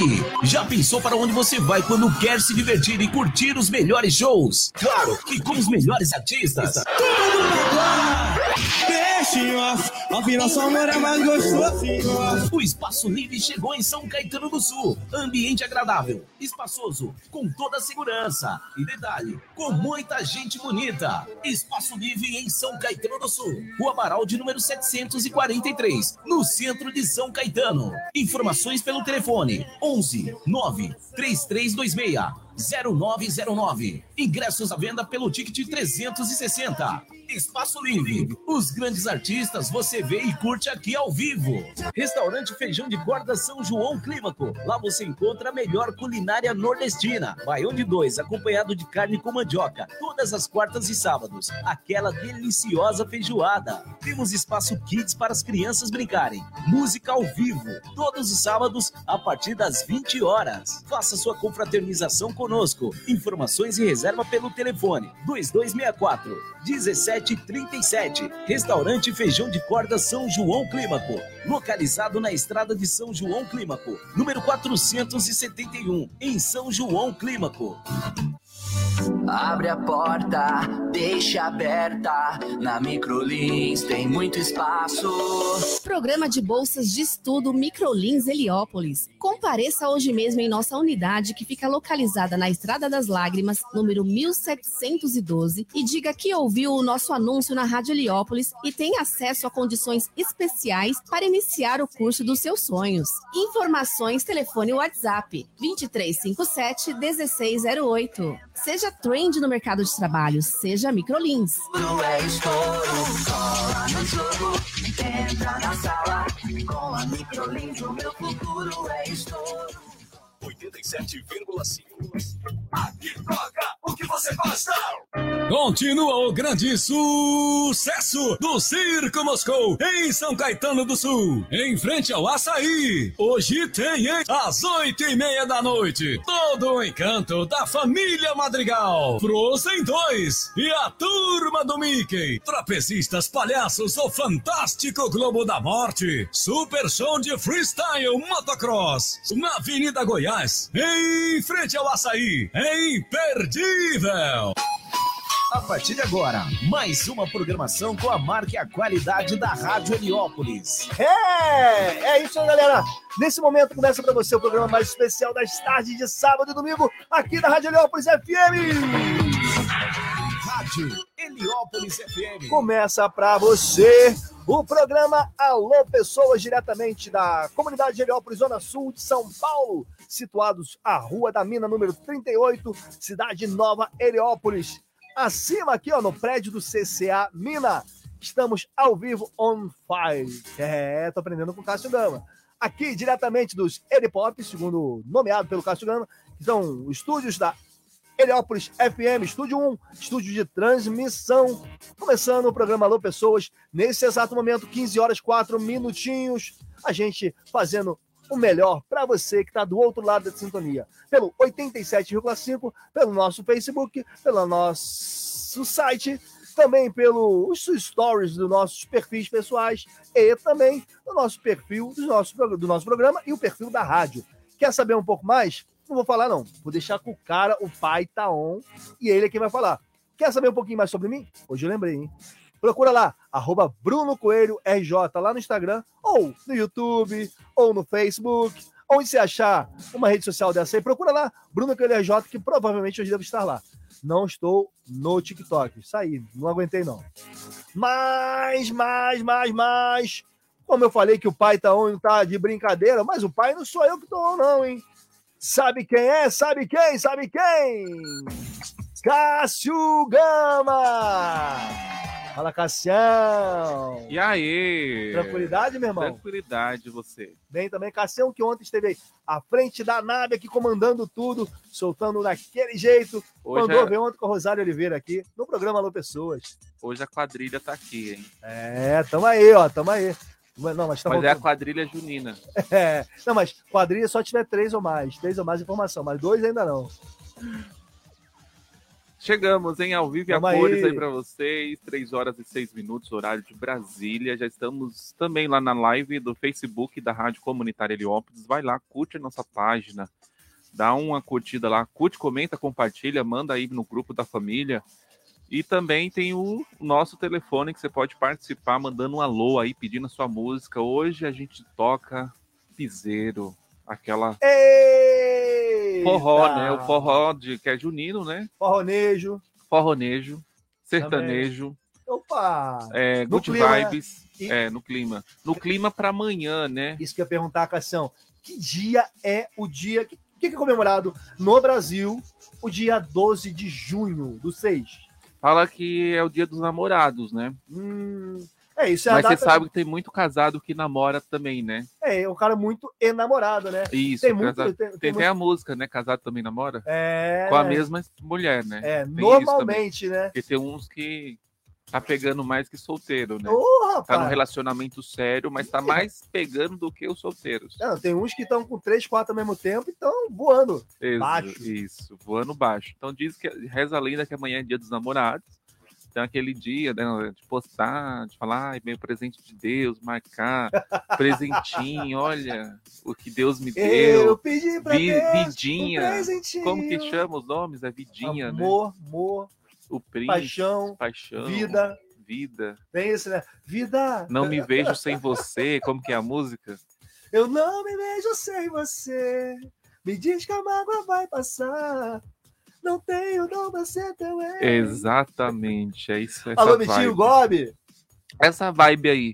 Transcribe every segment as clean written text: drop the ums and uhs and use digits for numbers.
aí, já pensou para onde você vai quando quer se divertir e curtir os melhores shows? Claro, e com os melhores artistas. Tudo melhor! Afinal, só amor é mais gostoso. O Espaço Livre chegou em São Caetano do Sul. Ambiente agradável, espaçoso, com toda a segurança. E detalhe, com muita gente bonita. Espaço Livre em São Caetano do Sul. Rua Baraldi, número 743, no centro de São Caetano. Informações pelo telefone 11 9 3326 0909. Ingressos à venda pelo ticket 360. Espaço Livre. Os grandes artistas você vê e curte aqui ao vivo. Restaurante Feijão de Corda São João Clímaco. Lá você encontra a melhor culinária nordestina. Baião de 2, acompanhado de carne com mandioca. Todas as quartas e sábados. Aquela deliciosa feijoada. Temos espaço kids para as crianças brincarem. Música ao vivo. Todos os sábados, a partir das 20 horas. Faça sua confraternização conosco. Informações e reserva pelo telefone 2264-1737. Restaurante Feijão de Corda São João Clímaco. Localizado na estrada de São João Clímaco, número 471, em São João Clímaco. Abre a porta, deixa aberta. Na Microlins tem muito espaço. Programa de bolsas de estudo Microlins Heliópolis. Compareça hoje mesmo em nossa unidade que fica localizada na Estrada das Lágrimas, número 1712, e diga que ouviu o nosso anúncio na Rádio Heliópolis e tem acesso a condições especiais para iniciar o curso dos seus sonhos. Informações, telefone WhatsApp 2357-1608. Seja trend no mercado de trabalho, seja Microlins. É estouro, cola no jogo, entra na sala, com a Microlins o meu futuro é estouro. 87,5. Aqui toca o que você gosta. Continua o grande sucesso do Circo Moscou em São Caetano do Sul, em frente ao Açaí. Hoje tem, hein? Às 8:30 da noite, todo o encanto da família Madrigal, Frozen 2 e a turma do Mickey, trapecistas, palhaços, o Fantástico Globo da Morte, super show de freestyle motocross na Avenida Goiás, em frente ao Açaí. É imperdível! A partir de agora, mais uma programação com a marca e a qualidade da Rádio Heliópolis. É isso aí, galera. Nesse momento começa para você o programa mais especial das tardes de sábado e domingo aqui da Rádio Heliópolis FM. Rádio Heliópolis FM. Começa para você o programa Alô Pessoas, diretamente da comunidade de Heliópolis, Zona Sul de São Paulo, situados à Rua da Mina, número 38, Cidade Nova, Heliópolis. Acima aqui, ó, no prédio do CCA Mina, estamos ao vivo on fire. Tô aprendendo com o Cássio Gama. Aqui, diretamente dos Helipop, segundo nomeado pelo Cássio Gama, que são os estúdios da Heliópolis FM, Estúdio 1, estúdio de transmissão. Começando o programa Alô Pessoas, nesse exato momento, 15 horas 4 minutinhos, a gente fazendo o melhor para você que está do outro lado da sintonia. Pelo 87,5, pelo nosso Facebook, pelo nosso site, também pelos stories dos nossos perfis pessoais e também do nosso perfil do nosso programa e o perfil da rádio. Quer saber um pouco mais? Não vou falar não, vou deixar com o cara, o pai tá on, e ele é quem vai falar. Quer saber um pouquinho mais sobre mim? Hoje eu lembrei, hein? Procura lá, @BrunoCoelhoRJ lá no Instagram, ou no YouTube, ou no Facebook, onde você achar uma rede social dessa aí, procura lá, Bruno Coelho RJ, que provavelmente hoje deve estar lá. Não estou no TikTok, isso aí, não aguentei não. Mas, como eu falei que o pai tá on, não tá de brincadeira, mas o pai não sou eu que tô on não, hein? Sabe quem é? Sabe quem? Cássio Gama! Fala, Cassião! E aí? Tranquilidade, meu irmão? Tranquilidade, você. Bem também, Cassião, que ontem esteve aí à frente da nave aqui, comandando tudo, soltando daquele jeito. Mandou ver ontem com o Rosário Oliveira aqui, no programa Alô Pessoas. Hoje a quadrilha tá aqui, hein? Tamo aí. Não, mas é a quadrilha junina. Não, mas quadrilha só tiver 3 ou mais informação, mas 2 ainda não. Chegamos, hein? Ao vivo e a Tamo cores aí. aí pra vocês. 3 horas e 6 minutos, horário de Brasília. Já estamos também lá na live do Facebook da Rádio Comunitária Heliópolis. Vai lá, curte a nossa página. Dá uma curtida lá. Curte, comenta, compartilha. Manda aí no grupo da família. E também tem o nosso telefone que você pode participar mandando um alô aí, pedindo a sua música. Hoje a gente toca piseiro. Aquela Eita! forró, né? O forró que é junino, né? Forronejo. Forronejo, sertanejo, Opa! No good clima, né? vibes, E- no clima. No clima para amanhã, né? Isso que eu ia perguntar, Cassião. Que dia é o dia... O que é comemorado no Brasil o dia 12 de junho do 6? Fala que é o dia dos namorados, né? Isso é Mas a você data... sabe que tem muito casado que namora também, né? É um cara muito enamorado, né? Isso, Tem muito... casado. Tem muito... a música, né? Casado também namora? É... Com a mesma mulher, né? É, Tem normalmente, né? Porque tem uns que tá pegando mais que solteiro, né? Ô, Tá num rapaz! relacionamento sério, mas tá mais pegando do que os solteiros. Não, tem uns que estão com 3, 4 ao mesmo tempo e estão voando. Baixo. Isso, voando baixo. Então diz que reza a lenda que amanhã é dia dos namorados. Então aquele dia, né, de postar, de falar, ai, meu presente de Deus, marcar, presentinho, olha o que Deus me Eu deu. pedi pra Deus Vidinha. um presentinho. Como que chama os nomes? É Vidinha, Amor, né? amor, O príncipe, paixão, vida. Tem esse, né? Vida. Não me vejo sem você. Como que é a música? Eu não me vejo sem você. Me diz que a mágoa vai passar. Não tenho dom pra ser teu ex. Exatamente, é isso. Essa Alô, vibe. Mitinho Gobi. Essa vibe aí.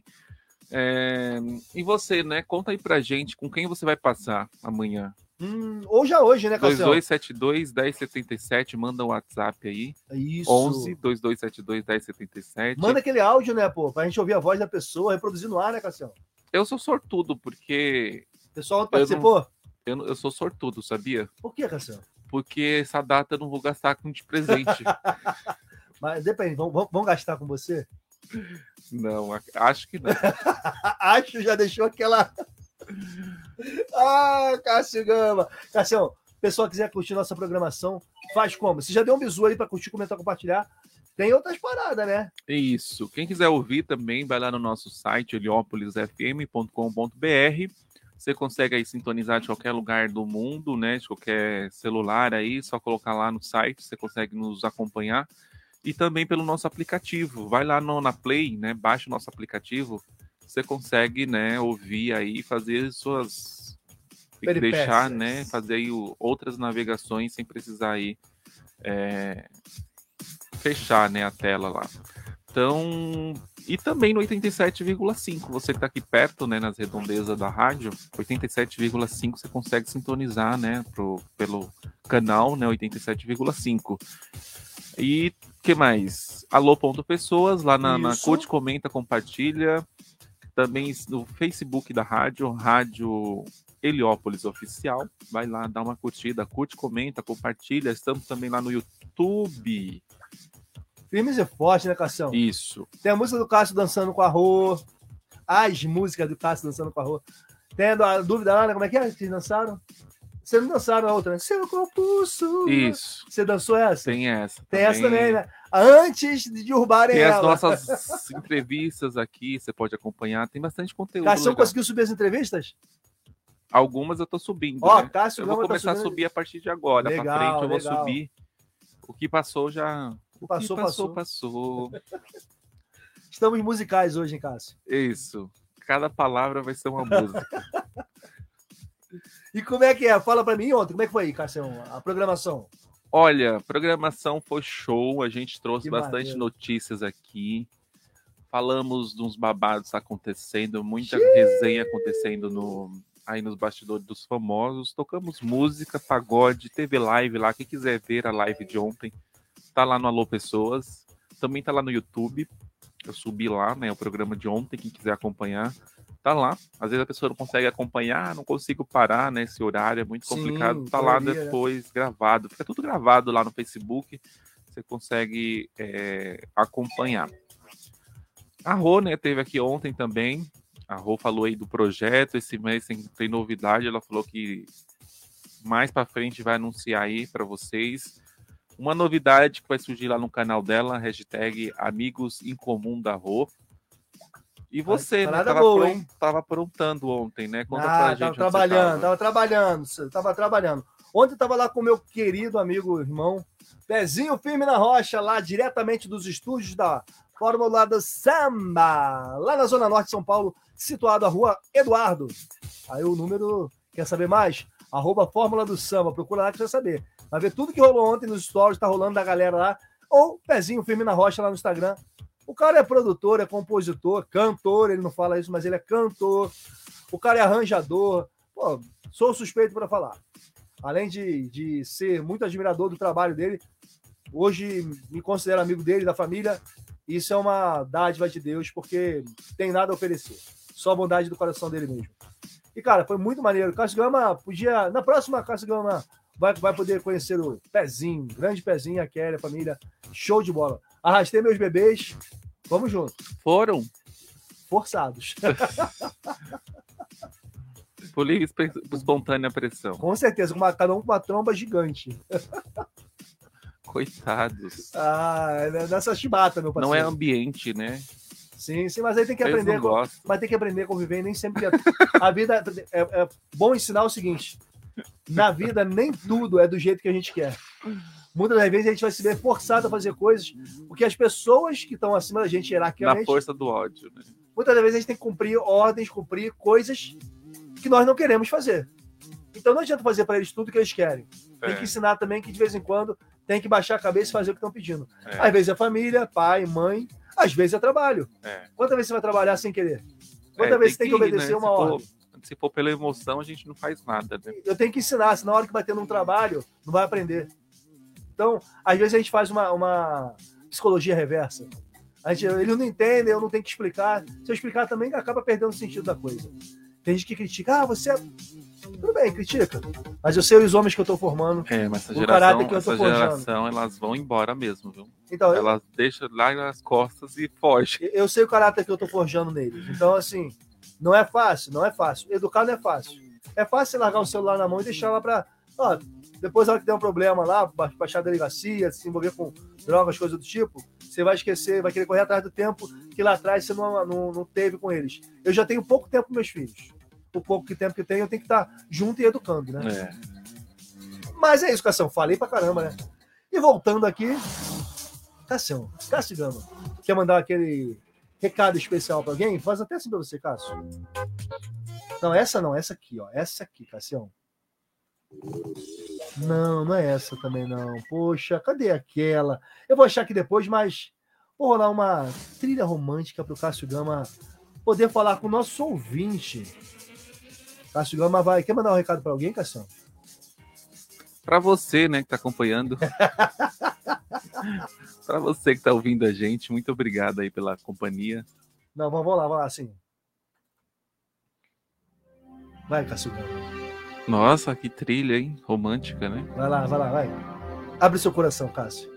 E você, né? Conta aí pra gente com quem você vai passar amanhã. Hoje, né, Cassião? 2272-1077, manda um WhatsApp aí. Isso. 11-2272-1077. Manda aquele áudio, né, pô? Pra gente ouvir a voz da pessoa, reproduzir no ar, né, Cassião? Eu sou sortudo, porque O pessoal participou? eu sou sortudo, sabia? Por que, Cassião? Porque essa data eu não vou gastar com de presente. Mas depende, vamos gastar com você? Não, acho que não. Acho já deixou aquela. Cássio Gama. Cássio, pessoal quiser curtir nossa programação, faz como? Você já deu um bisu aí para curtir, comentar, compartilhar. Tem outras paradas, né? Isso. Quem quiser ouvir também, vai lá no nosso site, heliopolisfm.com.br. Você consegue aí sintonizar de qualquer lugar do mundo, né? De qualquer celular aí, só colocar lá no site, você consegue nos acompanhar. E também pelo nosso aplicativo. Vai lá na Play, né? Baixa o nosso aplicativo. Você consegue, né, ouvir aí, fazer suas... Tem que deixar, né? Fazer aí outras navegações sem precisar aí fechar, né, a tela lá. Então... E também no 87,5, você que está aqui perto, né, nas redondezas da rádio, 87,5 você consegue sintonizar, né, pelo canal, né, 87,5. E que mais? Alô.pessoas, lá na curte, comenta, compartilha. Também no Facebook da rádio, Rádio Heliópolis Oficial. Vai lá, dá uma curtida, curte, comenta, compartilha. Estamos também lá no YouTube. Firmes e forte, né, Cassião? Isso. Tem a música do Cássio dançando com a Rô. As músicas do Cássio dançando com a Rô. Tem a dúvida lá, né? Como é que é? Vocês dançaram? Vocês não dançaram a outra, né? Seu corpo sua. Isso. Você dançou essa? Tem essa. Tem essa também, né? Antes de derrubarem tem ela. Tem as nossas entrevistas aqui, você pode acompanhar. Tem bastante conteúdo. Cássio legal. conseguiu subir as entrevistas? Algumas eu tô subindo. Ó, né? Cássio eu vou começar tá a subir a partir de agora. Legal, pra frente eu vou legal. subir. O que passou já... O que passou. Estamos musicais hoje, hein, Cássio? Isso. Cada palavra vai ser uma música. E como é que é? Fala pra mim ontem. Como é que foi, Cássio, a programação? Olha, a programação foi show. A gente trouxe Que bastante maneiro. notícias aqui. Falamos de uns babados acontecendo, muita resenha acontecendo aí nos bastidores dos famosos. Tocamos música, pagode, teve live lá. Quem quiser ver a live de ontem, tá lá no Alô Pessoas. Também tá lá no YouTube. Eu subi lá, né? O programa de ontem, quem quiser acompanhar, tá lá. Às vezes a pessoa não consegue acompanhar, não consigo parar, né? Esse horário é muito complicado. Tá lá depois, gravado. Fica tudo gravado lá no Facebook. Você consegue acompanhar. A Rô, né, teve aqui ontem também. A Rô falou aí do projeto. Esse mês tem novidade. Ela falou que mais para frente vai anunciar aí para vocês. Uma novidade que vai surgir lá no canal dela, hashtag Amigos em Comum da Rô. E você, né? Parada boa, hein? Tava aprontando ontem, né? Conta pra gente. Tava trabalhando. Ontem eu tava lá com o meu querido amigo, irmão, Pezinho Firme na Rocha, lá diretamente dos estúdios da Fórmula do Samba, lá na Zona Norte de São Paulo, situado a Rua Eduardo. Aí o número, quer saber mais? @Fórmula do Samba, procura lá que você vai saber. Vai ver tudo que rolou ontem nos stories, tá rolando da galera lá, ou Pezinho Firme na Rocha lá no Instagram. O cara é produtor, é compositor, cantor, ele não fala isso, mas ele é cantor. O cara é arranjador. Pô, sou suspeito para falar. Além de ser muito admirador do trabalho dele, hoje me considero amigo dele, da família. Isso é uma dádiva de Deus, porque tem nada a oferecer. Só a bondade do coração dele mesmo. E, cara, foi muito maneiro. Cássio Gama podia... Na próxima, Cássio Gama vai poder conhecer o Pezinho, grande Pezinho, a Kelly, a família. Show de bola. Arrastei meus bebês. Vamos junto. Foram? Forçados. Por livre espontânea pressão. Com certeza, cada um com uma tromba gigante. Coitados. Nessa chibata, meu parceiro. Não é ambiente, né? Sim, mas aí tem que aprender. Mas tem que aprender a conviver, nem sempre. A vida é bom ensinar o seguinte: na vida, nem tudo é do jeito que a gente quer. Muitas das vezes a gente vai se ver forçado a fazer coisas porque as pessoas que estão acima da gente hierarquicamente... Na força do ódio, né? Muitas das vezes a gente tem que cumprir ordens, cumprir coisas que nós não queremos fazer. Então não adianta fazer para eles tudo que eles querem. Tem que ensinar também que de vez em quando tem que baixar a cabeça e fazer o que estão pedindo. Às vezes é família, pai, mãe, às vezes é trabalho. Quantas vezes você vai trabalhar sem querer? Quantas vezes você tem que obedecer uma ordem? Se for pela emoção, a gente não faz nada, né? Eu tenho que ensinar, senão na hora que vai ter num trabalho, não vai aprender. Então, às vezes a gente faz uma psicologia reversa. Eles não entendem, eu não tenho que explicar. Se eu explicar também, acaba perdendo o sentido da coisa. Tem gente que critica, você é... Tudo bem, critica. Mas eu sei os homens que eu estou formando. Mas essa geração, elas vão embora mesmo, viu? Então, elas deixam lá nas costas e fogem. Eu sei o caráter que eu estou forjando neles. Então, assim, não é fácil. Educar não é fácil. É fácil você largar o celular na mão e deixar lá para... Depois, na hora que der um problema lá, baixar a delegacia, se envolver com drogas, coisas do tipo, você vai esquecer, vai querer correr atrás do tempo que lá atrás você não teve com eles. Eu já tenho pouco tempo com meus filhos. O pouco tempo que tenho, eu tenho que estar junto e educando, né? Mas é isso, Cassião. Falei pra caramba, né? E voltando aqui, Cássio Gama, quer mandar aquele recado especial pra alguém? Faz até assim pra você, Cássio. Não, essa aqui, ó. Essa aqui, Cássio. Não é essa também, não. Poxa, cadê aquela? Eu vou achar aqui depois, mas vou rolar uma trilha romântica pro Cássio Gama poder falar com o nosso ouvinte. Cássio Gama vai. Quer mandar um recado para alguém, Cássio? Para você, né, que tá acompanhando. Para você que tá ouvindo a gente, muito obrigado aí pela companhia. Não, vamos lá, sim. Vai, Cássio Gama. Nossa, que trilha, hein? Romântica, né? Vai lá. Abre seu coração, Cássio.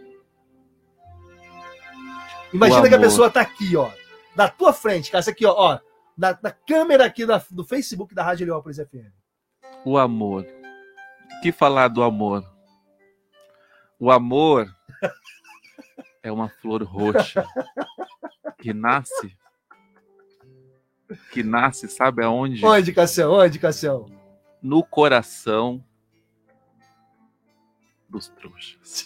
Imagina que a pessoa tá aqui, ó. Na tua frente, Cássio, aqui, ó. Na câmera aqui do Facebook da Rádio Heliópolis FM. O amor. O que falar do amor? O amor é uma flor roxa que nasce, sabe aonde? Onde, Cássio? No coração dos trouxas.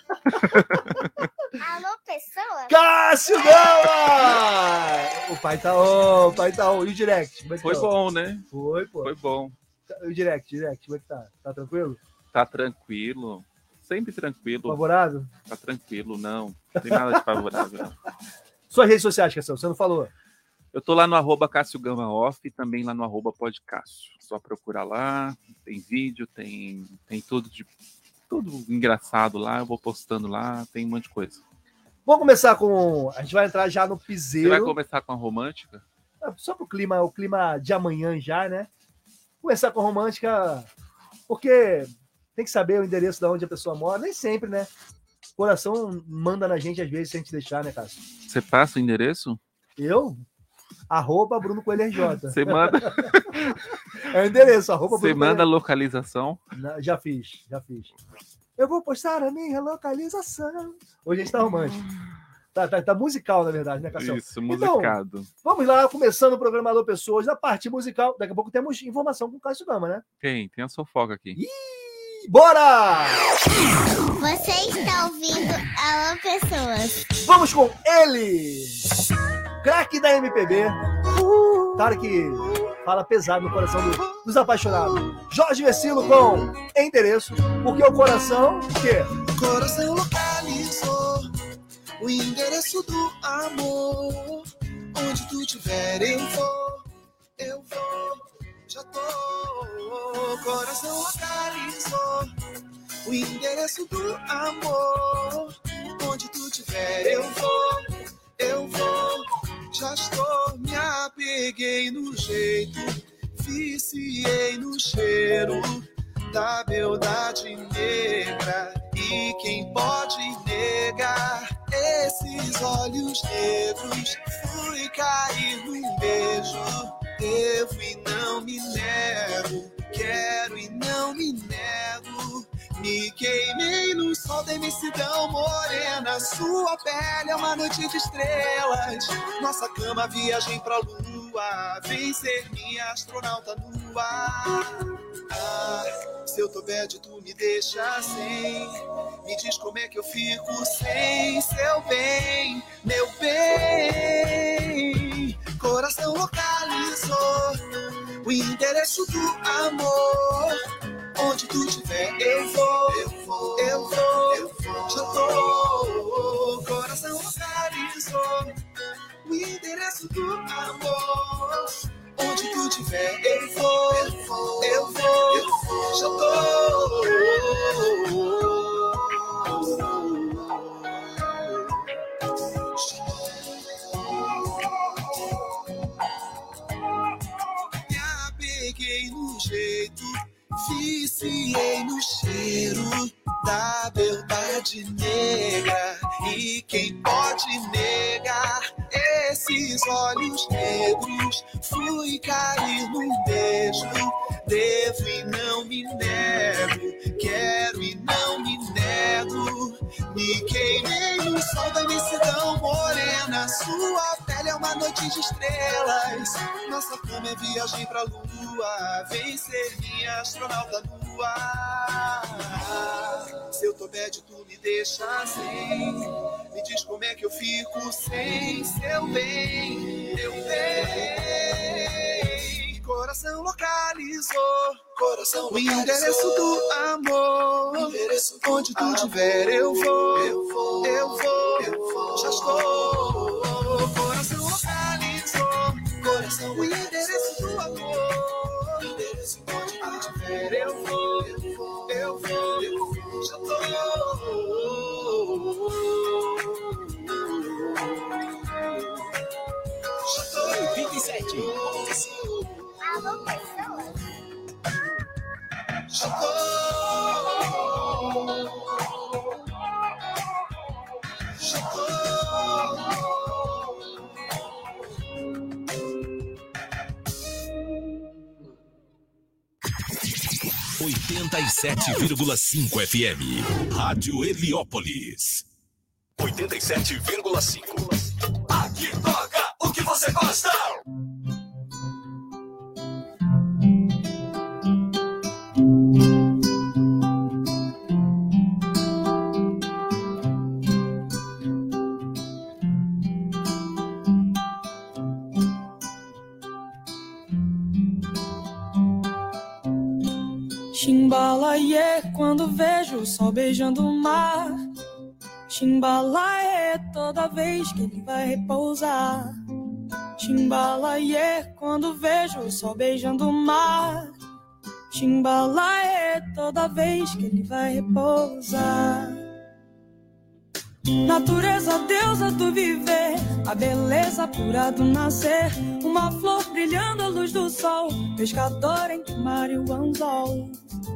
Alô, pessoa? Cássio Gama! O pai tá on. E o direct? Foi bom, né? Foi, pô. Foi bom. O direct, como é que tá? Tá tranquilo? Tá tranquilo. Sempre tranquilo. Favorável? Tá tranquilo, não. Não tem nada de favorável, não. Suas redes sociais, Cássio, você não falou? Eu tô lá no @CássioGamaOff e também lá no @PodCássio. Só procurar lá, tem vídeo, tem tudo engraçado lá, eu vou postando lá, tem um monte de coisa. Vamos começar com... A gente vai entrar já no piseiro. Você vai começar com a romântica? Só pro clima, o clima de amanhã já, né? Começar com a romântica, porque tem que saber o endereço de onde a pessoa mora, nem sempre, né? O coração manda na gente às vezes se a gente deixar, né, Cássio? Você passa o endereço? Eu? @Bruno Coelho RJ. Você manda. É o endereço, Você manda a localização? Já fiz. Eu vou postar a minha localização. Hoje a gente tá romântico. Tá musical, na verdade, né, Cassião? Isso, musicado. Então, vamos lá, começando o programa Alô Pessoas, na parte musical. Daqui a pouco temos informação com o Cássio Gama, né? Tem a fofoca aqui. Bora! Você está ouvindo Alô Pessoas. Vamos com ele! Craque da MPB. Cara que fala pesado no coração dos apaixonados. Jorge Vecilo com Endereço. Porque o coração, o quê? Coração localizou o endereço do amor. Onde tu tiver eu vou, já tô. Coração localizou o endereço do amor. Onde tu tiver eu vou, já estou. Me apeguei no jeito, viciei no cheiro da beldade negra. E quem pode negar esses olhos negros? Fui cair num beijo, devo e não me nego, quero e não me nego. Me queimei no sol da imensidão morena. Sua pele é uma noite de estrelas. Nossa cama, viagem pra lua. Vem ser minha astronauta nua. Se eu tô bad, tu me deixa sem. Me diz como é que eu fico sem seu bem, meu bem. Coração localizou o endereço do amor. Onde tu tiver eu vou, já tô. Coração localizou o endereço do amor. Onde tu tiver eu vou, já tô. Me apeguei no jeito, viciei no cheiro da beldade negra. E quem pode negar esses olhos negros? Fui cair num beijo, devo e não me nego, quero e não me nego. Me queimei no sol da imensidão morena. Sua pele é uma noite de estrelas. Nossa cama é viagem pra lua. Vem ser minha astronauta nua. Se eu tô bad, tu me deixa sem. Me diz como é que eu fico sem seu bem, meu bem. Coração localizou o endereço do amor. Onde tu tiver eu vou, já estou. Coração localizou o endereço do amor. Onde tu tiver eu vou, já tô. Já tô. 27. Alô Pessoas. Já tô. Já tô. 87,5 FM. Rádio Heliópolis. 87,5. Aqui toca o que você gosta. Chimbalaie, quando vejo o sol beijando o mar. Chimbalaie, toda vez que ele vai repousar. Chimbalaie, quando vejo o sol beijando o mar. Chimbalaie, toda vez que ele vai repousar. Natureza, deusa do viver, a beleza pura do nascer. Uma flor brilhando à luz do sol, pescador entre o mar e o anzol.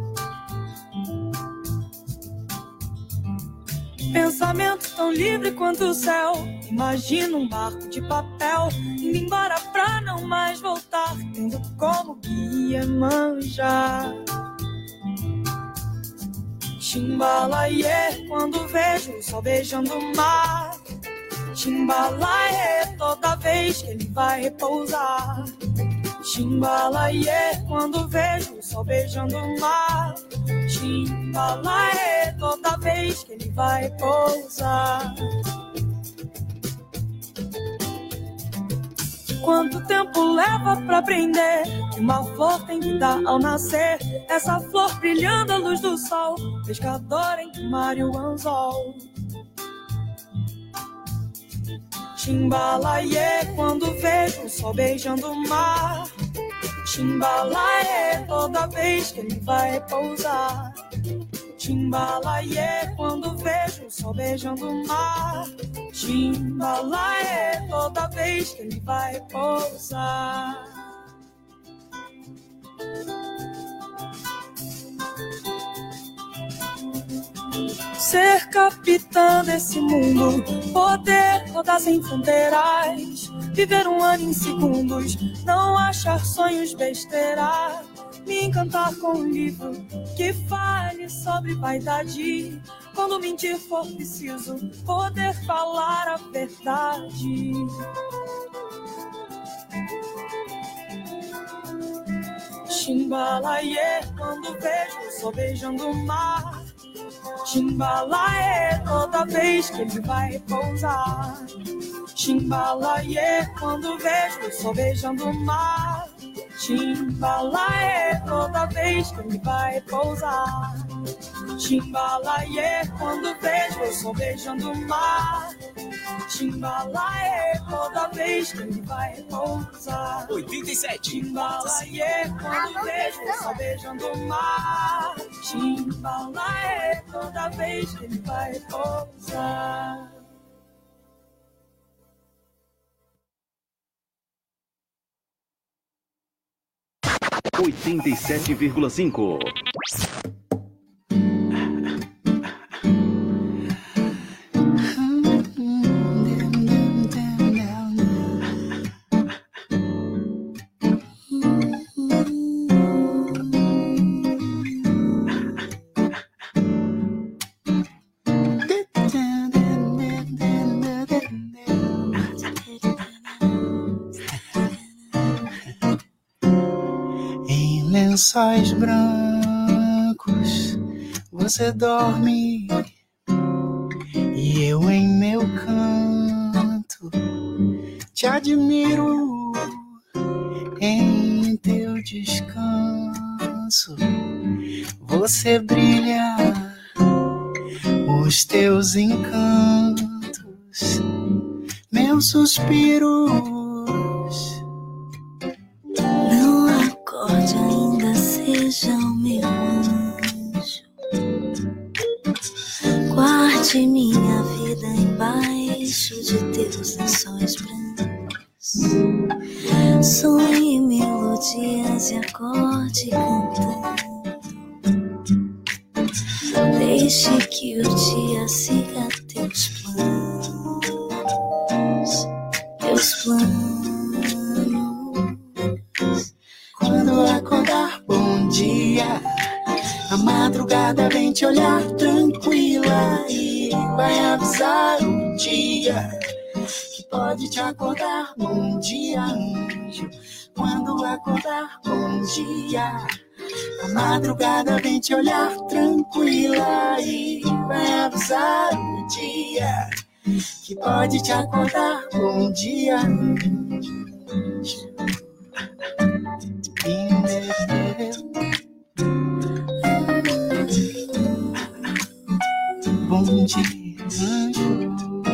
Pensamento tão livre quanto o céu. Imagino um barco de papel indo embora pra não mais voltar, tendo como guia manjar. Chimbalaie, quando vejo o sol beijando o mar. Chimbalaie, toda vez que ele vai repousar. Chimbalaie, quando vejo o sol beijando o mar. Chimbalaie, toda vez que ele vai pousar. Quanto tempo leva pra aprender que uma flor tem que dar ao nascer? Essa flor brilhando à luz do sol, pescador entre o mar e o anzol. Chimbalaie, quando vejo o sol beijando o mar. Chimbalaie, toda vez que ele vai pousar. Chimbalaie, quando vejo o sol beijando o mar. Chimbalaie, toda vez que ele vai pousar. Ser capitã desse mundo, poder rodar sem fronteiras, viver um ano em segundos, não achar sonhos besteira, me encantar com um livro que fale sobre vaidade, quando mentir for preciso, poder falar a verdade. Chimbalaie, quando vejo o sol beijando o mar. Chimbalaie, toda vez que ele vai pousar. Chimbalaie, quando vejo o sol beijando o mar. Chimbalaie, toda vez que ele vai pousar. Chimbalaie, quando vejo o sol beijando o mar. Chimbalaie, toda vez que ele vai pousar. 87. Chimbalaie, quando vejo o sol beijando o mar. Chimbalaie, toda vez que ele vai pousar. R$ 87,5. Lençóis brancos, você dorme e eu em meu canto te admiro em teu descanso. Você brilha, os teus encantos, meus suspiros. Não acorde ainda, seja o meu anjo. Guarde minha vida embaixo de teus lençóis brancos. Sonhe melodias e acorde cantando. Deixe que o dia siga teus planos. Teus planos. Quando acordar, bom dia. A madrugada vem te olhar tranquila e vai avisar o dia que pode te acordar. Bom dia, anjo. Quando acordar, bom dia. A madrugada vem te olhar tranquila e vai avisar o dia que pode te acordar. Bom dia, anjo. Bom dia, anjo.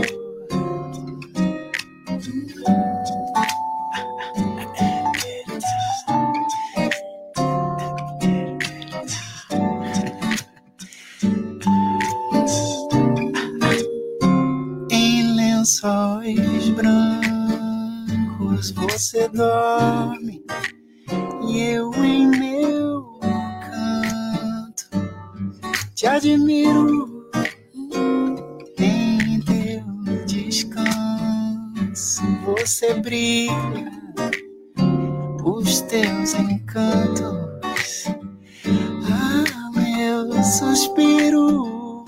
Em lençóis brancos você dorme e eu em meu canto te admiro em teu descanso. Você brilha, os teus encantos, meus suspiros.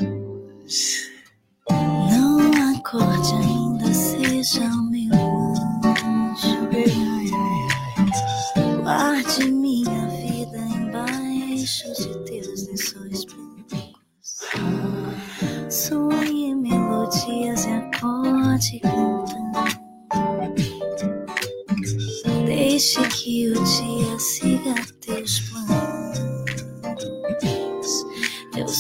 Não acorde ainda, seja o meu anjo. Guarde minha vida embaixo de teus lençóis brancos. Sonhe melodias e acorde cantando. Deixe que o dia siga teus planos. Teus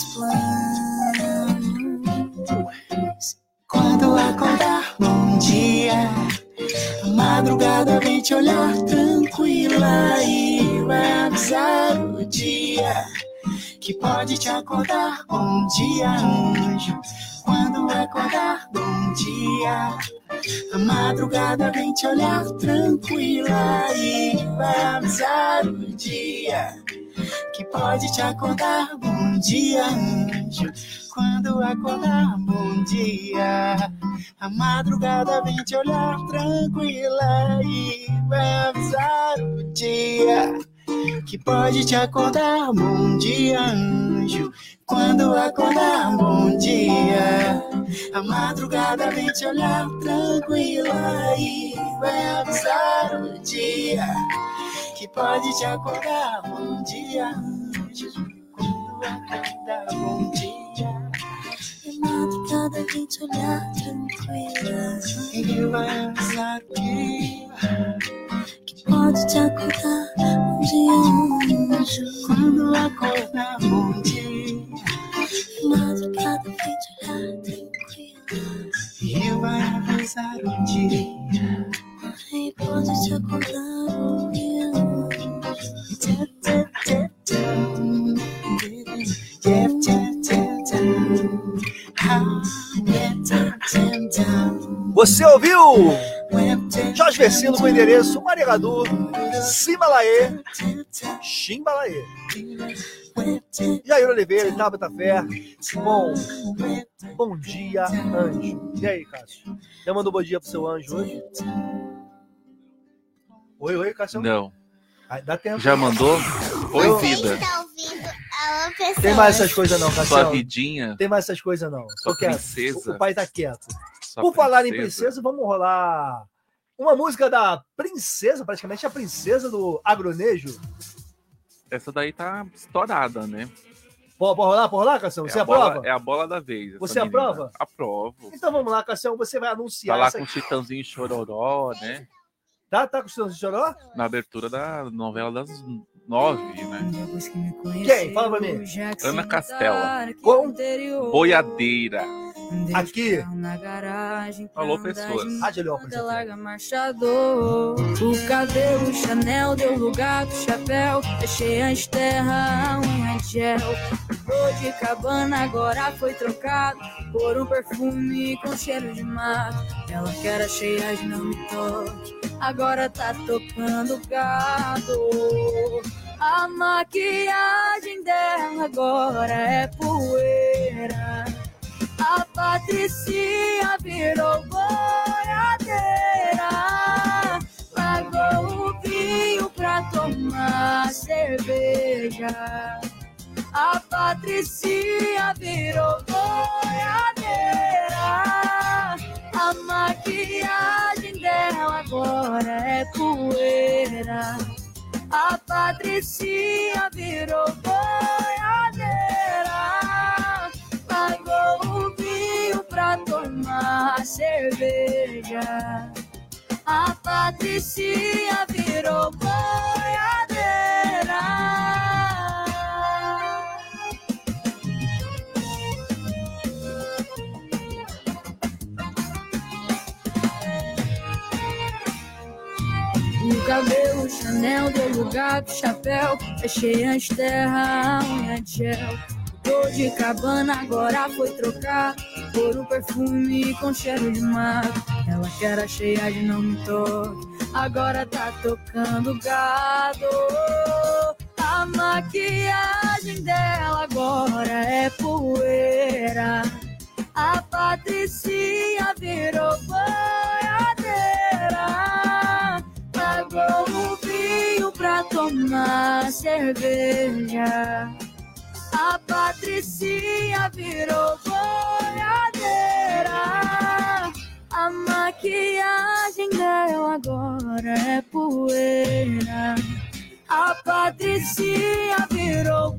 planos. Quando acordar, bom dia. A madrugada vem te olhar tranquila e vai avisar o dia que pode te acordar. Bom dia, anjo. Quando acordar, bom dia. A madrugada vem te olhar tranquila e vai avisar o dia que pode te acordar. Bom dia, anjo. Quando acordar, bom dia. A madrugada vem te olhar tranquila e vai avisar o dia que pode te acordar. Bom dia, anjo. Quando acordar, bom dia. A madrugada vem te olhar tranquila e vai avisar o dia que pode te acordar. Bom dia, anjo. Quando acordar, bom dia. A madrugada vem te olhar tranquila e vai avisar o dia que pode te acordar. Bom dia, anjo. Quando acordar, bom dia. A madrugada vem te olhar tranquila e vai avisar o dia que pode te acordar. Bom dia, Você ouviu Jorge Versilo com o endereço Maregadu, Simbalaê, Chimbalaê. Jair Oliveira e Tabata Fé com Bom Dia, Anjo. E aí, Cássio? Já mandou bom dia pro seu anjo hoje? Oi, Cássio? Não. Dá tempo. Já mandou? Oi, Você vida. está ouvindo Alô, pessoas. Tem mais essas coisas não, Cássio? Sua vidinha. Tem mais essas coisas não. Sua Tô quieto. princesa. O pai tá quieto. Sua Por falar em princesa. princesa, vamos rolar uma música da princesa, praticamente a princesa do agronejo. Essa daí tá estourada, né? Pode rolar, Cassião? Você aprova? É a bola da vez. essa Você menina. aprova? Aprovo. Então vamos lá, Cassião, você vai anunciar Tá lá essa com o aqui. Chitãozinho e Chororó, né? Tá com o Chitãozinho e Chororó? Na abertura da novela das 9, né? Quem? Fala pra mim. Ana Castela. Com? Boiadeira. Aqui. Falou, pessoas. Rádio Heliópolis. Larga marchador, o cabelo Chanel deu lugar do chapéu, deixei as terras, a unha de gel. O de cabana agora foi trocado por um perfume com cheiro de mato. Ela que era cheia de não me toque, agora tá tocando gado. A maquiagem dela agora é poeira. A Patricinha virou boiadeira, largou o vinho pra tomar cerveja. A Patricinha virou boiadeira, a maquiagem dela agora é poeira. A Patricinha virou boiadeira, largou o vinho pra tomar cerveja. A Patricinha virou boiadeira. O cabelo Chanel deu lugar pro chapéu, fechei as terras, a unha de gel. O de cabana agora foi trocar por um perfume com cheiro de mato. Ela que era cheia de não me toque, agora tá tocando gado. A maquiagem dela agora é poeira. A Patricinha virou boiadeira, pagou o vinho pra tomar cerveja. A Patricinha virou boiadeira. A maquiagem dela agora é poeira. A Patricinha virou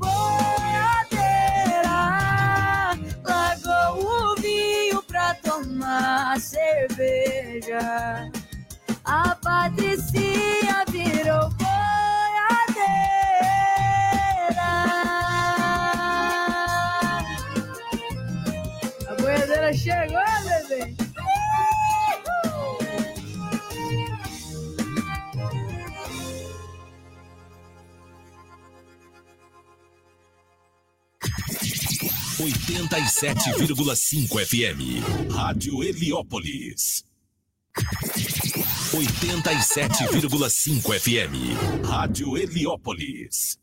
boiadeira. Largou o vinho pra tomar cerveja. A Patricinha virou boiadeira. A boiadeira chegou, bebê. 87,5 FM. Rádio Heliópolis. 87,5 FM. Rádio Heliópolis.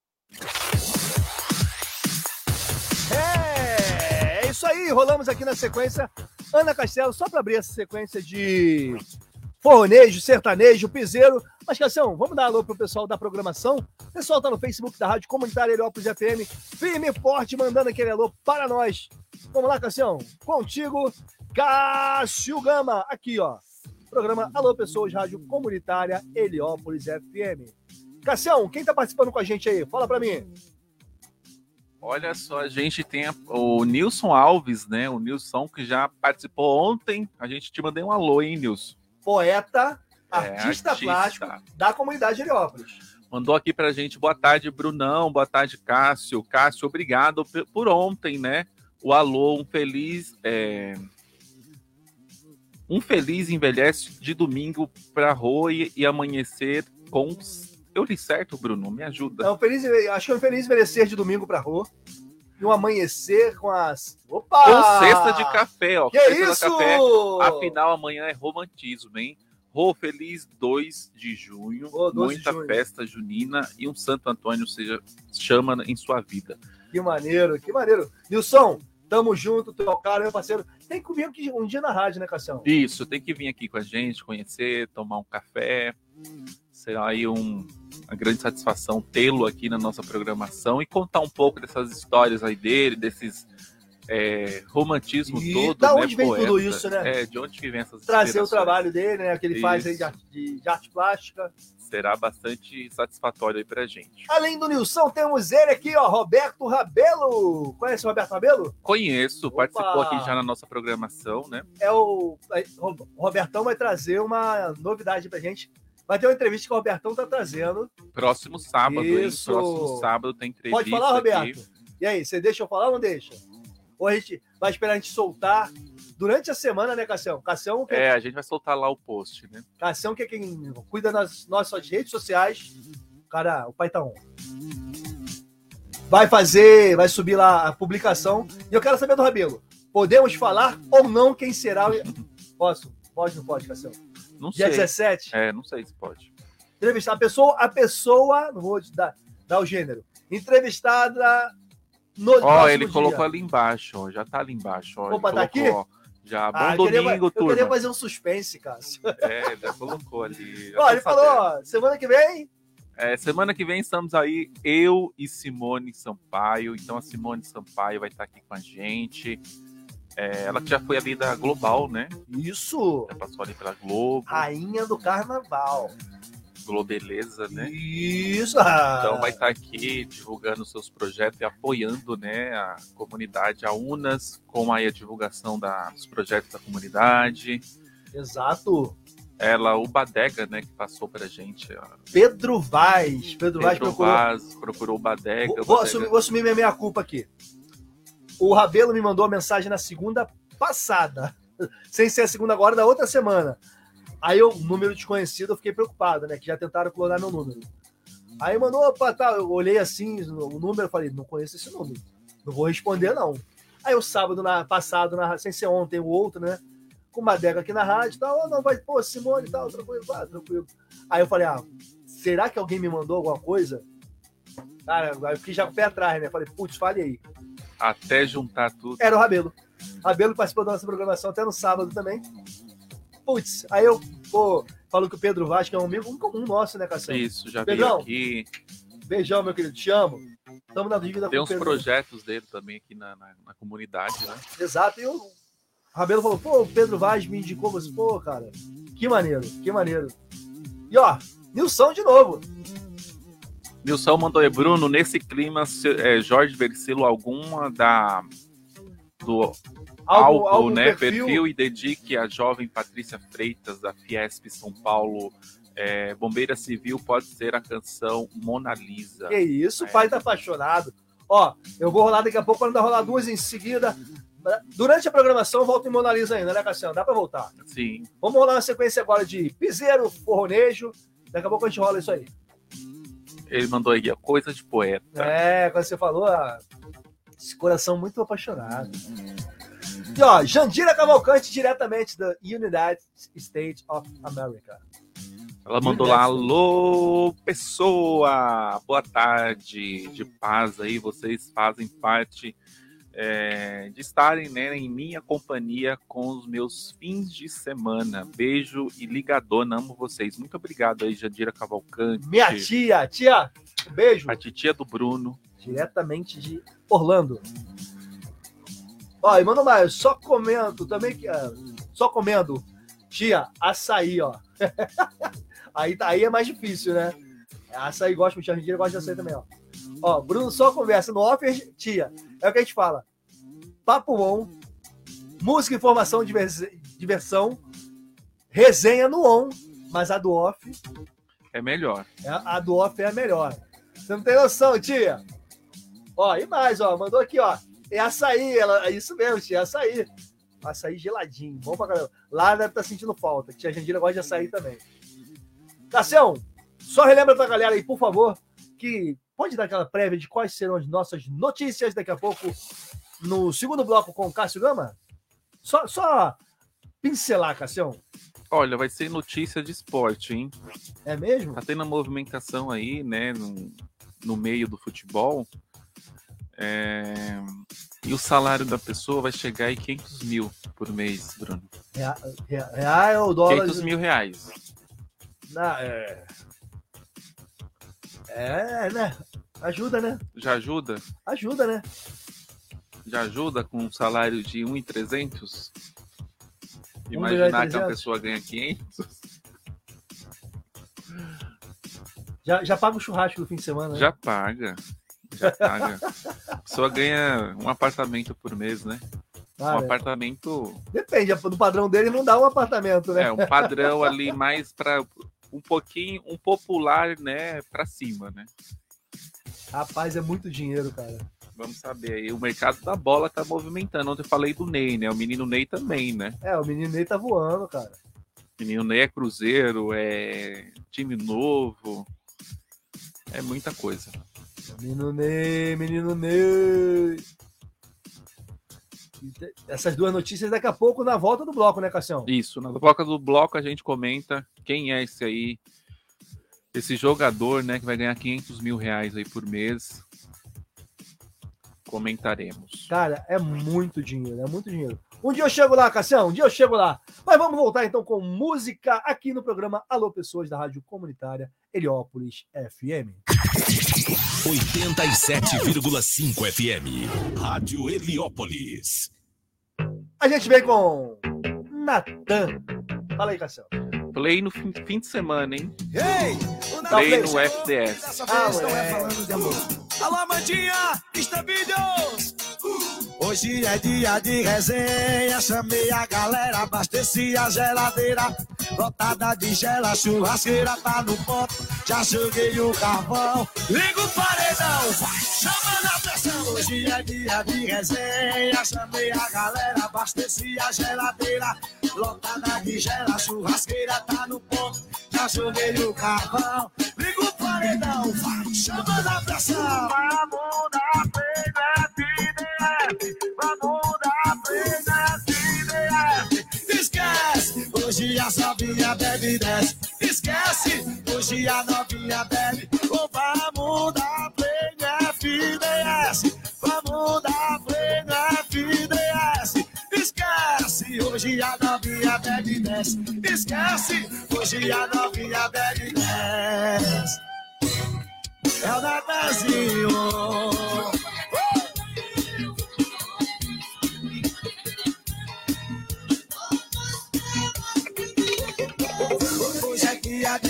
É isso aí, rolamos aqui na sequência. Ana Castelo, só para abrir essa sequência de forronejo, sertanejo, piseiro. Mas, Cassião, vamos dar alô pro pessoal da programação. O pessoal tá no Facebook da Rádio Comunitária Heliópolis FM, firme e forte, mandando aquele alô para nós. Vamos lá, Cassião, contigo, Cássio Gama, aqui, ó. Programa Alô Pessoas, Rádio Comunitária Heliópolis FM. Cassião, quem tá participando com a gente aí? Fala pra mim. Olha só, a gente tem o Nilson Alves, né? O Nilson que já participou ontem. A gente te mandei um alô, hein, Nilson? Poeta, artista plástico da comunidade Heliópolis. Mandou aqui pra gente, boa tarde, Brunão, boa tarde, Cássio. Cássio, obrigado por ontem, né? O alô, um feliz envelhece de domingo pra rua e amanhecer com... Eu li certo, Bruno? Me ajuda. Acho que é um feliz envelhecer de domingo pra rua e um amanhecer com as... Opa! Com cesta de café, ó. Que isso? Café. Afinal, amanhã é romantismo, hein? Rô, feliz 2 de junho. 2 muita de junho. Festa junina e um Santo Antônio chama em sua vida. Que maneiro, que maneiro. Nilson, tamo junto, teu cara, meu parceiro. Tem que vir aqui um dia na rádio, né, Cassião? Isso, tem que vir aqui com a gente, conhecer, tomar um café. Será aí uma grande satisfação tê-lo aqui na nossa programação e contar um pouco dessas histórias aí dele, desses romantismo e todo. Da onde né, vem poeta. Tudo isso, né? De onde que vem essas trazer o trabalho dele, né? Que ele faz aí de arte plástica. Será bastante satisfatório aí pra gente. Além do Nilson, temos ele aqui, ó, Roberto Rabelo. Conhece o Roberto Rabelo? Conheço, participou aqui já na nossa programação, né? O Robertão vai trazer uma novidade pra gente. Vai ter uma entrevista que o Robertão tá trazendo. Próximo sábado, isso. Hein? Próximo sábado tem entrevista. Pode falar, Roberto? Aqui. E aí, você deixa eu falar ou não deixa? Ou a gente vai esperar a gente soltar durante a semana, né, Cassião? Cassião a gente vai soltar lá o post, né? Cassião que é quem cuida das nossas redes sociais. Cara, o pai tá on. Vai subir lá a publicação. E eu quero saber do Rabelo. Podemos falar ou não quem será? Posso? Pode ou não pode, Cassião? Não Dia sei. 17? Não sei se pode. Entrevistar a pessoa, não vou dar o gênero. Entrevistada no ele dia. colocou ali embaixo, ó. Já tá ali embaixo, ó. Opa, tá aqui? Já, bom domingo, turma. Eu queria fazer um suspense, Cássio. Já colocou ali. Ó, ele falou, ó, semana que vem... semana que vem estamos aí, eu e Simone Sampaio. Então a Simone Sampaio vai estar aqui com a gente. Ela que já foi ali da Global, né? Isso! Já passou ali pela Globo. Rainha do Carnaval. Globeleza, né? Isso! Então vai estar aqui divulgando seus projetos e apoiando, né, a comunidade, a Unas, com aí a divulgação dos projetos da comunidade. Exato! O Badega, né, que passou pra gente. Pedro Vaz procurou o Badega. Vou assumir minha meia-culpa aqui. O Rabelo me mandou a mensagem na segunda passada, sem ser a segunda agora, da outra semana. Aí o número desconhecido, eu fiquei preocupado, né? Que já tentaram clonar meu número. Aí mandou, opa, tá. Eu olhei assim, o número, falei, não conheço esse número. Não vou responder, não. Aí o sábado passado, sem ser ontem, o outro, né? Com uma adega aqui na rádio e tal. Não, vai, pô, Simone e tal, tranquilo. Aí eu falei, será que alguém me mandou alguma coisa? Cara, eu fiquei já com o pé atrás, né? Falei, putz, fale aí. Até juntar tudo. Era o Rabelo. Rabelo participou da nossa programação até no sábado também. Putz, aí eu falo que o Pedro Vaz, que é um amigo comum nosso, né, Cassiano? Isso, já Pedrão, veio aqui. Beijão, meu querido, te amo. Estamos na dívida Tem com o uns Pedro. projetos dele também aqui na comunidade, né? Exato, e o Rabelo falou, pô, o Pedro Vaz me indicou você. Pô, cara, que maneiro, que maneiro. E ó, Nilson de novo. Nilson mandou aí, Bruno, nesse clima, Jorge Versilo, alguma do álbum, né, perfil e dedique a jovem Patrícia Freitas, da Fiesp São Paulo, Bombeira Civil, pode ser a canção Mona Lisa. Que isso, o pai tá apaixonado. Ó, eu vou rolar daqui a pouco, quando vai rolar duas em seguida. Durante a programação, eu volto em Mona Lisa ainda, né, Cassiano? Dá pra voltar? Sim. Vamos rolar uma sequência agora de piseiro, forronejo. Daqui a pouco a gente rola isso aí. Ele mandou aí, coisa de poeta. Quando você falou, esse coração muito apaixonado. E ó, Jandira Cavalcante, diretamente da United States of America. Ela mandou lá, alô, pessoa, boa tarde, de paz aí, vocês fazem parte de estarem, né, em minha companhia com os meus fins de semana. Beijo e ligadona, amo vocês. Muito obrigado aí, Jandira Cavalcante. Minha tia, beijo. A titia do Bruno. Diretamente de Orlando. Ó, e manda mais, só comendo também, só comendo, tia, açaí, ó. aí é mais difícil, né? Açaí gosta, tia Jandira gosta de açaí também, ó. Ó, Bruno só conversa no off, tia, é o que a gente fala. Papo on, música, informação, diversão, resenha no on, mas a do off é melhor. A do off é a melhor. Você não tem noção, tia? Ó, e mais, ó, mandou aqui, ó. É açaí, é isso mesmo, tia, açaí. Açaí geladinho, bom pra caramba. Lá deve estar sentindo falta, tia Jandira gosta de açaí também. Cassião, só relembra pra galera aí, por favor, que pode dar aquela prévia de quais serão as nossas notícias daqui a pouco no segundo bloco com o Cássio Gama? Só pincelar, Cassião. Olha, vai ser notícia de esporte, hein? É mesmo? Tá tendo uma movimentação aí, né, no meio do futebol. E o salário da pessoa vai chegar aí 500 mil por mês, Bruno. Real ou dólar? 500 mil reais. Né? Ajuda, né? Já ajuda? Ajuda, né? Já ajuda com um salário de 1.300? Imaginar que a pessoa ganha 500? Já paga o churrasco no fim de semana, né? Já paga. A pessoa ganha um apartamento por mês, né? Um apartamento... Depende, do padrão dele não dá um apartamento, né? Um padrão ali mais para um pouquinho, um popular, né, para cima, né? Rapaz, é muito dinheiro, cara. Vamos saber aí, o mercado da bola tá movimentando. Ontem eu falei do Ney, né? O menino Ney também, né? O menino Ney tá voando, cara. O menino Ney é Cruzeiro, é time novo, é muita coisa. Menino Ney. Essas duas notícias daqui a pouco na volta do bloco, né, Cassião? Isso, na volta do bloco a gente comenta quem é esse aí, esse jogador, né, que vai ganhar 500 mil reais aí por mês. Comentaremos. Cara, é muito dinheiro, Um dia eu chego lá, Cassião, Mas vamos voltar então com música aqui no programa Alô Pessoas da Rádio Comunitária Heliópolis FM. 87,5 FM. Rádio Heliópolis. A gente vem com Natan. Fala aí, Cassião. Play no fim de semana, hein? Ei, Play no FDS. Dessa vez não é falando de amor. Alô, Amandinha, Insta Vídeos. Hoje é dia de resenha, chamei a galera, abasteci a geladeira, lotada de gela, churrasqueira tá no ponto, já joguei o carvão, liga o paredão, vai, chama na pressão. Hoje é dia de resenha, chamei a galera, abasteci a geladeira, lotada de gela, churrasqueira tá no ponto, já joguei o carvão, liga o paredão, vai, chama na pressão. Vamos dar play na FDS, vamos dar play na FDS. Esquece, hoje a novinha bebe e desce. Esquece, hoje a novinha bebe. Ou vamos dar play na FDS, vamos dar play na FDS. Esquece, hoje a novinha bebe e desce. Esquece, hoje a novinha bebe e desce. É o Natanzinho.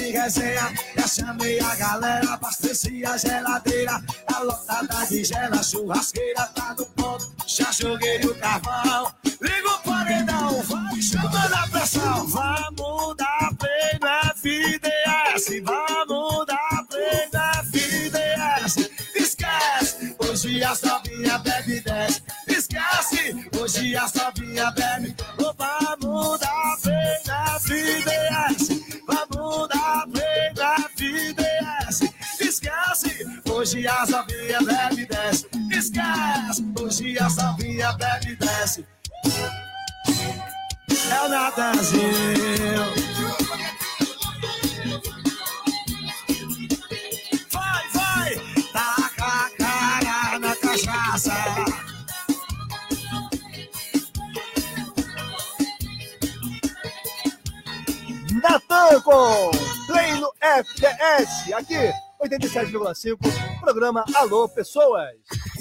tem resenha. Já chamei a galera, abasteci a geladeira. A lotada de gela, churrasqueira tá no ponto. Já joguei o carvão, liga o paredão, vai chamando a pressão. Vamos dar play no FDS, vamos dar play no FDS. Esquece, hoje a novinha bebe 10. Esquece, hoje a novinha bebe. Vamos dar play no FDS, vamos dar play no FDS. Esquece, hoje a novinha bebe 10. Esquece, hoje a novinha bebe 10. É o Natanzinho. Vai, taca a cara na cachaça. Natan com Play no FDS, aqui 87,5, programa Alô Pessoas.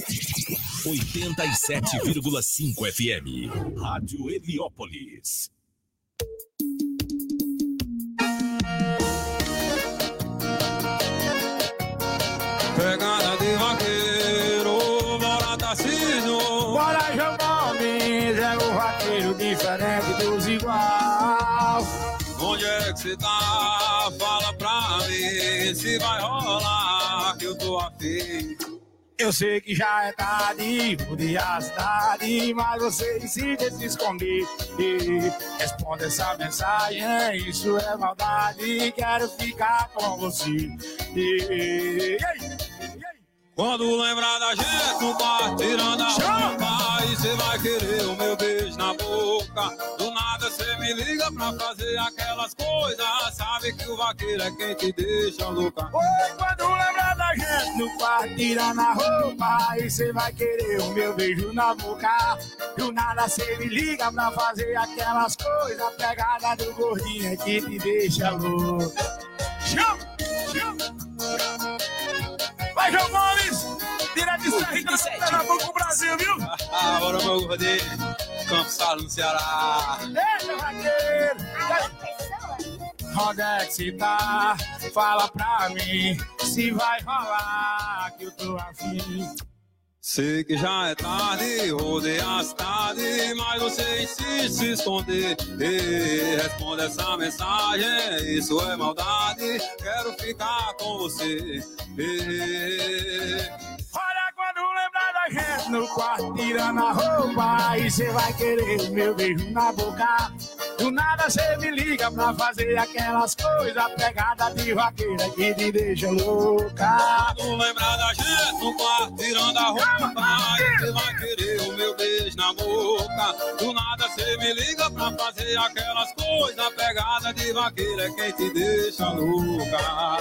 87,5 FM, Rádio Heliópolis. Pegada de vaqueiro, bora Tarcísio. Bora João Gomes, é o vaqueiro diferente dos igual. Onde é que cê tá? Fala pra mim se vai rolar que eu tô afim. Eu sei que já é tarde, podia a cidade, mas você insiste em se esconder. Responde essa mensagem, isso é maldade, quero ficar com você. Quando lembrar da gente no quarto, tirando a roupa, aí cê vai querer o meu beijo na boca. Do nada cê me liga pra fazer aquelas coisas, sabe que o vaqueiro é quem te deixa louca. Oi, quando lembrar da gente no quarto, tirando a roupa, aí cê vai querer o meu beijo na boca. Do nada cê me liga pra fazer aquelas coisas, a pegada do gordinho é que te deixa louca. Vai, João Gomes! Direto de Serra, Pernambuco, Brasil, viu? Bora, meu gordinho! Campos Salo, no Ceará! Deixa, vaqueiro! Onde é que cê tá? Fala pra mim se vai rolar que eu tô afim. Sei que já é tarde, rodei a cidade, mas você insiste em se esconder. Responde essa mensagem, isso é maldade, quero ficar com você. Olha, quando lembrar da gente no quarto, tirando a roupa, aí cê vai querer o meu beijo na boca. Do nada cê me liga pra fazer aquelas coisas, pegada de vaqueira que te deixa louca. Quando lembrar da gente no quarto, tirando a roupa, aí cê vai querer o meu beijo na boca. Do nada cê me liga pra fazer aquelas coisas, pegada de vaqueira é quem te deixa louca.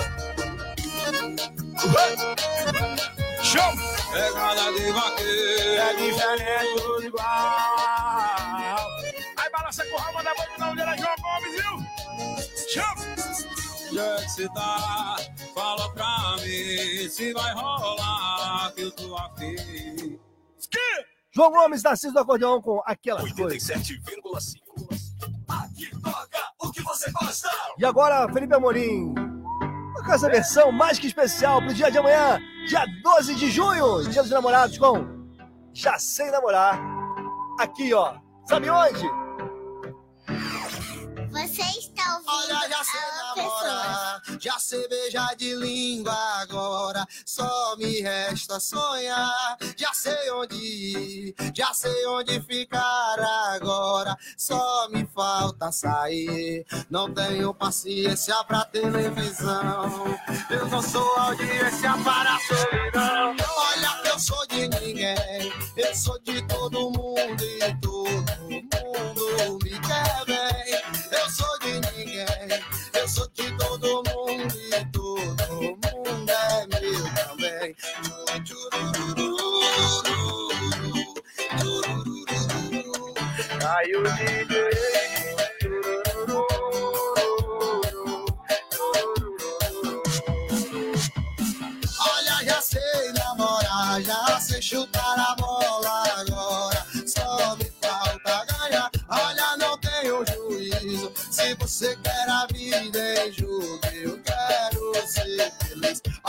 Show! Pegada de vaqueiro é diferente, tudo igual. Aí balança com o rabo da boca, não era João Gomes, viu? Show! Onde é que cê tá? Fala pra mim se vai rolar que eu tô afim. João Gomes, Narciso do Acordeão com aquelas coisas. 87,5. Aqui toca o que você gosta. E agora, Felipe Amorim, com essa versão mais que especial pro dia de amanhã, dia 12 de junho, dia dos namorados, com Já Sei Namorar. Aqui, ó. Sabe onde? Você está ouvindo? Olha, já sei namorar, já sei beijar de língua agora, só me resta sonhar. Já sei onde ir, já sei onde ficar agora, só me falta sair. Não tenho paciência pra televisão, eu não sou audiência para a solidão. Olha que eu sou de ninguém, eu sou de todo mundo e todo mundo me quer bem. Eu sou de ninguém, eu sou de todo mundo e todo mundo é meu também. Caiu o DJ. Olha, já sei namorar, já sei chutar a bola agora, só me falta ganhar. Olha, não tenho juízo, se você quer a vida em jogo, eu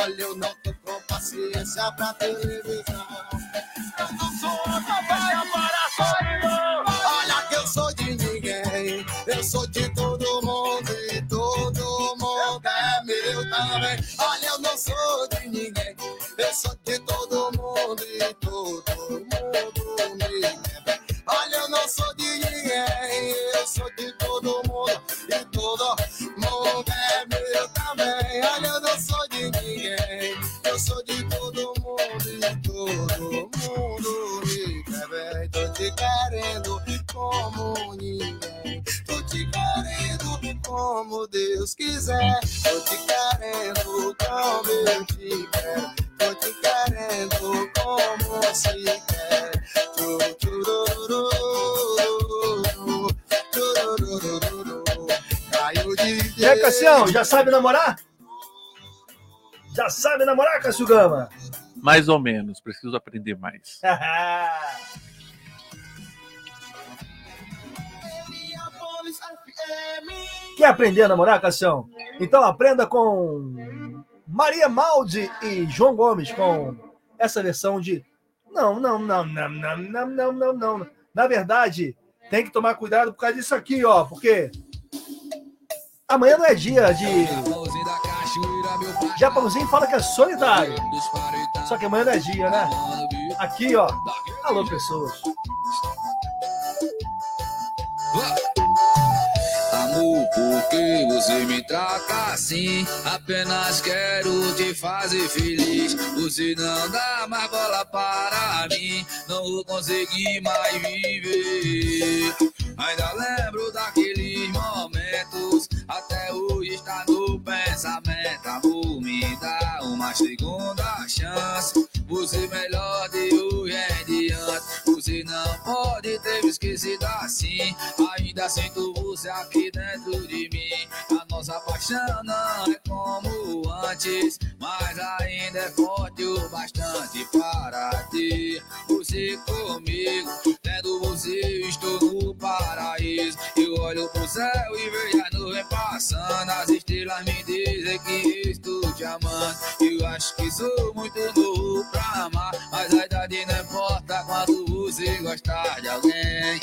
Olha, eu não tô com paciência pra televisão. Eu não sou trabalho para a solidão. Olha que eu sou de ninguém, eu sou de todo mundo e todo mundo é meu também. Olha, eu não sou de ninguém, eu sou de todo mundo e todo mundo me quer bem. Olha, eu não sou de ninguém, eu sou de todo mundo e todo mundo é meu também. Olha, eu não sou de ninguém, eu sou de todo mundo e todo mundo me quer bem. Tô te querendo como ninguém, tô te querendo como Deus quiser. Tô te querendo como eu te quero, tô te querendo como se quer. E aí, Cassião, já sabe namorar? Já sabe namorar, Cássio Gama? Mais ou menos, preciso aprender mais. Quer aprender a namorar, Cassião? Então aprenda com Maria Maldi e João Gomes com essa versão de não. Na verdade, tem que tomar cuidado por causa disso aqui, ó, porque amanhã não é dia de... Japãozinho fala que é solidário. Só que amanhã não é dia, né? Aqui, ó. Alô, pessoas. Amor, por que você me trata assim? Apenas quero te fazer feliz. Você não dá mais bola para mim, não vou conseguir mais viver. Ainda lembro daqueles momentos, até hoje está no pensamento. Amor, me dá uma segunda chance. Você melhor de hoje em diante. Você não pode ter me esquecido assim. Ainda sinto você aqui dentro de mim. A nossa paixão não é como antes, mas ainda é forte o bastante para ter você comigo. Tendo você, eu estou no paraíso. Eu olho pro céu e vejo a nuvem passando. As estrelas me dizem que estou te amando. Eu acho que sou muito novo pra amar, mas a idade não importa quando você gostar de alguém.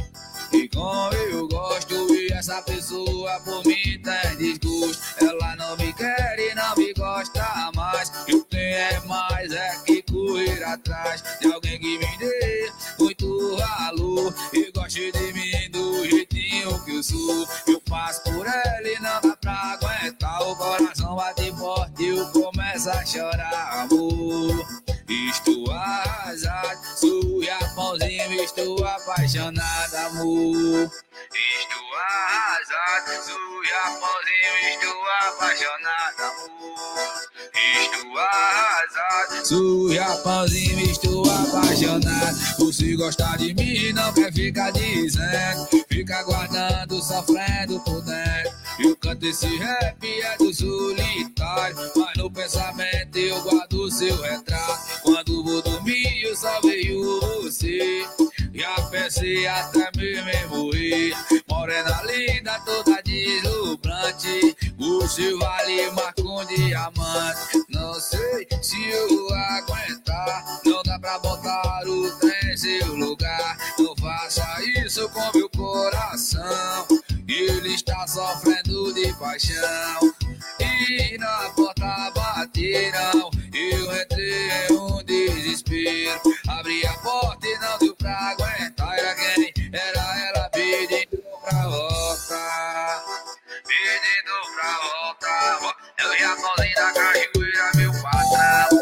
E como eu gosto, e essa pessoa por mim tem desgosto. Ela não me quer e não me gosta mais. Eu tenho é mais é que correr atrás de alguém que me dê muito valor e goste de mim do jeitinho que eu sou. Eu passo por ela e não dá pra aguentar. O coração bate forte e eu começo a chorar, amor. Estou arrasado, sou Japãozinho, estou apaixonado, amor. Estou arrasado, sou Japãozinho, estou apaixonado, amor. Estou arrasado, sou Japãozinho, estou apaixonado. Você gosta de mim, não quer ficar dizendo, fica guardando, sofrendo por dentro. Eu canto esse rap, é do solitário, mas no pensamento eu guardo seu retrato. Quando vou dormir eu só vejo você, já pensei até mesmo em morrer. Morena linda, toda deslumbrante, você vale mais que um diamante. Não sei se eu vou aguentar, não dá pra botar o trem em seu lugar. Não faça isso com meu coração, ele está sofrendo de paixão. E na porta bateram, eu entrei em um desespero. Abri a porta e não deu pra aguentar. Era quem? Era ela pedindo pra voltar, pedindo pra voltar. Eu já falei da cajueira, meu patrão.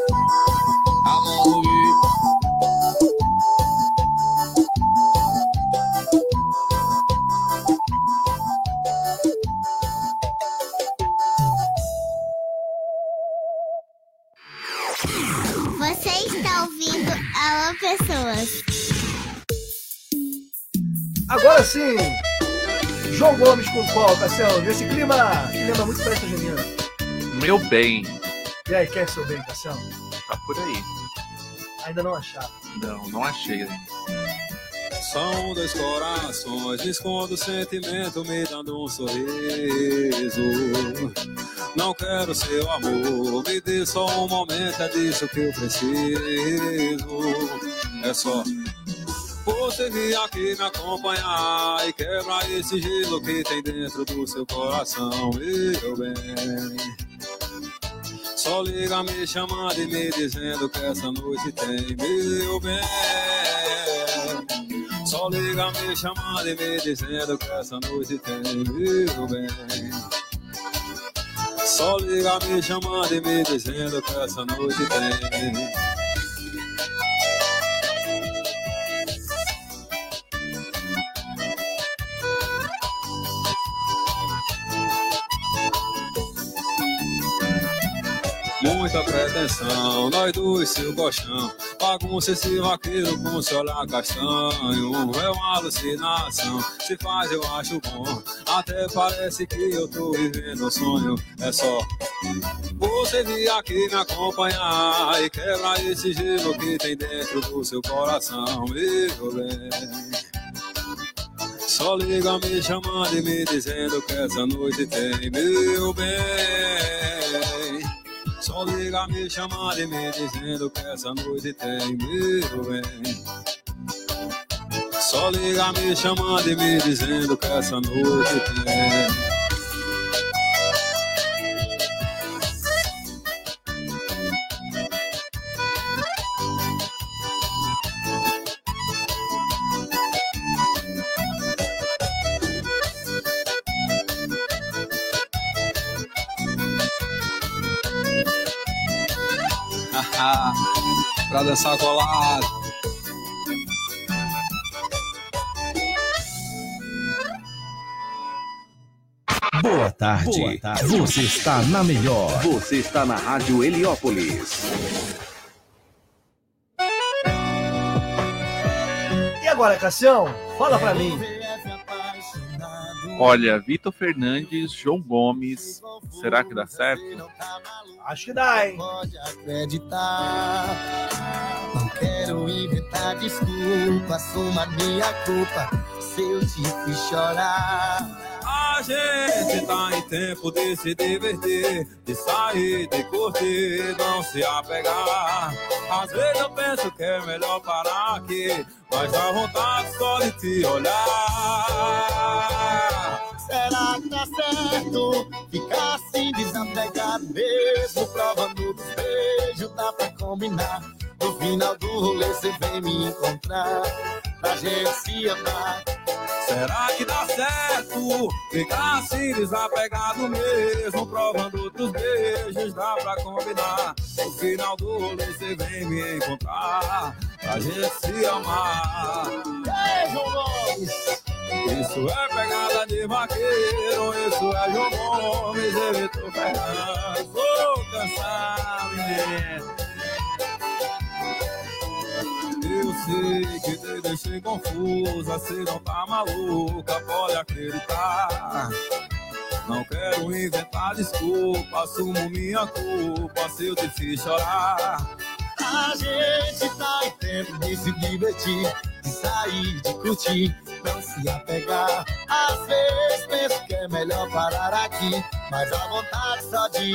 Amor, Você está ouvindo Alô Pessoas. Agora sim, João Gomes com qual, Cassião? Nesse clima que lembra muito festa junina. Meu bem. E aí, quer seu bem, Cassião? Tá por aí. Ainda não acharam. Não achei. São dois corações, me escondo o sentimento, me dando um sorriso. Não quero seu amor, me dê só um momento, é disso que eu preciso. É só você vir aqui me acompanhar e quebrar esse gelo que tem dentro do seu coração, meu bem. Só liga me chamando e me dizendo que essa noite tem, meu bem. Só liga me chamando e me dizendo que essa noite tem, meu bem. Só liga me chamando e me dizendo que essa noite tem. Muita pretensão, nós dois seu colchão. Bagunça esse vaqueiro com seu olhar castanho. É uma alucinação, se faz eu acho bom. Até parece que eu tô vivendo um sonho. É só você vir aqui me acompanhar e quebrar esse gelo que tem dentro do seu coração, meu bem. Só liga me chamando e me dizendo que essa noite tem, meu bem. Só liga me chamando e me dizendo que essa noite tem, meu bem. Só liga me chamando e me dizendo que essa noite tem. Pra dançar colado. Boa tarde. Boa tarde. Você está na melhor. Você está na Rádio Heliópolis. E agora, Cassião? Fala pra mim. Olha, Vitor Fernandes, João Gomes, será que dá certo? Acho que dá, hein? Pode acreditar. Não quero inventar desculpa, assuma minha culpa se eu te fiz chorar. A gente tá em tempo de se divertir, de sair, de curtir, não se apegar. Às vezes eu penso que é melhor parar aqui, mas dá vontade só de te olhar. Será que dá certo ficar assim desapegado mesmo, provando dos beijos, dá pra combinar? No final do rolê você vem me encontrar, pra gente se amar. Será que dá certo ficar assim desapegado mesmo, provando outros beijos, dá pra combinar? No final do rolê você vem me encontrar, pra gente se amar. Beijo, Gomes! Isso é pegada de vaqueiro, isso é João Gomes e Vitor Fernandes. Vou cansar, menino. Eu sei que te deixei confusa, cê não tá maluca, pode acreditar. Não quero inventar desculpa, assumo minha culpa se eu te fiz chorar. A gente tá em tempo de se divertir, de sair, de curtir, não se apegar. Às vezes penso que é melhor parar aqui, mas a vontade só de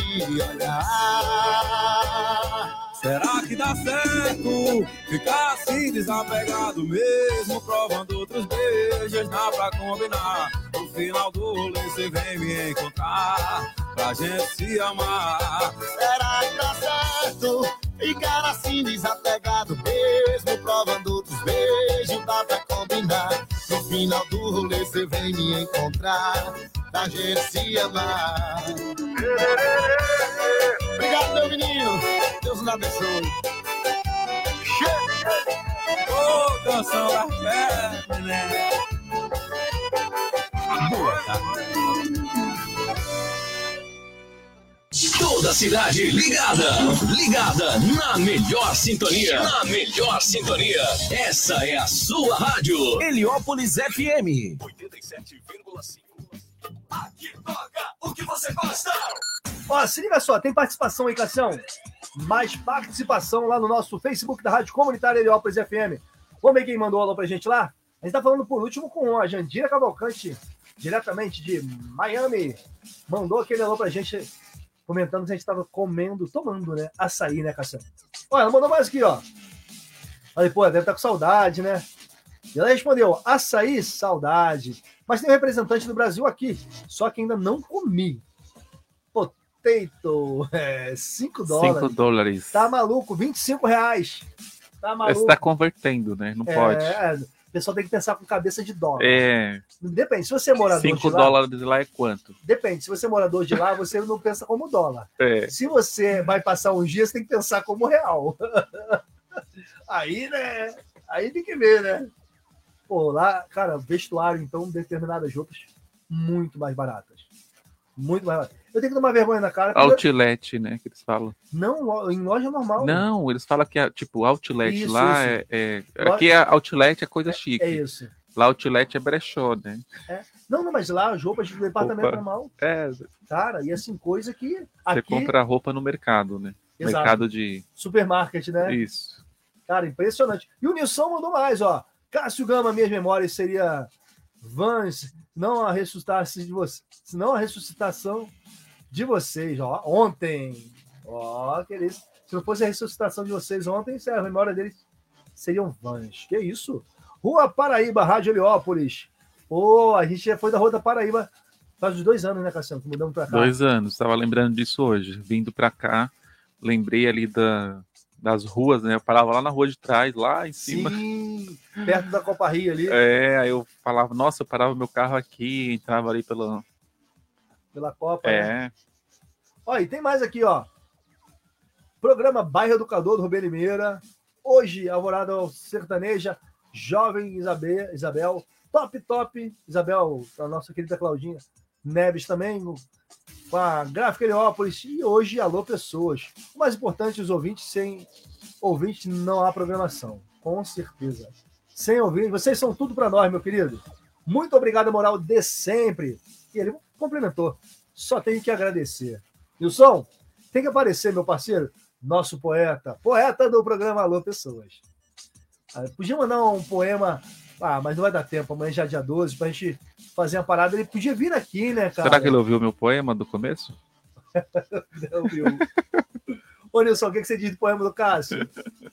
olhar. Será que dá certo ficar assim desapegado mesmo, provando outros beijos, dá pra combinar? No final do rolê você vem me encontrar, pra gente se amar. Será que dá certo ficar assim desapegado mesmo, provando outros beijos, dá pra combinar? No final do rolê você vem me encontrar, pra gente se amar. Obrigado, meu menino. Deus nos abençoe. Ô, canção da fé, né? Boa tarde. Toda a cidade ligada, ligada na melhor sintonia, na melhor sintonia. Essa é a sua rádio, Heliópolis FM 87,5. Aqui toca o que você gosta. Ó, se liga só, tem participação aí, Cassião. Mais participação lá no nosso Facebook da Rádio Comunitária Heliópolis FM. Vamos ver quem mandou alô pra gente lá? A gente tá falando por último com a Jandira Cavalcante, diretamente de Miami. Mandou aquele alô pra gente comentando que a gente estava tomando, né? Açaí, né, Cassiano? Olha, ela mandou mais aqui, ó. Falei, pô, deve estar com saudade, né? E ela respondeu, açaí, saudade. Mas tem um representante do Brasil aqui, só que ainda não comi. Potato, $5. $5. Tá maluco, R$25. Tá maluco. Você tá convertendo, né? Não pode. O pessoal tem que pensar com cabeça de dólar. Depende, se você é morador $5 de lá... lá é quanto? Depende, se você é morador de lá, você não pensa como dólar. Se você vai passar uns dias, você tem que pensar como real. Aí, né? Aí tem que ver, né? Pô, lá, cara, vestuário, então, determinadas roupas muito mais baratas. Muito mais baratas. Eu tenho que tomar vergonha na cara. Outlet, né? Que eles falam. Não, em loja normal. Não, eles falam que é tipo outlet Isso, lá isso. Aqui outlet é coisa chique. É isso. Lá outlet é brechó, né? Não, mas lá as roupas de departamento normal. Cara, e assim, coisa que. Você aqui... compra roupa no mercado, né? Exato. Mercado de. Supermarket, né? Isso. Cara, impressionante. E o Nilson mandou mais, ó. Cássio Gama, minhas memórias seria Vans, não a ressuscitação de vocês, senão a ressuscitação de vocês, ó. Ontem. Ó, que isso. Se não fosse a ressuscitação de vocês ontem, a memória deles seriam Vans. Que isso? Rua Paraíba, Rádio Heliópolis. Pô, a gente já foi da Rua da Paraíba faz uns 2 anos, né, Cassiano? Que mudamos pra cá. 2 anos. Estava lembrando disso hoje. Vindo pra cá, lembrei ali das ruas, né? Eu parava lá na rua de trás, lá em cima. Sim, perto da Copa Rio ali. Aí eu falava, nossa, eu parava meu carro aqui, entrava ali pela Copa, né? Ó, e tem mais aqui, ó. Programa Bairro Educador do Rubem Limeira. Hoje, Alvorada Sertaneja, Jovem Isabel, Top, Isabel, a nossa querida Claudinha Neves também, com a Gráfica Heliópolis, e hoje, Alô Pessoas. O mais importante, os ouvintes, sem ouvintes não há programação, com certeza. Sem ouvintes, vocês são tudo para nós, meu querido. Muito obrigado, moral de sempre. E ele complementou, só tenho que agradecer. Nilson, tem que aparecer, meu parceiro, nosso poeta do programa Alô Pessoas. Podia mandar um poema, mas não vai dar tempo, amanhã já é dia 12, pra gente fazer uma parada. Ele podia vir aqui, né, cara? Será que ele ouviu meu poema do começo? Não ouviu. Ô, Nilson, o que você diz do poema do Cássio?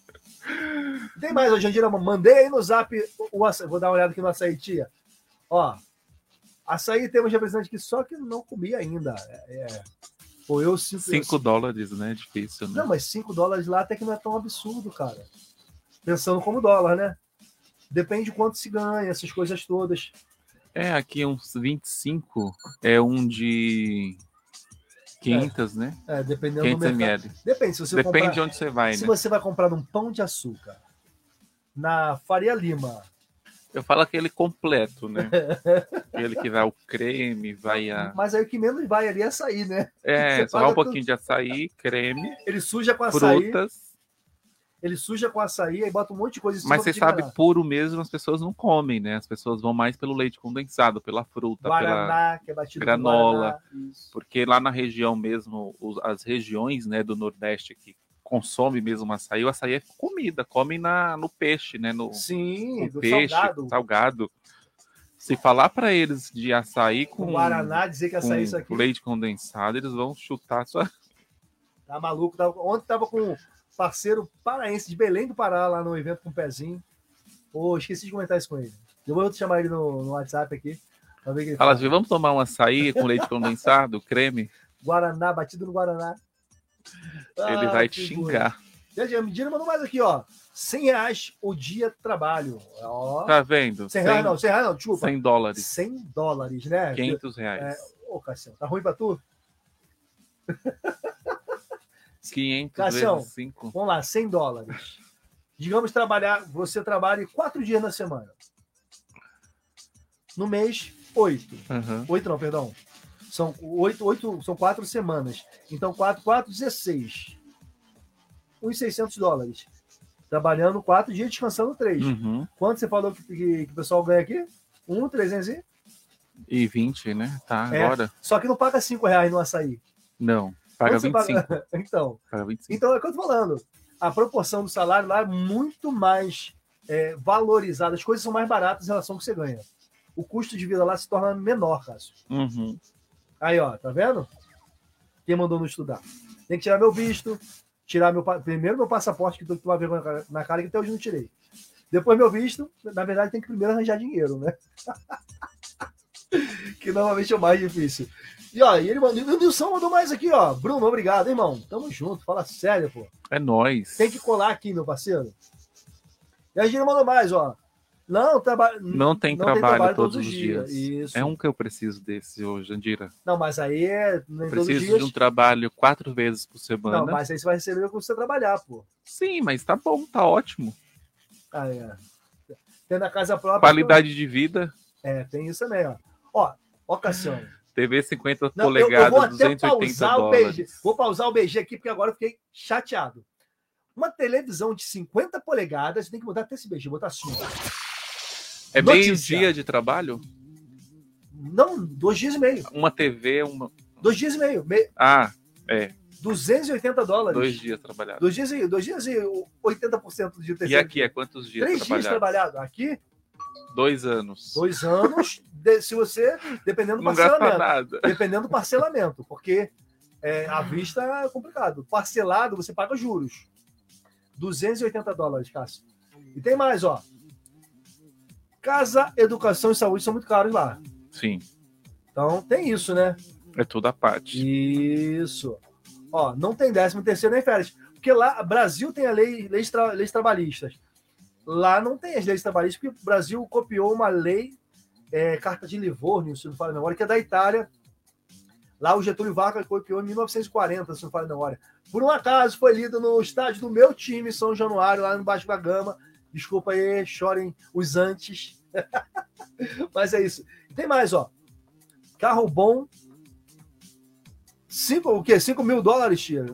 Tem mais, hoje em dia, mandei aí no zap, vou dar uma olhada aqui no açaí, tia. Ó, açaí temos representante aqui, só que não comi ainda. Pô, eu sinto... $5, né? Difícil, né? Não, mas $5 lá até que não é tão absurdo, cara. Pensando como dólar, né? Depende de quanto se ganha, essas coisas todas. Aqui uns 25 é um de 500, né? Dependendo 500 do mercado. ml. Depende, se você Depende comprar, de onde você vai, se né? você vai comprar num Pão de Açúcar, na Faria Lima. Eu falo aquele completo, né? Aquele que vai o creme, vai a... Mas aí o que menos vai ali é açaí, né? Só vai um pouquinho de açaí, creme, ele suja com açaí, frutas. Ele suja com açaí, aí bota um monte de coisa em cima. Mas você sabe, puro mesmo, as pessoas não comem, né? As pessoas vão mais pelo leite condensado, pela fruta, Guaraná, pela que é batido granola. Guaraná, porque lá na região mesmo, as regiões, né, do Nordeste que consome mesmo açaí, o açaí é comida, come no peixe, né? Sim, no do peixe, salgado. Se falar para eles de açaí com Guaraná, dizer que açaí é isso aqui, leite condensado, eles vão chutar sua... Tá maluco? Ontem tava com parceiro paraense de Belém do Pará, lá no evento com o Pezinho. Pô, esqueci de comentar isso com ele. Eu vou chamar ele no WhatsApp aqui. Pra ver que ele fala assim, vamos tomar um açaí com leite condensado, creme? Guaraná, batido no Guaraná. Ele vai te xingar. Gente, a Medina mandou mais aqui, ó. R$100 o dia trabalho. Ó. Tá vendo? R$100 não, R$100 não, desculpa. $100. $100, né? R$500. Ô, Cassião, tá ruim pra tu? 500 Cassião, vezes 5. Vamos lá, $100. Digamos você trabalhe 4 dias na semana. No mês, 8. 8 não, perdão. São 4 semanas. Então, 4, 16. Uns $600. Trabalhando 4 dias, descansando 3. Quanto você falou que o pessoal ganha aqui? 320, né? Tá, agora. Só que não paga R$5 no açaí. Não, paga 25. Então, paga 25. Então, é o que eu tô falando. A proporção do salário lá é muito mais valorizada. As coisas são mais baratas em relação ao que você ganha. O custo de vida lá se torna menor, Cássio. Aí, ó, tá vendo? Quem mandou não estudar? Tem que tirar meu visto, tirar primeiro meu passaporte, que tu vai ver na cara, que até hoje não tirei. Depois meu visto, na verdade tem que primeiro arranjar dinheiro, né? Que normalmente é o mais difícil. E ó, o Nilson mandou mais aqui, ó. Bruno, obrigado, hein, irmão. Tamo junto, fala sério, pô. É nóis. Tem que colar aqui, meu parceiro. E a gente mandou mais, ó. Não tem trabalho todos os dias. Isso. É um que eu preciso desse hoje, Jandira. Não, mas aí é... Preciso de um trabalho 4 vezes por semana. Não, mas aí você vai receber quando você trabalhar, pô. Sim, mas tá bom, tá ótimo. Ah, é. Tendo a casa própria... Qualidade de vida. É, tem isso também, ó. Ó, Cassiano. TV 50 polegadas, $280. Vou pausar o BG aqui, porque agora eu fiquei chateado. Uma televisão de 50 polegadas, tem que mudar até esse BG, botar assim, ó. É meio dia de trabalho? Não, 2 dias e meio. Uma TV, 2 dias e meio. Ah, é. $280. 2 dias trabalhados. 2 dias e 80% do dia. E aqui é quantos dias 3 dias trabalhados. Aqui? 2 anos. 2 anos, se você, dependendo do parcelamento. Dependendo do parcelamento, porque à vista é complicado. Parcelado, você paga juros. $280, Cássio. E tem mais, ó. Casa, educação e saúde são muito caros lá. Sim. Então tem isso, né? É tudo à parte. Isso. Ó, não tem 13º nem férias. Porque lá, Brasil tem a leis trabalhistas. Lá não tem as leis trabalhistas, porque o Brasil copiou uma lei, Carta de Livorno, se não falo a memória, que é da Itália. Lá o Getúlio Vargas copiou em 1940, se não falo a memória. Por um acaso foi lido no estádio do meu time, São Januário, lá no Baixo da Gama. Desculpa aí, chorem os antes. Mas é isso. Tem mais, ó. Carro bom. 5 mil dólares, tia?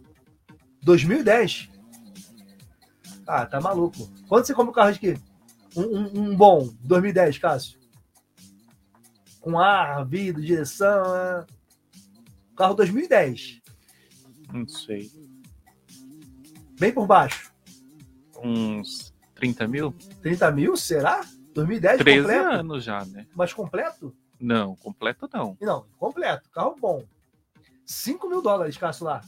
2010? Ah, tá maluco. Quanto você compra um carro de quê? Um bom, 2010, Cássio? Com ar, vidro, direção. Carro 2010. Não sei. Bem por baixo. Uns 30 mil? 30 mil, será? 2010 13 completo? anos já, né? Mas completo? Não, completo não. Não, completo. Carro bom. 5 mil dólares, Cássio, lá.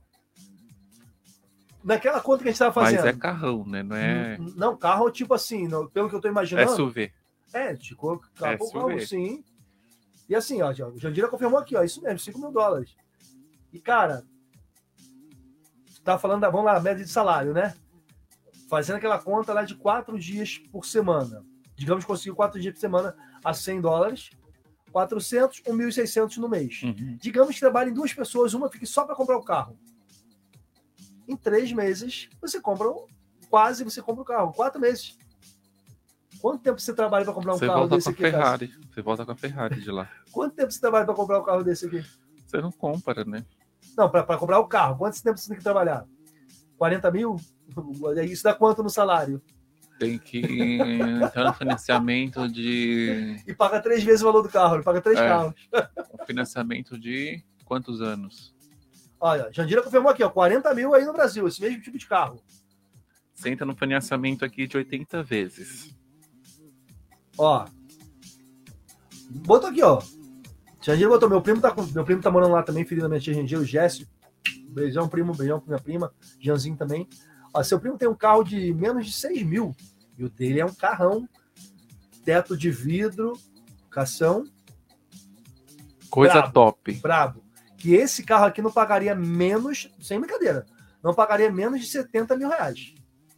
Naquela conta que a gente estava fazendo. Mas é carrão, né? Não é... Não, carro tipo assim, pelo que eu tô imaginando. SUV. Tipo, carro, sim. E assim, ó, o Jandira confirmou aqui, ó, isso mesmo, 5 mil dólares. E, cara, tá falando, vamos lá, média de salário, né? Fazendo aquela conta lá de 4 dias por semana. Digamos que conseguiu 4 dias por semana a $100, 400, 1.600 no mês. Uhum. Digamos que trabalhem 2 pessoas, uma fique só para comprar o carro. Em 3 meses, você compra o carro. 4 meses. Quanto tempo você trabalha para comprar um carro desse aqui? Você volta com a Ferrari de lá. Quanto tempo você trabalha para comprar um carro desse aqui? Você não compra, né? Não, para comprar o carro. Quanto tempo você tem que trabalhar? 40 mil? Isso dá quanto no salário? Tem que entrar no financiamento de... E paga 3 vezes o valor do carro. Ele paga 3 carros. Um financiamento de quantos anos? Olha, Jandira confirmou aqui, ó, 40 mil aí no Brasil, esse mesmo tipo de carro. Você entra no financiamento aqui de 80 vezes. Ó. Botou aqui, ó. Jandira botou, meu primo tá morando lá também, filho da minha tia Jandira, o Jéssico. Beijão, primo, beijão pra minha prima, Janzinho também. Ó, seu primo tem um carro de menos de 6 mil. E o dele é um carrão. Teto de vidro, cação. Coisa brabo, top. Brabo. Que esse carro aqui não pagaria menos, sem brincadeira, não pagaria menos de 70 mil reais.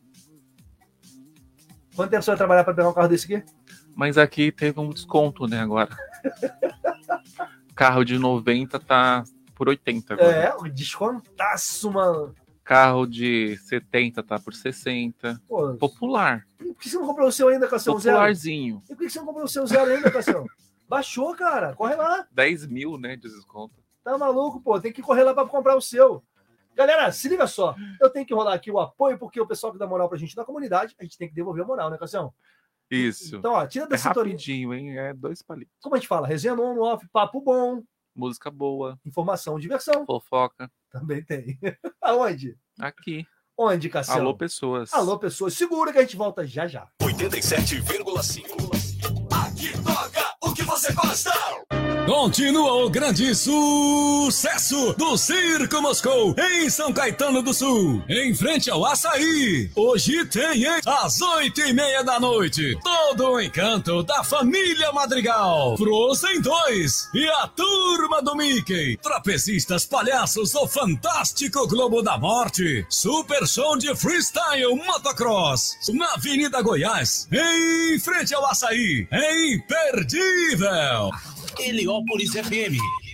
Quanto tempo você vai trabalhar para pegar um carro desse aqui? Mas aqui teve um desconto, né, agora. Carro de 90 tá por 80 agora. Um descontaço, mano. Carro de 70 tá por 60. Pô, popular. Por que você não comprou o seu ainda, Cassião? Popularzinho. Zero? E por que você não comprou o seu zero ainda, Cassião? Baixou, cara. Corre lá. 10 mil, né, de desconto. Tá maluco, pô. Tem que correr lá para comprar o seu. Galera, se liga só. Eu tenho que rolar aqui o apoio, porque o pessoal que dá moral pra gente na comunidade, a gente tem que devolver a moral, né, Cassião? Isso. Então, ó, tira da sintonia. Rapidinho, hein? É 2 palitos. Como a gente fala? Resenha no on-off, papo bom. Música boa. Informação, diversão. Fofoca. Também tem. Aonde? Aqui. Onde, Cassiano? Alô, pessoas. Alô, pessoas. Segura que a gente volta já já. 87,5. Aqui toca o que você gosta. Continua o grande sucesso do Circo Moscou em São Caetano do Sul, em frente ao Açaí. Hoje tem, hein? Às 8:30 da noite, todo o encanto da família Madrigal, Frozen 2 e a turma do Mickey, trapezistas, palhaços, o Fantástico Globo da Morte, super show de freestyle motocross na Avenida Goiás, em frente ao Açaí. É imperdível! Heliópolis FM.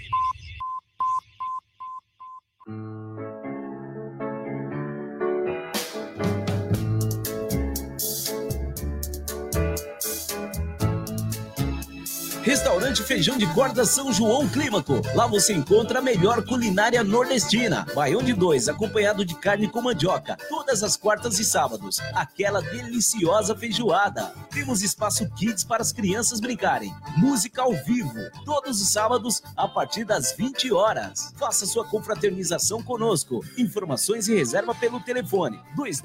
Restaurante Feijão de Corda São João Clímaco. Lá você encontra a melhor culinária nordestina. Baião de 2, acompanhado de carne com mandioca. Todas as quartas e sábados. Aquela deliciosa feijoada. Temos espaço kids para as crianças brincarem. Música ao vivo. Todos os sábados, a partir das 20 horas. Faça sua confraternização conosco. Informações e reserva pelo telefone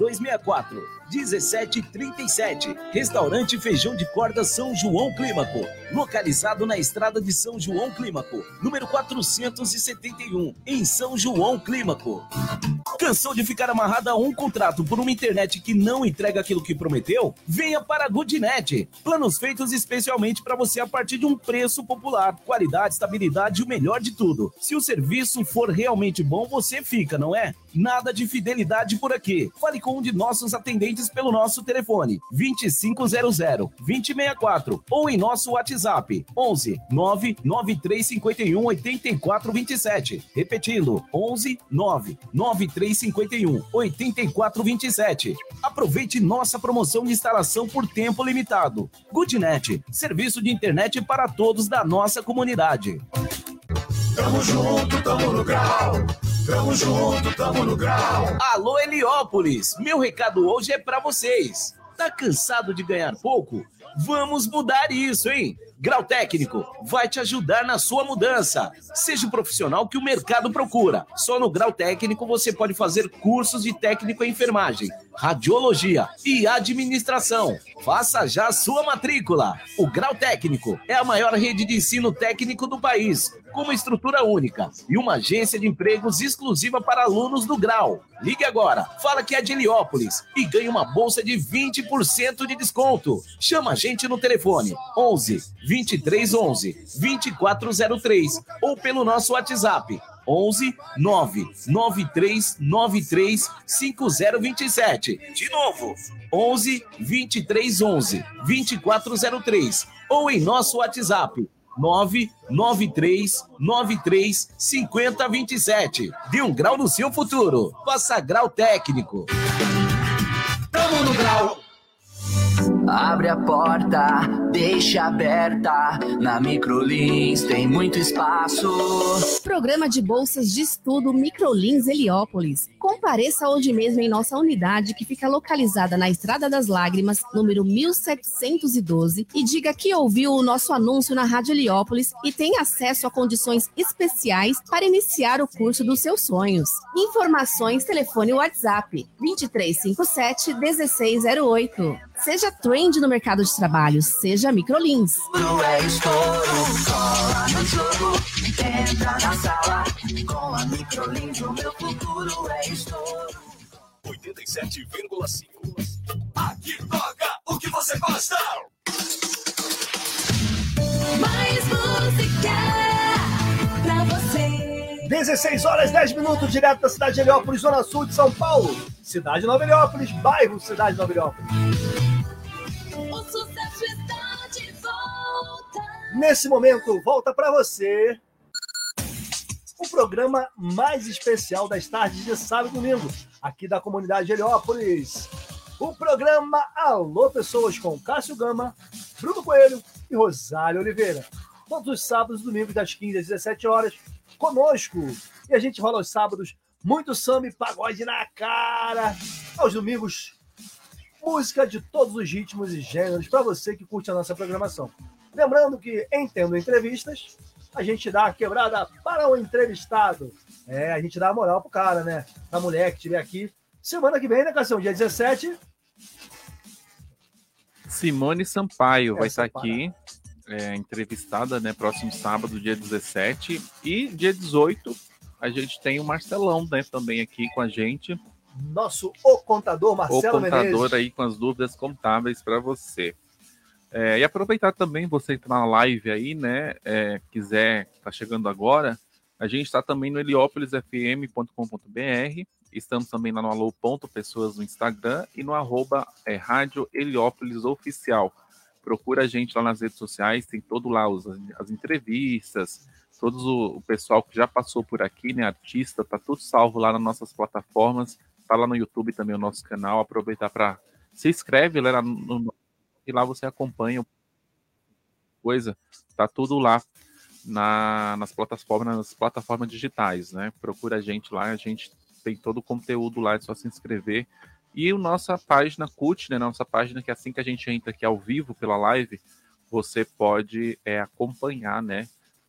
2264-1737. Restaurante Feijão de Corda São João Clímaco. Localizado na estrada de São João Clímaco, número 471, em São João Clímaco. Cansou de ficar amarrado a um contrato por uma internet que não entrega aquilo que prometeu? Venha para a Goodnet. Planos feitos especialmente para você a partir de um preço popular. Qualidade, estabilidade e o melhor de tudo. Se o serviço for realmente bom, você fica, não é? Nada de fidelidade por aqui. Fale com um de nossos atendentes pelo nosso telefone 2500-2064 ou em nosso WhatsApp 11 99351 8427. Repetindo, 11 99351 8427. Aproveite nossa promoção de instalação por tempo limitado. Goodnet, serviço de internet para todos da nossa comunidade. Tamo junto, tamo no grau. Tamo junto, tamo no grau. Alô, Heliópolis, meu recado hoje é pra vocês. Tá cansado de ganhar pouco? Vamos mudar isso, hein? Grau Técnico vai te ajudar na sua mudança. Seja o profissional que o mercado procura. Só no Grau Técnico você pode fazer cursos de técnico em enfermagem, radiologia e administração. Faça já a sua matrícula. O Grau Técnico é a maior rede de ensino técnico do país, com uma estrutura única e uma agência de empregos exclusiva para alunos do Grau. Ligue agora, fala que é de Heliópolis e ganhe uma bolsa de 20% de desconto. Chama a gente no telefone 11 2311 2403 ou pelo nosso WhatsApp 11 99393 5027. De novo, 11 2311 2403 ou em nosso WhatsApp 99393 5027. Dê um grau no seu futuro. Faça Grau Técnico. Tamo no grau. Abre a porta, deixa aberta. Na Microlins tem muito espaço. Programa de bolsas de estudo Microlins Heliópolis. Compareça hoje mesmo em nossa unidade que fica localizada na Estrada das Lágrimas, número 1712, e diga que ouviu o nosso anúncio na Rádio Heliópolis e tem acesso a condições especiais para iniciar o curso dos seus sonhos. Informações, telefone WhatsApp 2357-1608. Seja trend no mercado de trabalho, seja Microlins. É estouro, cola no jogo, entra na sala. Com a Microlins, o meu futuro é estouro. 87,5. Aqui toca o que você gosta. Mais música pra você. 16 horas 10 minutos, direto da cidade de Heliópolis, zona sul de São Paulo. Cidade de Nova Heliópolis, bairro Cidade de Nova Heliópolis. O sucesso está de volta. Nesse momento, volta para você o programa mais especial das tardes de sábado e domingo, aqui da comunidade de Heliópolis. O programa Alô Pessoas, com Cássio Gama, Bruno Coelho e Rosário Oliveira. Todos os sábados e domingos, das 15 às 17 horas, conosco. E a gente rola aos sábados muito samba e pagode na cara. Aos domingos, música de todos os ritmos e gêneros para você que curte a nossa programação. Lembrando que, em tendo entrevistas, a gente dá a quebrada para o entrevistado. A gente dá a moral pro cara, né? A mulher que estiver aqui. Semana que vem, né, Cassião? Dia 17. Simone Sampaio vai estar aqui. entrevistada, né? Próximo sábado, dia 17. E dia 18, a gente tem o Marcelão, né? Também aqui com a gente. O contador Marcelo Menezes. O contador Menezes. aí com as dúvidas contábeis para você. E aproveitar também, você entrar na live aí, né? Quiser, tá chegando agora, a gente está também no heliópolisfm.com.br, estamos também lá no alô.pessoas no Instagram e no @Rádio Heliópolis Oficial. Procura a gente lá nas redes sociais, tem todo lá as entrevistas, todo o pessoal que já passou por aqui, né? Artista, tá tudo salvo lá nas nossas plataformas, tá lá no YouTube também o nosso canal, aproveitar para se inscreve lá e lá você acompanha coisa, tá tudo lá nas plataformas digitais, né? Procura a gente lá, a gente tem todo o conteúdo lá, é só se inscrever. E a nossa página CUT, né? Nossa página que assim que a gente entra aqui ao vivo pela live, você pode acompanhar, né?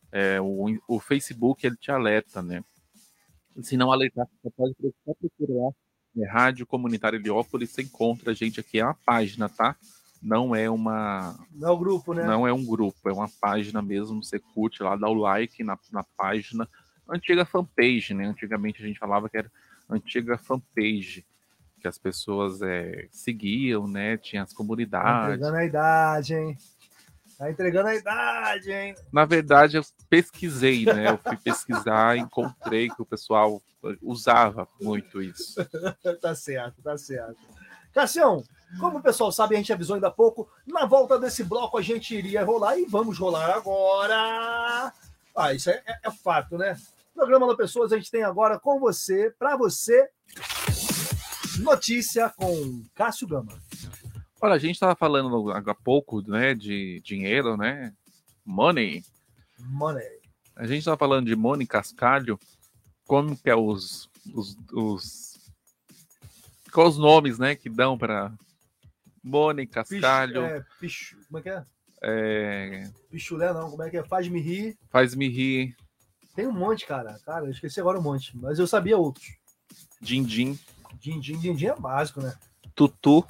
O Facebook, ele te alerta, né? E se não alertar, você pode procurar lá, Rádio Comunitária Heliópolis, você encontra a gente aqui, é uma página, tá? Não é um grupo, né? Não é um grupo, é uma página mesmo. Você curte lá, dá o like na página. Antiga fanpage, né? Antigamente a gente falava que era antiga fanpage, que as pessoas seguiam, né? Tinha as comunidades. Tá entregando a idade, hein? Tá entregando a idade, hein? Na verdade, eu pesquisei, né? Eu fui pesquisar e encontrei que o pessoal usava muito isso. Tá certo, tá certo. Cassião, como o pessoal sabe, a gente avisou ainda há pouco, na volta desse bloco a gente iria rolar e vamos rolar agora. Isso é fato, né? Programa da Pessoas, a gente tem agora com você, para você, notícia com Cássio Gama. Olha, a gente estava falando há pouco, né, de dinheiro, né? Money. A gente estava falando de Money Cascalho, como que é quais os nomes, né, que dão para Money Cascalho. Como é que é? Pichulé não, como é que é? Faz-me rir. Faz-me rir. Tem um monte, cara. Cara, eu esqueci agora um monte, mas eu sabia outros. Din-din. Din-din é básico, né? Tutu.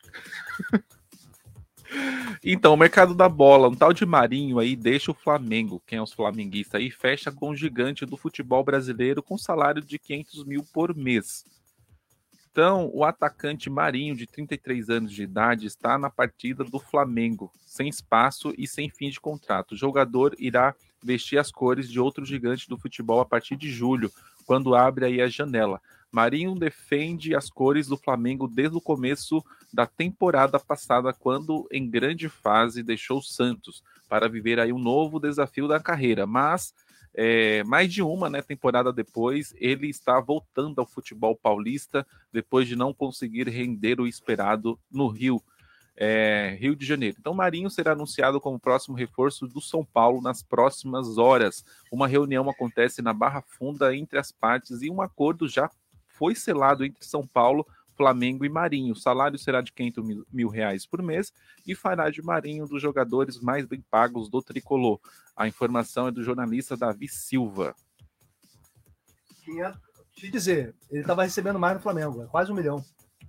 Então, o mercado da bola, um tal de Marinho aí deixa o Flamengo, quem é os flamenguistas aí, fecha com o gigante do futebol brasileiro com salário de 500 mil por mês. Então, o atacante Marinho, de 33 anos de idade, está na partida do Flamengo, sem espaço e sem fim de contrato. O jogador irá vestir as cores de outro gigante do futebol a partir de julho, quando abre aí a janela. Marinho defende as cores do Flamengo desde o começo da temporada passada, quando em grande fase deixou o Santos, para viver aí um novo desafio da carreira. Mas, mais de uma temporada depois, ele está voltando ao futebol paulista, depois de não conseguir render o esperado no Rio de Janeiro. Então, Marinho será anunciado como próximo reforço do São Paulo nas próximas horas. Uma reunião acontece na Barra Funda entre as partes e um acordo já foi selado entre São Paulo, Flamengo e Marinho. O salário será de R$500 mil por mês e fará de Marinho um dos jogadores mais bem pagos do tricolor. A informação é do jornalista Davi Silva. Te dizer, ele estava recebendo mais no Flamengo, quase 1 milhão.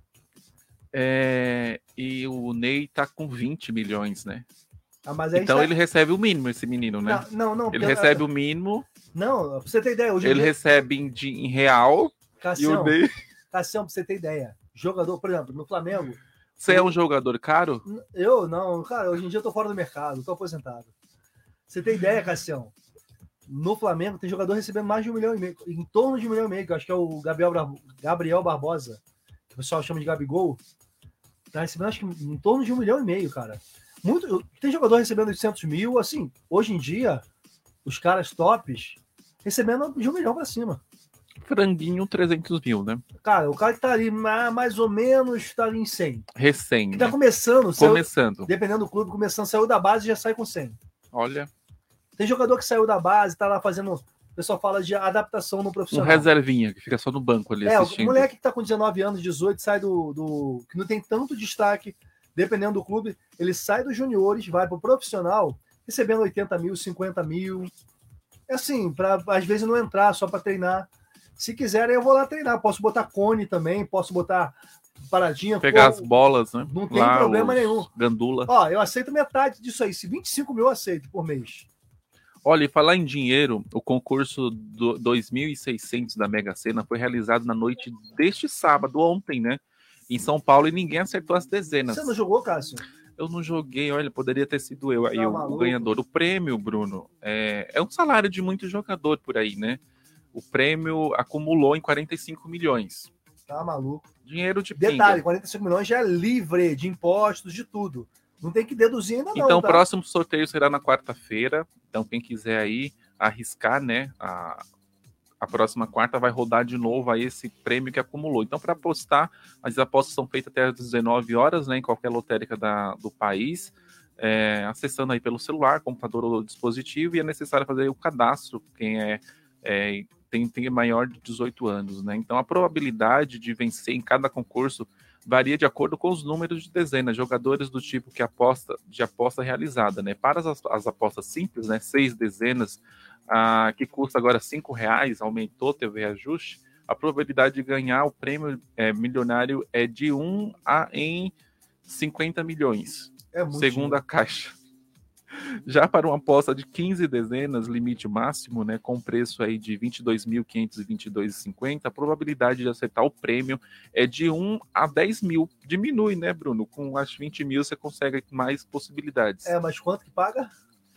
E o Ney tá com 20 milhões, né? Mas aí então ele recebe o mínimo, esse menino, né? Não. Ele recebe o mínimo. Não, pra você ter ideia. Hoje ele recebe em real. Cassião, pra você ter ideia. Jogador, por exemplo, no Flamengo. Você é um jogador caro? Eu não, cara, hoje em dia eu tô fora do mercado, tô aposentado. Você tem ideia, Cassião? No Flamengo tem jogador recebendo mais de 1,5 milhão, em torno de 1,5 milhão, que eu acho que é o Gabriel Barbosa, que o pessoal chama de Gabigol. Tá recebendo acho que em torno de 1,5 milhão, cara. Tem jogador recebendo 800 mil, assim, hoje em dia, os caras tops recebendo de 1 milhão pra cima. Franguinho, 300 mil, né? Cara, o cara que tá ali mais ou menos tá ali em 100. Recém. Que tá começando. Dependendo do clube, saiu da base e já sai com 100. Olha. Tem jogador que saiu da base, tá lá fazendo... O pessoal fala de adaptação no profissional. Um reservinha, que fica só no banco ali assistindo. O moleque que tá com 19 anos, 18, sai que não tem tanto destaque, dependendo do clube, ele sai dos juniores, vai pro profissional, recebendo 80 mil, 50 mil. É assim, pra às vezes não entrar, só pra treinar. Se quiserem, eu vou lá treinar. Posso botar cone também, posso botar paradinha. Pegar as bolas, né? Não tem problema nenhum. Gandula. Ó, eu aceito metade disso aí. Se 25 mil eu aceito por mês. Olha, e falar em dinheiro, o concurso do 2.600 da Mega Sena foi realizado na noite deste sábado, ontem, né? Em São Paulo, e ninguém acertou as dezenas. Você não jogou, Cássio? Eu não joguei, olha, poderia ter sido eu aí o Tá ganhador. O prêmio, Bruno, é um salário de muito jogador por aí, né? O prêmio acumulou em 45 milhões. Tá maluco. Dinheiro de Detalhe, pinga. 45 milhões já é livre de impostos, de tudo. Não tem que deduzir ainda não, Então, o tá? próximo sorteio será na quarta-feira. Então, quem quiser aí arriscar, né, a próxima quarta vai rodar de novo aí esse prêmio que acumulou. Então, para apostar, as apostas são feitas até às 19 horas, né, em qualquer lotérica do país, acessando aí pelo celular, computador ou dispositivo, e é necessário fazer o cadastro, quem tem maior de 18 anos, né? Então, a probabilidade de vencer em cada concurso varia de acordo com os números de dezenas, jogadores do tipo de aposta realizada, né? Para as apostas simples, né, 6 dezenas, que custa agora R$5, aumentou, teve reajuste, a probabilidade de ganhar o prêmio milionário é de 1 em 50 milhões, segundo a Caixa. Já para uma aposta de 15 dezenas, limite máximo, né, com preço aí de R$ 22.522,50, a probabilidade de acertar o prêmio é de 1 a 10 mil. Diminui, né, Bruno? Com as 20 mil você consegue mais possibilidades. Mas quanto que paga?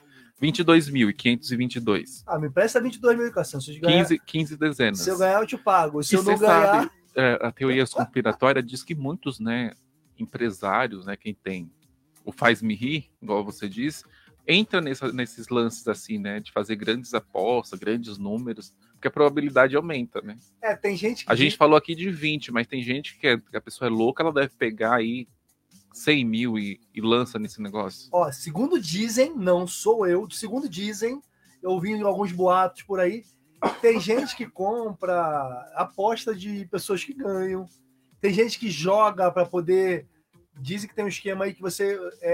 22.522. Me presta 22 mil, Cassiano. 15 dezenas. Se eu ganhar, eu te pago. Se eu não ganhar... Sabe, a teoria conspiratória diz que muitos, né, empresários, né, quem tem o faz-me rir, igual você disse, entra nesses lances assim, né, de fazer grandes apostas, grandes números, porque a probabilidade aumenta, né? Tem gente que... A gente falou aqui de 20, mas tem gente que a pessoa é louca, ela deve pegar aí 100 mil e lança nesse negócio. Segundo dizem, não sou eu, segundo dizem, eu ouvi alguns boatos por aí, tem gente que compra aposta de pessoas que ganham, tem gente que joga para poder... Dizem que tem um esquema aí que você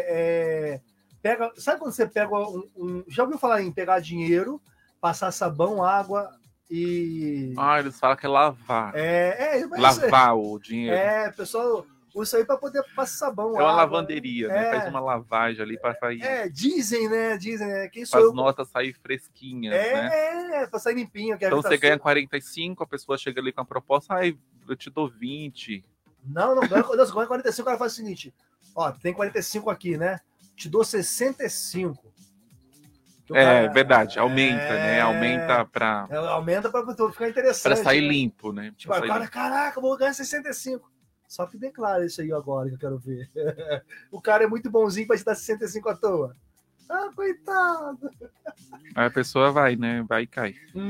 pega... Sabe quando você pega já ouviu falar em pegar dinheiro, passar sabão, água e... Eles falam que é lavar. Lavar o dinheiro. Pessoal usa isso aí para poder passar sabão, uma lavanderia, né? Faz uma lavagem ali para sair... Dizem, né? Quem sou as eu? notas sair fresquinhas, né? Para sair limpinho. Então você ganha 45, a pessoa chega ali com a proposta, eu te dou 20... Não ganha 45, o cara faz o seguinte, tem 45 aqui, né? Te dou 65. Verdade, aumenta, né? Aumenta pra... Aumenta pra ficar interessante. Pra sair limpo, né? Tipo, o cara, caraca, eu vou ganhar 65. Só que declara isso aí agora que eu quero ver. O cara é muito bonzinho pra te dar 65 à toa. Coitado. Aí a pessoa vai, né? Vai e cai.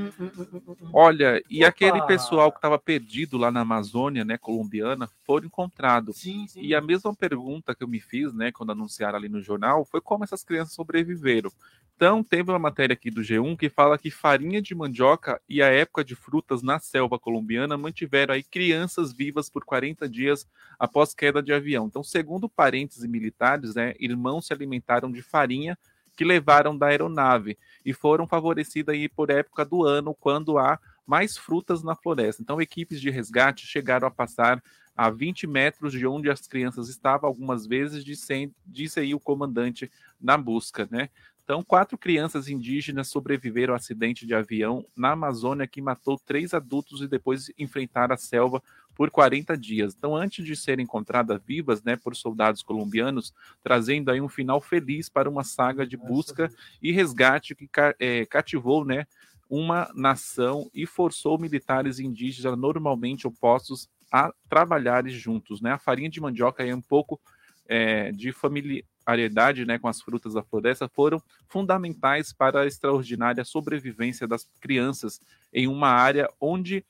Olha, e aquele pessoal que estava perdido lá na Amazônia, né, colombiana, foram encontrados. Sim. E a mesma pergunta que eu me fiz, né, quando anunciaram ali no jornal, foi como essas crianças sobreviveram. Então, teve uma matéria aqui do G1 que fala que farinha de mandioca e a época de frutas na selva colombiana mantiveram aí crianças vivas por 40 dias após queda de avião. Então, segundo parentes e militares, né, irmãos se alimentaram de farinha que levaram da aeronave e foram favorecidas aí por época do ano, quando há mais frutas na floresta. Então, equipes de resgate chegaram a passar a 20 metros de onde as crianças estavam, algumas vezes, disse aí o comandante na busca, né? Então, 4 crianças indígenas sobreviveram ao acidente de avião na Amazônia que matou 3 adultos e depois enfrentaram a selva por 40 dias. Então, antes de serem encontradas vivas, né, por soldados colombianos, trazendo aí um final feliz para uma saga de busca e resgate que cativou, né, uma nação e forçou militares indígenas normalmente opostos a trabalharem juntos, né? A farinha de mandioca é um pouco de familiaridade, né, com as frutas da floresta, foram fundamentais para a extraordinária sobrevivência das crianças em uma área onde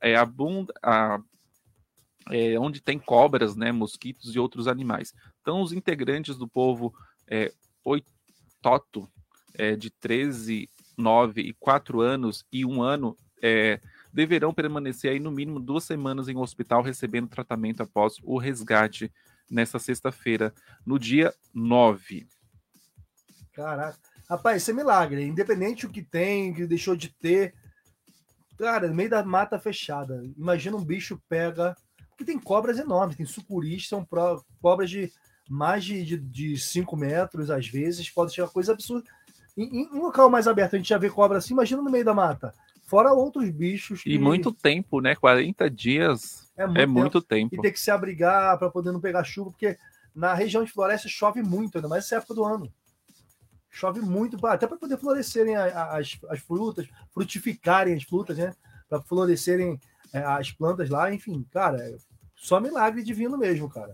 onde tem cobras, né, mosquitos e outros animais. Então, os integrantes do povo Oitoto, de 13, 9 e 4 anos e 1 ano, deverão permanecer aí no mínimo 2 semanas em um hospital recebendo tratamento após o resgate nesta sexta-feira, no dia 9. Caraca. Rapaz, isso é milagre. Independente do que tem, que deixou de ter. Cara, no meio da mata fechada. Imagina um bicho pega... Porque tem cobras enormes, tem sucuris, são cobras de mais de 5 metros, às vezes, pode chegar a coisa absurda. Em um local mais aberto, a gente já vê cobra assim, imagina no meio da mata. Fora outros bichos. E muito tempo, né? 40 dias é muito tempo. E ter que se abrigar para poder não pegar chuva, porque na região de floresta chove muito, ainda mais nessa época do ano. Chove muito, até para poder florescerem as frutas, frutificarem as frutas, né? Para florescerem as plantas lá, enfim, cara, só milagre divino mesmo, cara.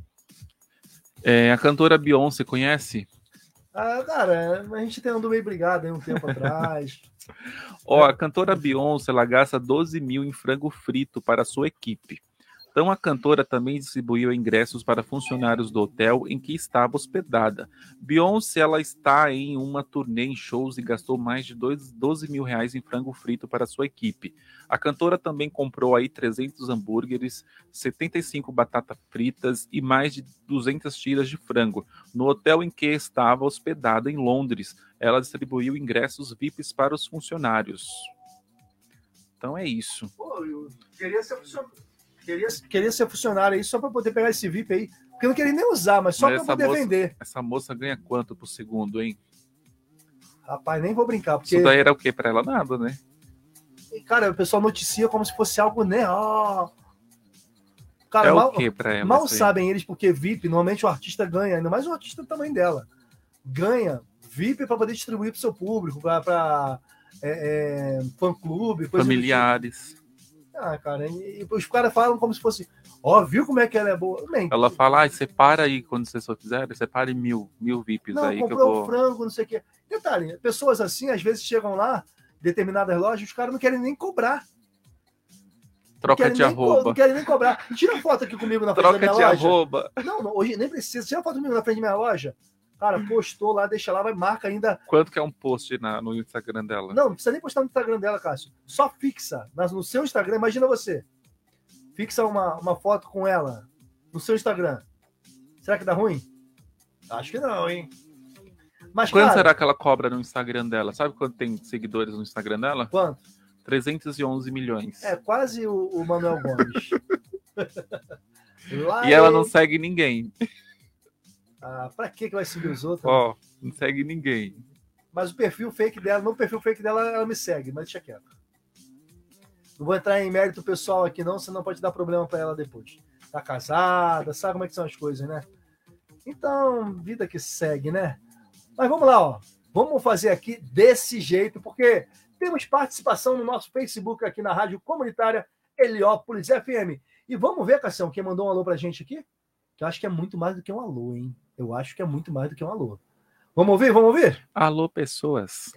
A cantora Beyoncé, conhece? Cara, a gente andou meio brigado aí um tempo atrás. A cantora Beyoncé, ela gasta 12 mil em frango frito para a sua equipe. Então, a cantora também distribuiu ingressos para funcionários do hotel em que estava hospedada. Beyoncé, ela está em uma turnê em shows e gastou mais de 12 mil reais em frango frito para a sua equipe. A cantora também comprou aí 300 hambúrgueres, 75 batatas fritas e mais de 200 tiras de frango. No hotel em que estava hospedada em Londres, ela distribuiu ingressos VIPs para os funcionários. Então é isso. Pô, eu queria ser funcionário aí só para poder pegar esse VIP aí. Porque eu não queria nem usar, mas só para poder vender. Essa moça ganha quanto por segundo, hein? Rapaz, nem vou brincar. Porque... Isso daí era o quê? Para ela nada, né? E, cara, o pessoal noticia como se fosse algo, né? Cara, o quê para ela? Mal sabem eles, porque VIP, normalmente o artista ganha, ainda mais um artista do tamanho dela. Ganha VIP para poder distribuir para o seu público, para fã-clube, familiares. Cara, e os caras falam como se fosse, viu como é que ela é boa? Ela fala, separa aí, quando vocês só fizerem, separe mil VIPs não, aí que eu comprou vou... frango, não sei o quê. Detalhe, pessoas assim, às vezes chegam lá, determinadas lojas, os caras não querem nem cobrar. Troca de arroba. Não querem nem cobrar. Tira foto aqui comigo na frente da minha loja. Troca de arroba. Não, hoje nem precisa. Tira foto comigo na frente da minha loja. Cara, postou lá, deixa lá, marca ainda. Quanto que é um post no Instagram dela? Não precisa nem postar no Instagram dela, Cássio. Só fixa no seu Instagram. Imagina você. Fixa uma foto com ela no seu Instagram. Será que dá ruim? Acho que não, hein? Mas, quanto será que ela cobra no Instagram dela? Sabe quanto tem seguidores no Instagram dela? Quanto? 311 milhões. É quase o Manuel Gomes. E ela não segue ninguém. Pra que vai seguir os outros? Não segue ninguém. Mas no perfil fake dela, ela me segue, mas deixa quieto. Não vou entrar em mérito pessoal aqui não, senão pode dar problema pra ela depois. Tá casada, sabe como é que são as coisas, né? Então, vida que segue, né? Mas vamos lá, vamos fazer aqui desse jeito, porque temos participação no nosso Facebook aqui na Rádio Comunitária Heliópolis FM. E vamos ver, Cassião, quem mandou um alô pra gente aqui? Que eu acho que é muito mais do que um alô, hein? Eu acho que é muito mais do que um alô. Vamos ouvir? Vamos ouvir? Alô, pessoas.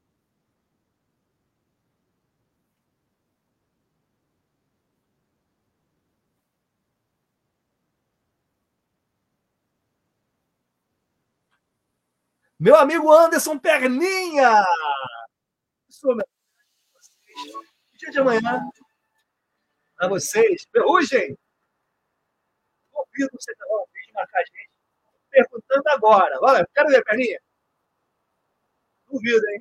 Meu amigo Anderson Perninha! Dia de amanhã. A vocês. Ferrugem! Duvido você gravar um vídeo e marcar a gente perguntando agora. Olha, quero ver, Perninha. Duvido, hein?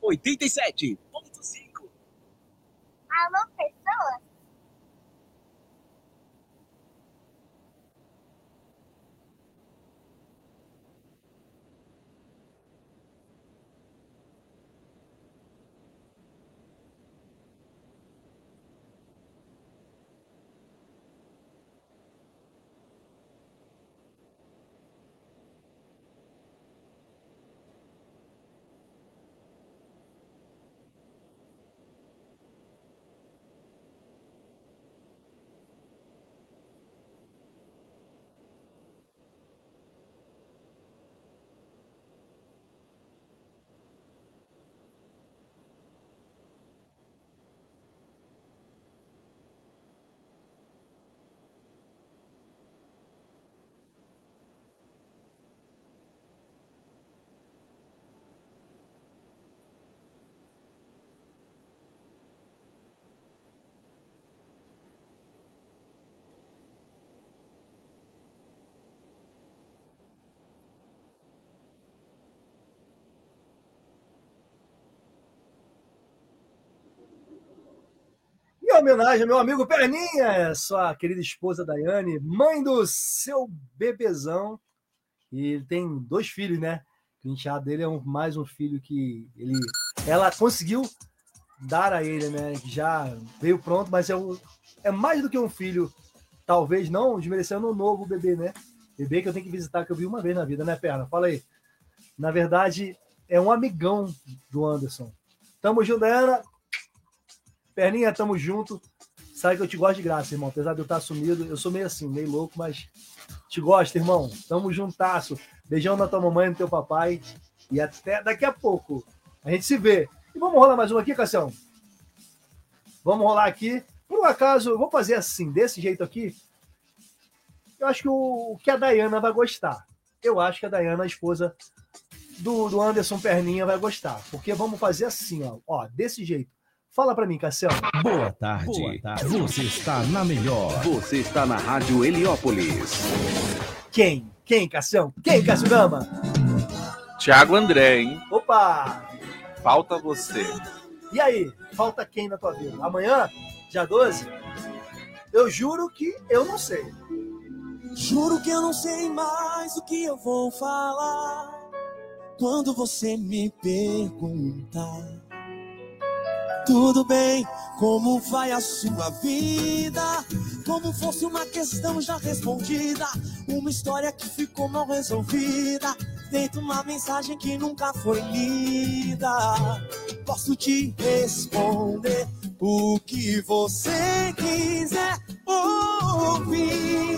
87.5. Alô, pessoas? Em homenagem ao meu amigo Perninha, sua querida esposa Daiane, mãe do seu bebezão. E ele tem 2 filhos, né? O enteado dele é mais um filho que ela conseguiu dar a ele, né? Que já veio pronto, mas é mais do que um filho. Talvez não desmerecendo um novo bebê, né? Bebê que eu tenho que visitar, que eu vi uma vez na vida, né, Perna? Fala aí. Na verdade, é um amigão do Anderson. Tamo junto, Daiana. Perninha, tamo junto. Sabe que eu te gosto de graça, irmão. Apesar de eu estar sumido, eu sou meio assim, meio louco, mas te gosto, irmão. Tamo juntasso. Beijão na tua mamãe e no teu papai. E até daqui a pouco a gente se vê. E vamos rolar mais um aqui, Cassião? Vamos rolar aqui. Por um acaso, eu vou fazer assim, desse jeito aqui. Eu acho que o que a Daiana vai gostar. Eu acho que a Daiana, a esposa do Anderson Perninha, vai gostar. Porque vamos fazer assim, ó desse jeito. Fala pra mim, Cassião. Boa tarde. Você está na melhor. Você está na Rádio Heliópolis. Quem, Cassião? Quem, Cássio Gama? Thiago André, hein? Opa! Falta você. E aí? Falta quem na tua vida? Amanhã, dia 12? Eu juro que eu não sei. Juro que eu não sei mais o que eu vou falar quando você me perguntar. Tudo bem, como vai a sua vida? Como fosse uma questão já respondida, uma história que ficou mal resolvida, feito uma mensagem que nunca foi lida. Posso te responder o que você quiser ouvir,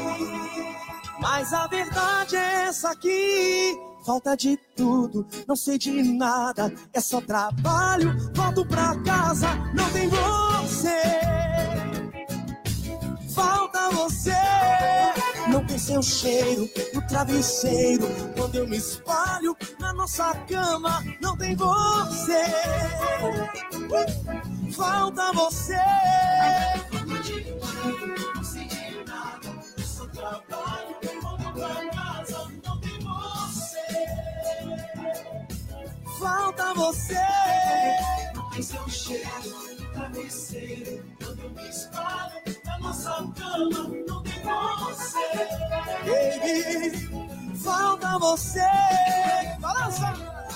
mas a verdade é essa aqui. Falta de tudo, não sei de nada, é só trabalho, volto pra casa, não tem você. Falta você, não tem seu cheiro no travesseiro, quando eu me espalho na nossa cama, não tem você. Falta você. Falta de tudo, não sei de nada, é só trabalho, volto pra casa, não tem você. Falta você. Não tem seu cheiro no travesseiro, quando eu me espalho na nossa cama, não tem você. Baby, falta você. Balança.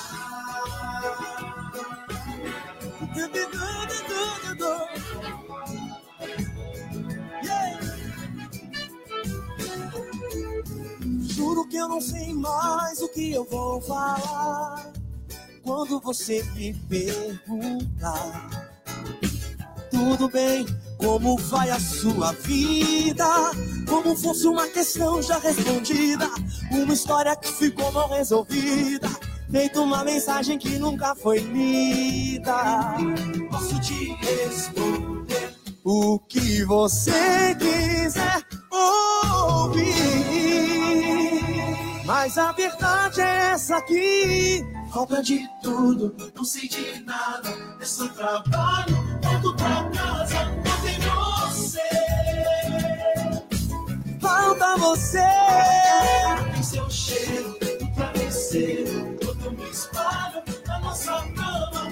Juro que eu não sei mais o que eu vou falar quando você me perguntar. Tudo bem, como vai a sua vida? Como fosse uma questão já respondida, uma história que ficou mal resolvida, feito uma mensagem que nunca foi lida. Posso te responder o que você quiser ouvir, mas a verdade é essa aqui. Falta de tudo, não sei de nada, é só trabalho, volto pra casa, não tem você. Falta você. Tem seu cheiro no travesseiro, quando eu me espalho na nossa cama,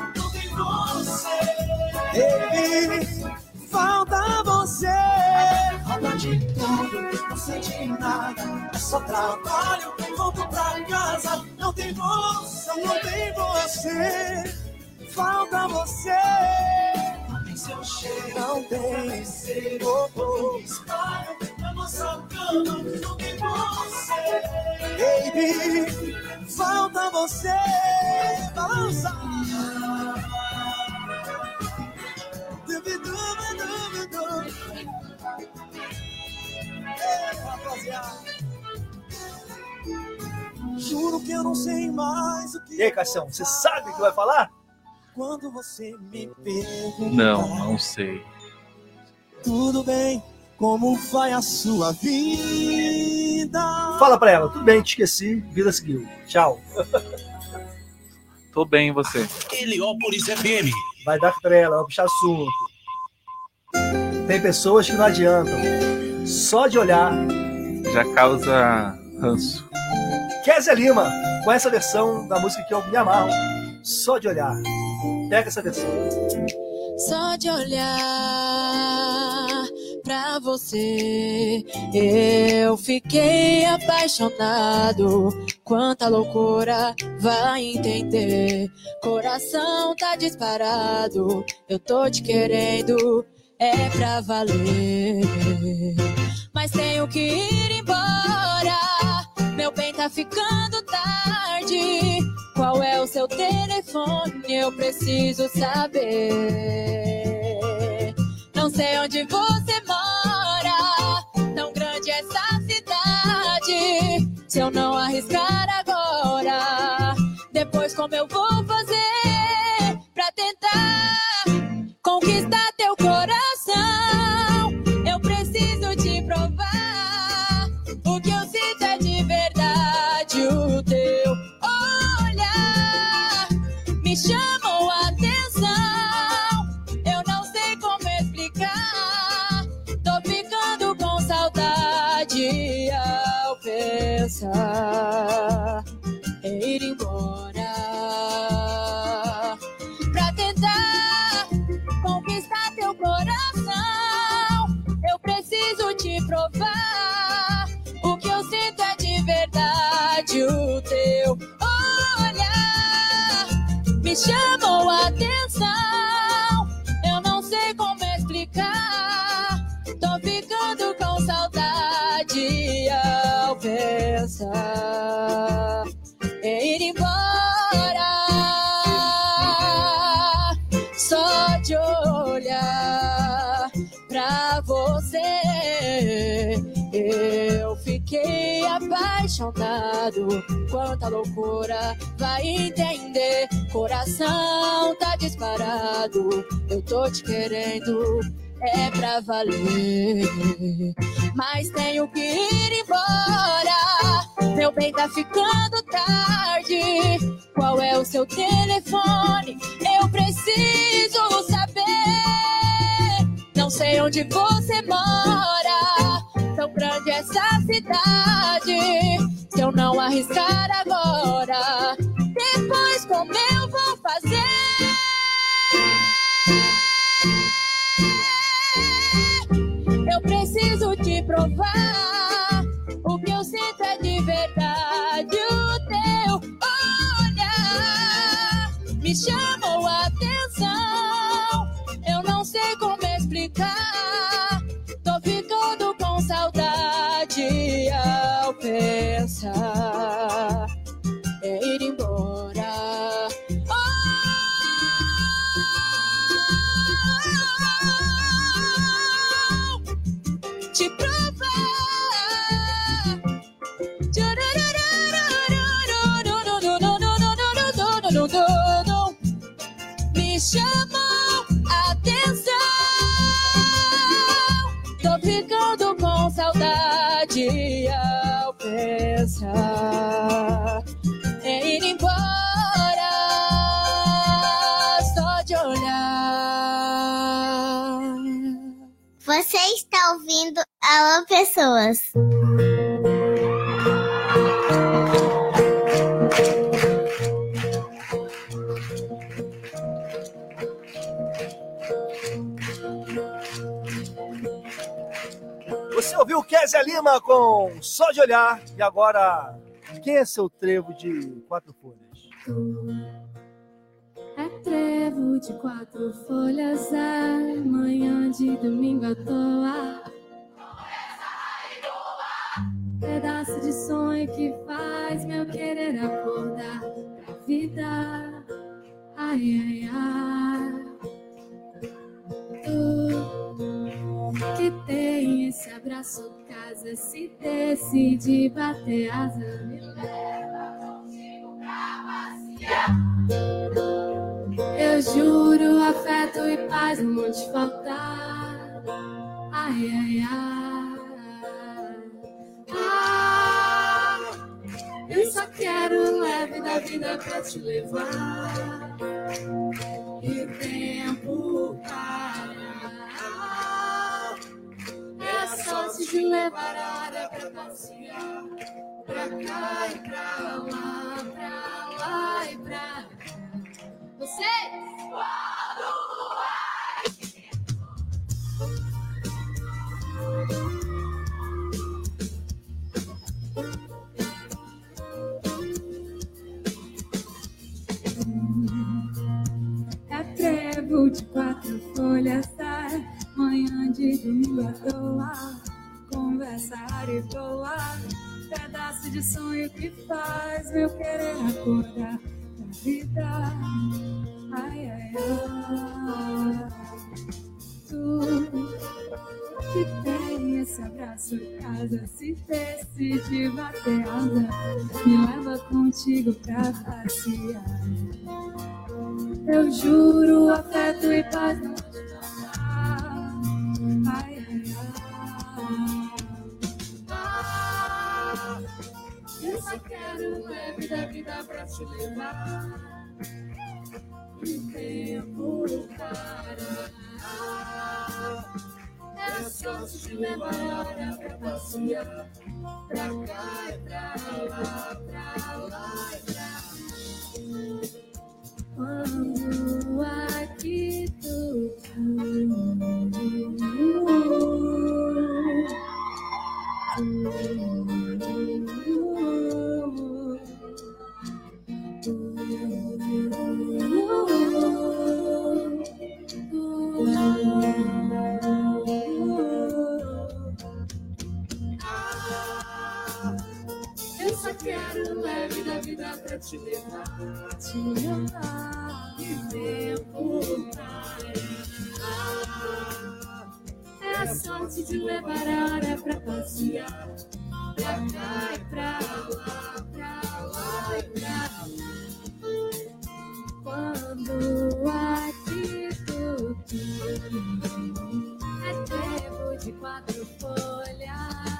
falta você. Falta de tudo, não sei de nada. É só trabalho, volto pra casa. Não tem moça, não tem você. Falta você. Não tem seu cheiro, não tem seu espalho. Na nossa cama, não tem você. Baby, falta você. Balança. Juro que eu não sei mais o que. E aí, Cassião, você sabe o que vai falar? Quando você me pergunta. Não sei. Tudo bem, como vai a sua vida? Fala pra ela, tudo bem, te esqueci, vida seguiu. Tchau. Tô bem, e você? Heliópolis FM. Vai dar pra ela, vai puxar assunto. Tem pessoas que não adiantam. Só de olhar. Já causa ranço. Kézia Lima, com essa versão da música que eu me amarro. Só de olhar. Pega essa versão. Só de olhar pra você, eu fiquei apaixonado. Quanta loucura, vai entender. Coração tá disparado, eu tô te querendo, é pra valer. Mas tenho que ir embora, meu bem, tá ficando tarde. Qual é o seu telefone? Eu preciso saber. Não sei onde você mora, tão grande essa cidade. Se eu não arriscar agora, depois como eu vou fazer pra tentar conquistar teu coração? Eu preciso te provar o que eu sinto é de verdade. O teu olhar me chamou a atenção. Eu não sei como explicar, tô ficando com saudade ao pensar em ir embora pra tentar conquistar teu coração. Eu preciso te provar o que eu sinto é de verdade. O teu olhar me chamou a atenção. Eu não sei como explicar, tô ficando com saudade ao pensar em ir embora. Só de olhar pra você, eu fiquei apaixonado. Quanta loucura, vai entender. Coração tá disparado, eu tô te querendo, é pra valer. Mas tenho que ir embora, meu bem, tá ficando tarde. Qual é o seu telefone? Eu preciso saber. Não sei onde você mora, tão grande essa cidade. Se eu não arriscar agora, depois como eu vou fazer? Eu preciso te provar o que eu sinto é de verdade. O teu olhar me chamou a atenção. Eu não sei como explicar, tô ficando com saudade ao pensar em ir embora. Te provar. Me chamou a atenção. Tô ficando com saudade ao pensar em ir embora. Só de olhar. Você está ouvindo Alô Pessoas. Você ouviu Kézia Lima com Só de Olhar. E agora, quem é seu trevo de 4 folhas? É trevo de 4 folhas, é manhã de domingo à toa. Pedaço de sonho que faz meu querer acordar pra vida. Ai, ai, ai. Tu que tem esse abraço casa, se decide bater asa, me leva contigo pra passear. Eu juro, afeto e paz não vão te faltar. Ai, ai, ai. Ah, eu só quero o leve da vida pra te levar. E o tempo para. É só se levar a hora pra passear. Pra cá e pra lá, pra lá e pra cá. Vocês! É trevo de 4 folhas, é manhã de domingo à toa. Conversa e boa, pedaço de sonho que faz meu querer acordar da vida. Ai, ai, ai. Tu que tem esse abraço casa, se decide bater asa, me leva contigo pra passear. Eu juro, afeto e paz não vou te faltar. Ai, ai, ai. Eu só quero o leve da vida pra te levar. E o tempo para. É só te levar a hora pra passear. Pra cá e pra lá, pra lá e pra cá. Quando aqui tu eu só quero leve da vida pra te levar, te levar. E tempo para. É a sorte de levar a hora pra passear. Pra cá e pra lá, pra lá e pra lá. Quando aqui tu é trevo de 4 folhas.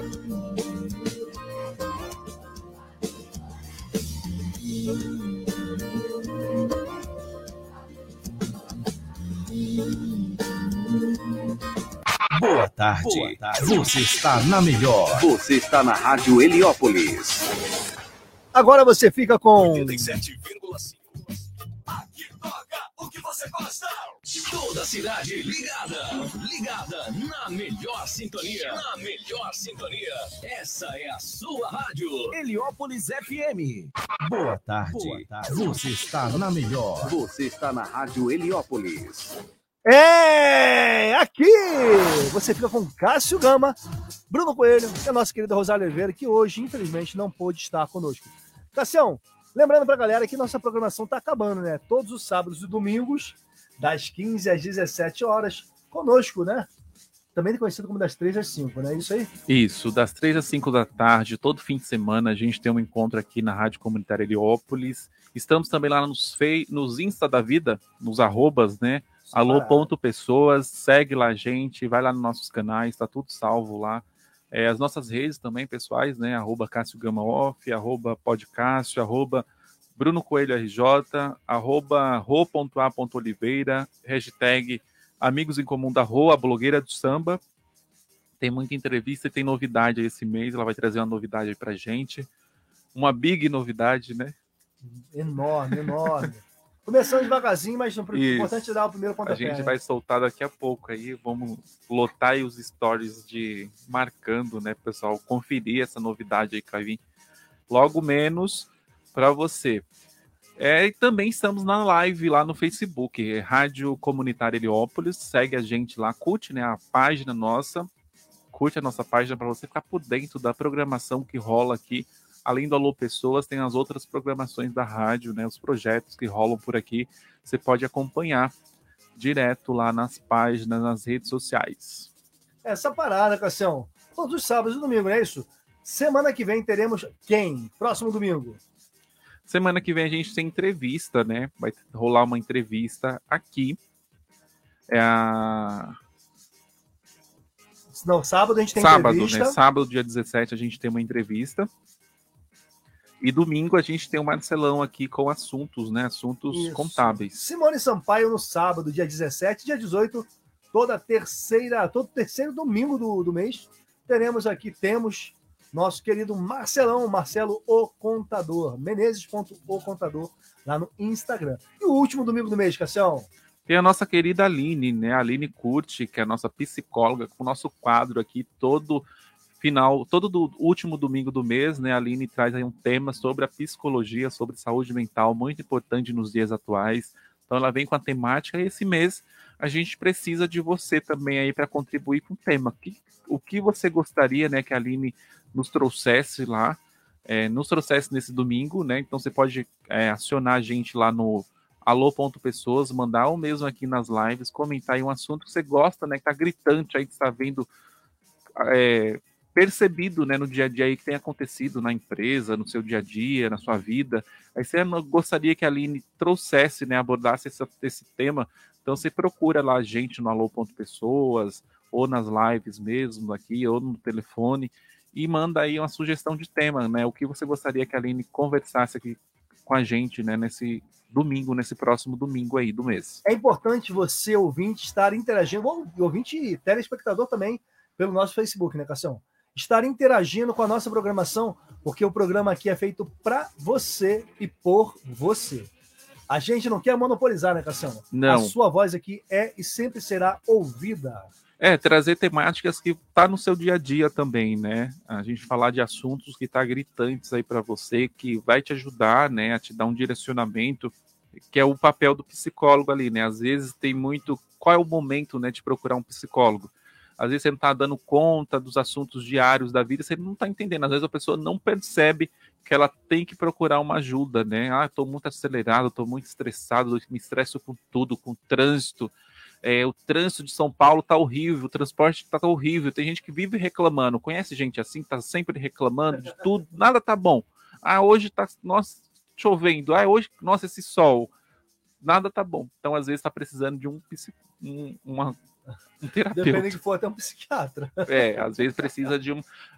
Boa tarde. Boa tarde. Você está na melhor. Você está na Rádio Heliópolis. Agora você fica com 87,5. Aqui toca o que você gosta. Toda a cidade ligada. Ligada na melhor sintonia. Na melhor sintonia. Essa é a sua rádio. Heliópolis FM. Boa tarde. Boa tarde. Você está na melhor. Você está na Rádio Heliópolis. É, aqui você fica com Cássio Gama, Bruno Coelho e a nossa querida Rosália Oliveira, que hoje, infelizmente, não pôde estar conosco. Cássio, lembrando pra galera que nossa programação tá acabando, né? Todos os sábados e domingos, das 15 às 17 horas, conosco, né? Também conhecido como das 3 às 5, né? Isso aí? Isso, das 3 às 5 da tarde, todo fim de semana, a gente tem um encontro aqui na Rádio Comunitária Heliópolis. Estamos também lá nos Insta da vida, nos arrobas, né? Alô.pessoas, segue lá a gente, vai lá nos nossos canais, tá tudo salvo lá. As nossas redes também, pessoais, né? Arroba Cássio Gama Off, arroba Podcássio, arroba Bruno Coelho RJ, arroba ro.a.oliveira, hashtag Amigos em Comum da Rô, a blogueira do samba. Tem muita entrevista e tem novidade aí esse mês, ela vai trazer uma novidade aí pra gente. Uma big novidade, né? Enorme, enorme. Começando devagarzinho, mas o importante é dar o primeiro pontapé. A gente vai soltar daqui a pouco aí, vamos lotar aí os stories marcando, né, pessoal, conferir essa novidade aí que vai vir logo menos para você. E também estamos na live lá no Facebook, Rádio Comunitária Heliópolis, segue a gente lá, curte, né, a página nossa, curte a nossa página para você ficar por dentro da programação que rola aqui. Além do Alô Pessoas, tem as outras programações da rádio, né? Os projetos que rolam por aqui. Você pode acompanhar direto lá nas páginas, nas redes sociais. Essa parada, Cassião. Todos os sábados e domingo, não é isso? Semana que vem teremos quem? Próximo domingo. Semana que vem a gente tem entrevista, né? Vai rolar uma entrevista aqui. Não, sábado a gente tem entrevista. Né? Sábado, dia 17, a gente tem uma entrevista. E domingo a gente tem o Marcelão aqui com assuntos, né? Assuntos Isso. contábeis. Simone Sampaio no sábado, dia 17, dia 18, todo terceiro domingo do mês, temos nosso querido Marcelão, Marcelo O Contador, Menezes.ocontador, lá no Instagram. E o último domingo do mês, Cassião? Tem a nossa querida Aline, né? A Aline Curti, que é a nossa psicóloga, com o nosso quadro aqui todo último domingo do mês, né, a Aline traz aí um tema sobre a psicologia, sobre saúde mental, muito importante nos dias atuais. Então ela vem com a temática e esse mês a gente precisa de você também aí para contribuir com o tema. O que você gostaria, né, que a Aline nos trouxesse lá, nos trouxesse nesse domingo, né? Então você pode acionar a gente lá no alô.pessoas, mandar ou mesmo aqui nas lives, comentar aí um assunto que você gosta, né, que tá gritante aí, que está vendo percebido, né, no dia a dia aí que tem acontecido na empresa, no seu dia a dia, na sua vida. Aí você gostaria que a Aline trouxesse, né, abordasse esse tema. Então você procura lá a gente no alô.pessoas, ou nas lives mesmo aqui, ou no telefone, e manda aí uma sugestão de tema, né, o que você gostaria que a Aline conversasse aqui com a gente, né, nesse próximo domingo aí do mês. É importante você, ouvinte, estar interagindo, ouvinte e telespectador também, pelo nosso Facebook, né, Cassião? Estar interagindo com a nossa programação, porque o programa aqui é feito para você e por você. A gente não quer monopolizar, né, Cassiano? Não. A sua voz aqui é e sempre será ouvida. Trazer temáticas que tá no seu dia a dia também, né? A gente falar de assuntos que tá gritantes aí para você, que vai te ajudar, né, a te dar um direcionamento, que é o papel do psicólogo ali, né? Às vezes tem muito... Qual é o momento, né, de procurar um psicólogo? Às vezes você não está dando conta dos assuntos diários da vida, você não está entendendo. Às vezes a pessoa não percebe que ela tem que procurar uma ajuda, né? Estou muito acelerado, estou muito estressado, me estresso com tudo, com o trânsito. O trânsito de São Paulo está horrível, o transporte está horrível. Tem gente que vive reclamando. Conhece gente assim, está sempre reclamando de tudo, nada tá bom. Hoje está, nossa, chovendo. Hoje, nossa, esse sol. Nada tá bom. Então, às vezes, está precisando de um terapeuta. Depende que for até um psiquiatra. Às vezes precisa de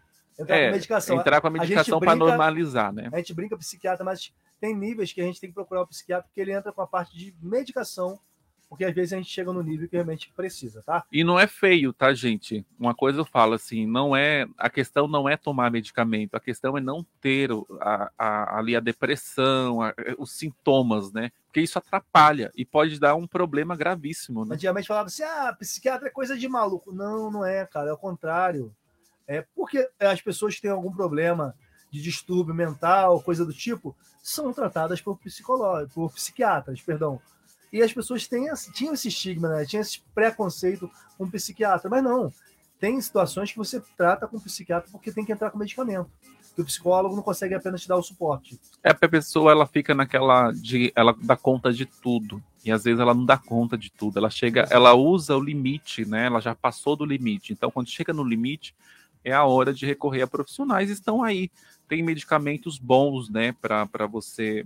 entrar com a medicação para normalizar, né? A gente brinca psiquiatra, mas tem níveis que a gente tem que procurar o psiquiatra, porque ele entra com a parte de medicação, porque às vezes a gente chega no nível que realmente precisa, tá? E não é feio, tá, gente? Uma coisa eu falo assim, a questão não é tomar medicamento, a questão é não ter ali a depressão, os sintomas, né? Porque isso atrapalha e pode dar um problema gravíssimo, né? Antigamente falava assim, psiquiatra é coisa de maluco. Não, não é, cara, é o contrário. Porque as pessoas que têm algum problema de distúrbio mental, coisa do tipo, são tratadas por psiquiatras, perdão. E as pessoas tinham esse estigma, né? Tinha esse preconceito com o psiquiatra, mas não. Tem situações que você trata com o psiquiatra porque tem que entrar com medicamento. Que o psicólogo não consegue apenas te dar o suporte. A pessoa, ela fica naquela ela dá conta de tudo. E às vezes ela não dá conta de tudo. Ela usa o limite, né? Ela já passou do limite. Então, quando chega no limite, é a hora de recorrer a profissionais. Estão aí. Tem medicamentos bons, né? Para você...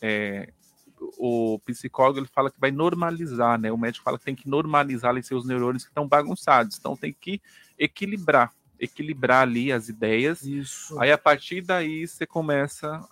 O psicólogo, ele fala que vai normalizar, né? O médico fala que tem que normalizar ali seus neurônios que estão bagunçados. Então, tem que equilibrar ali as ideias. Isso. Aí, a partir daí, você começa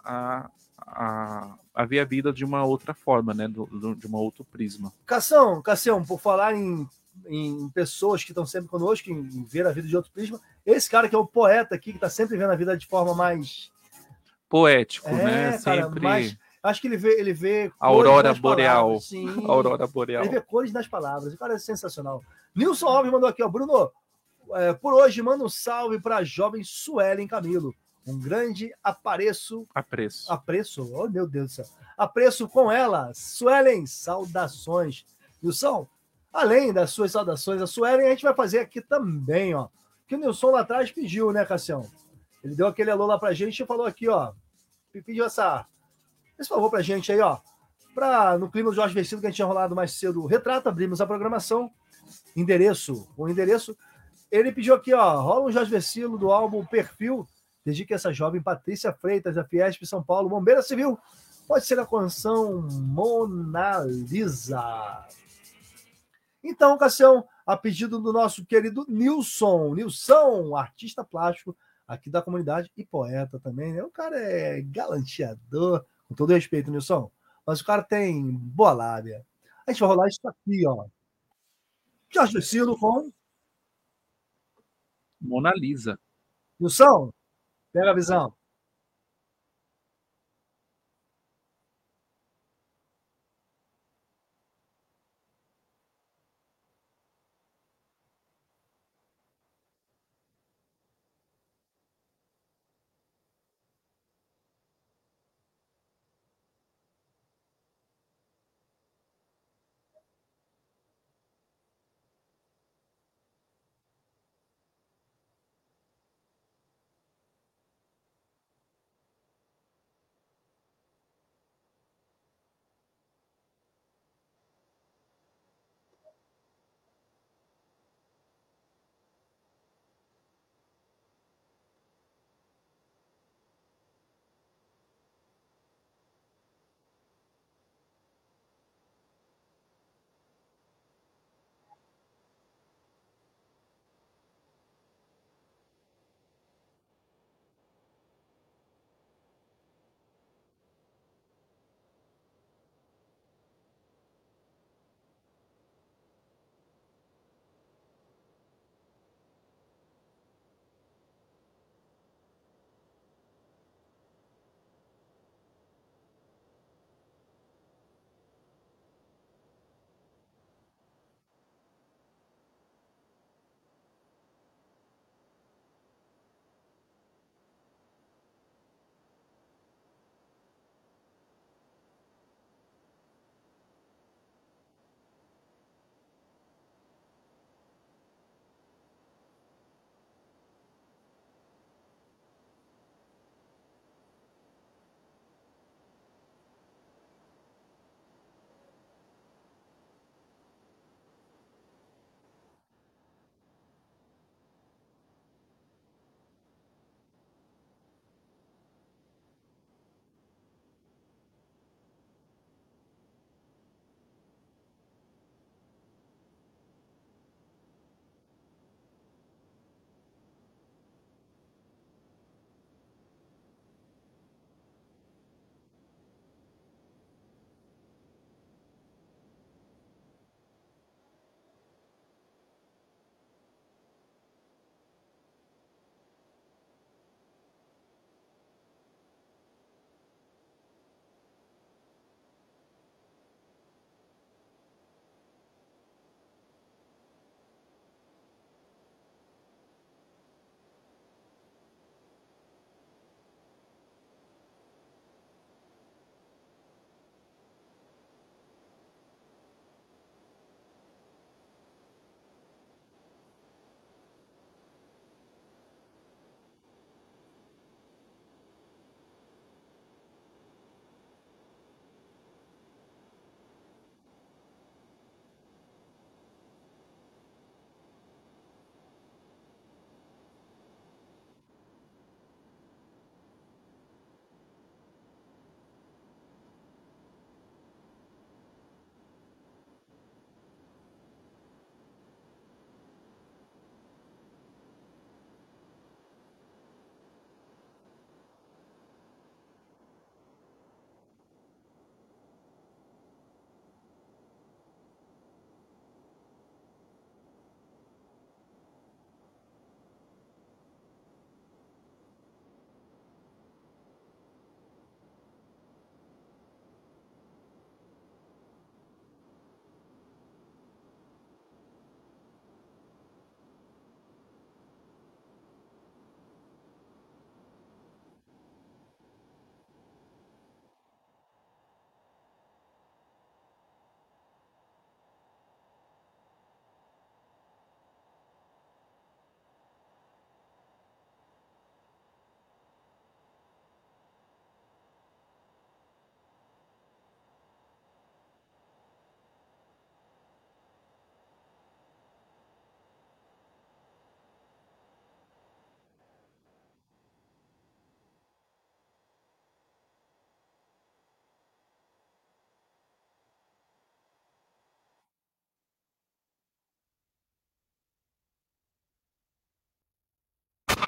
a ver a vida de uma outra forma, né? De um outro prisma. Cassião, por falar em pessoas que estão sempre conosco, em ver a vida de outro prisma, esse cara que é o poeta aqui, que está sempre vendo a vida de forma mais... poético, né? Cara, sempre... mais... Acho que ele vê Aurora nas Boreal. palavras. Sim. Aurora Boreal. Ele vê cores nas palavras. O cara é sensacional. Nilson Alves mandou aqui, ó. Bruno, por hoje, manda um salve para a jovem Suelen Camilo. Um grande apreço. Oh, meu Deus do céu. Apreço com ela. Suelen, saudações. Nilson, além das suas saudações, a Suelen a gente vai fazer aqui também, ó. Que o Nilson lá atrás pediu, né, Cassião? Ele deu aquele alô lá pra gente e falou aqui, ó. Pediu esse favor pra gente aí, ó. No clima do Jorge Versilo que a gente tinha rolado mais cedo, o retrato, abrimos a programação. O endereço. Ele pediu aqui, ó. Rola um Jorge Versilo do álbum Perfil. Dedique essa jovem Patrícia Freitas, da Fiesp São Paulo, bombeira civil. Pode ser a canção Mona Lisa. Então, Cassião, a pedido do nosso querido Nilson, artista plástico aqui da comunidade e poeta também, né? O cara é galanteador, com todo respeito, Nilson, mas o cara tem boa lábia. A gente vai rolar isso aqui, ó. Jorge Versilo com Mona Lisa. Nilson, pega a visão.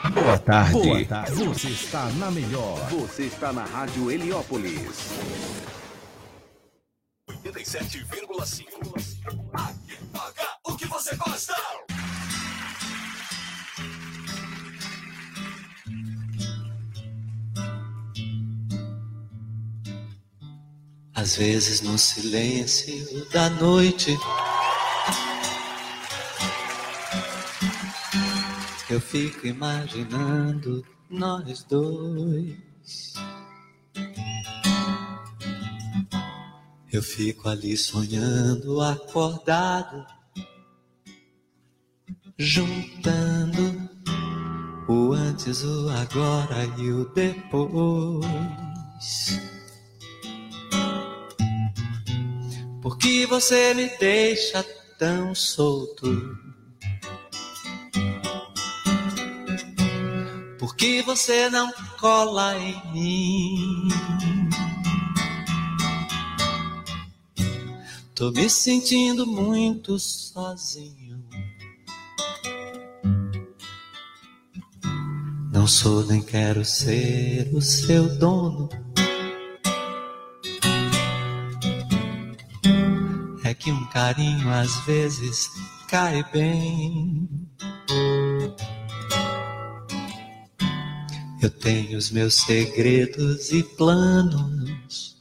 Boa tarde. Boa tarde. Você está na melhor. Você está na Rádio Heliópolis. 87,5. Aqui toca o que você gosta. Às vezes no silêncio da noite eu fico imaginando nós dois. Eu fico ali sonhando, acordado, juntando o antes, o agora e o depois. Por que você me deixa tão solto? Por que você não cola em mim? Tô me sentindo muito sozinho. Não sou nem quero ser o seu dono. É que um carinho às vezes cai bem. Eu tenho os meus segredos e planos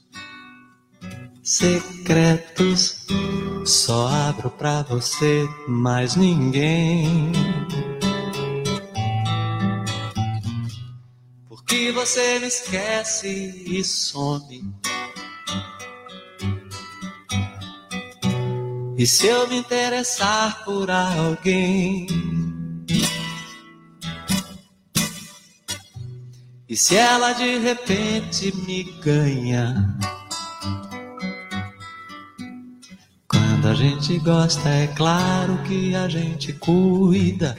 secretos. Só abro pra você, mais ninguém. Porque você me esquece e some. E se eu me interessar por alguém? E se ela de repente me ganha? Quando a gente gosta, é claro que a gente cuida.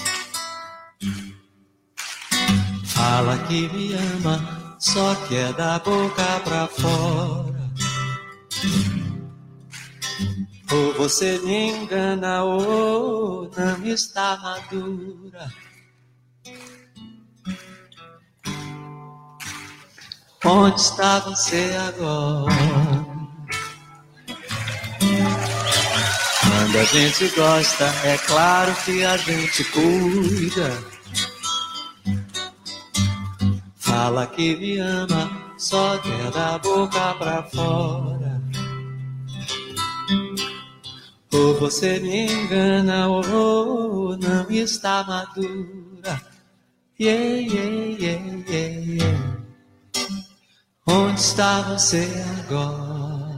Fala que me ama, só que é da boca pra fora. Ou você me engana ou não está madura. Onde está você agora? Quando a gente gosta, é claro que a gente cuida. Fala que me ama, só que é da boca pra fora. Ou você me engana ou não está madura. Yeah, yeah, yeah, yeah, yeah. Onde está você agora?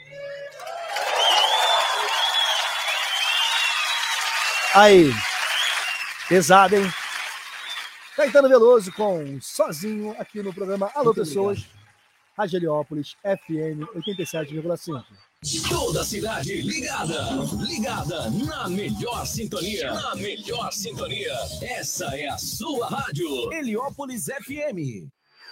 Aí, pesado, hein? Caetano Veloso com Sozinho aqui no programa Alô muito Pessoas, obrigado. Rádio Heliópolis, FM 87,5. Toda a cidade ligada, ligada na melhor sintonia, na melhor sintonia. Essa é a sua rádio, Heliópolis FM.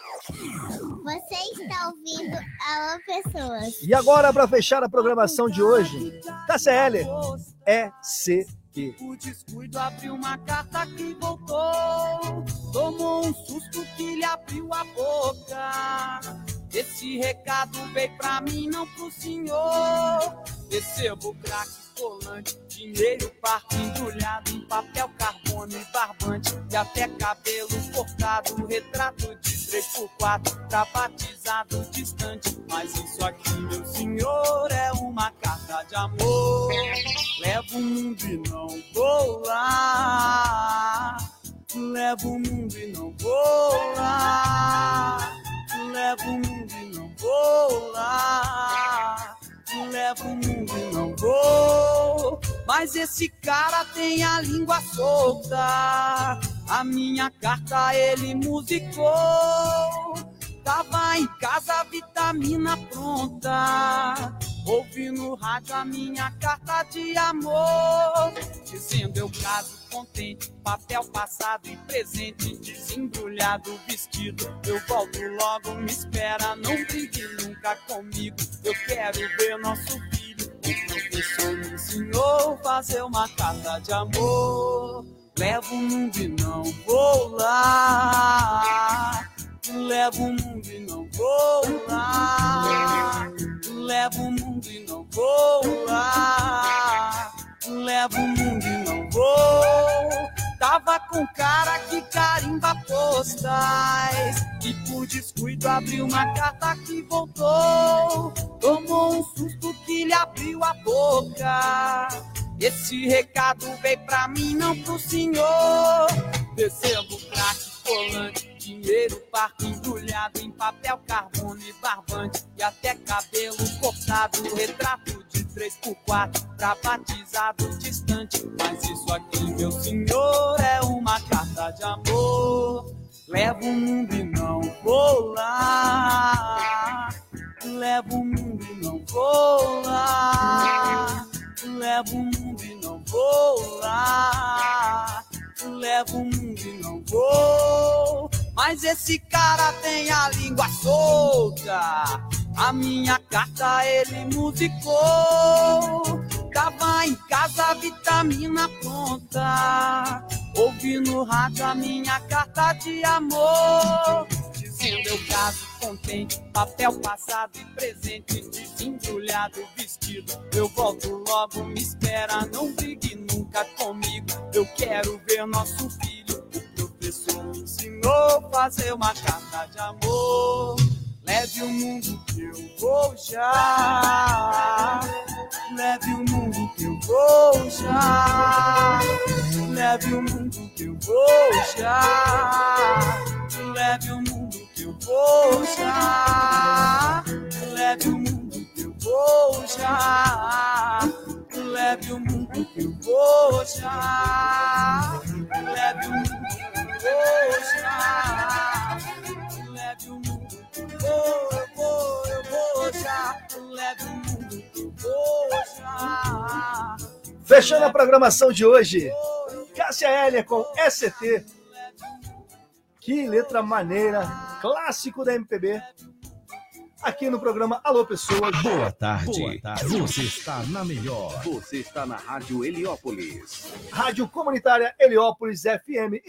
Você está ouvindo Alô Pessoas. E agora, para fechar a programação de hoje, KCL, ECP. O descuido abriu uma carta que voltou. Tomou um susto que lhe abriu a boca. Esse recado veio pra mim, não pro senhor. Recebo crack, colante, dinheiro par embrulhado em papel carbono e barbante. E até cabelo cortado, retrato de 3x4 pra batizado distante. Mas isso aqui, meu senhor, é uma carta de amor. Levo o mundo e não vou lá. Levo o mundo e não vou lá. Levo o mundo e não vou lá. Levo o mundo e não vou. Mas esse cara tem a língua solta. A minha carta ele musicou. Tava em casa, vitamina pronta. Ouvi no rádio a minha carta de amor. Dizendo eu caso contente, papel passado e presente. Desembrulhado vestido, eu volto logo, me espera. Não brinque nunca comigo, eu quero ver nosso filho. O professor me ensinou fazer uma carta de amor. Levo o mundo e não vou lá. Levo o mundo e não vou lá. Levo o mundo e não vou lá. Levo o mundo e não vou. Tava com cara que carimba postais e por descuido abriu uma carta que voltou. Tomou um susto que lhe abriu a boca. Esse recado veio pra mim, não pro senhor. Descendo crack, colante, dinheiro, parque embrulhado em papel, carbono e barbante e até cabelo cortado, retrato de 3x4 pra batizado distante. Mas isso aqui, meu senhor, é uma carta de amor. Levo o mundo e não vou lá. Levo o mundo e não vou lá. Levo o mundo e não vou lá. Levo o mundo e não vou. Mas esse cara tem a língua solta. A minha carta ele musicou. Tava em casa, vitamina pronta. Ouvi no rádio a minha carta de amor. Dizendo eu caso contente, papel passado e presente, desembrulhado vestido. Eu volto logo, me espera, não brigue nunca comigo. Eu quero ver nosso filho. O professor me ensinou a fazer uma carta de amor. Leve o mundo que eu vou já. Leve o mundo que eu vou já. Leve o mundo que eu vou já. Leve o mundo que eu vou já. Leve o mundo que eu vou já. Leve o mundo que eu vou já. Leve o mundo que eu vou já. Leve o mundo que eu vou já. Leve o mundo que eu vou já. Fechando a programação de hoje, Cássia Eller com ST. Que letra maneira, clássico da MPB. Aqui no programa Alô Pessoas. Boa tarde. Boa tarde. Você está na melhor. Você está na Rádio Heliópolis. Rádio Comunitária Heliópolis FM.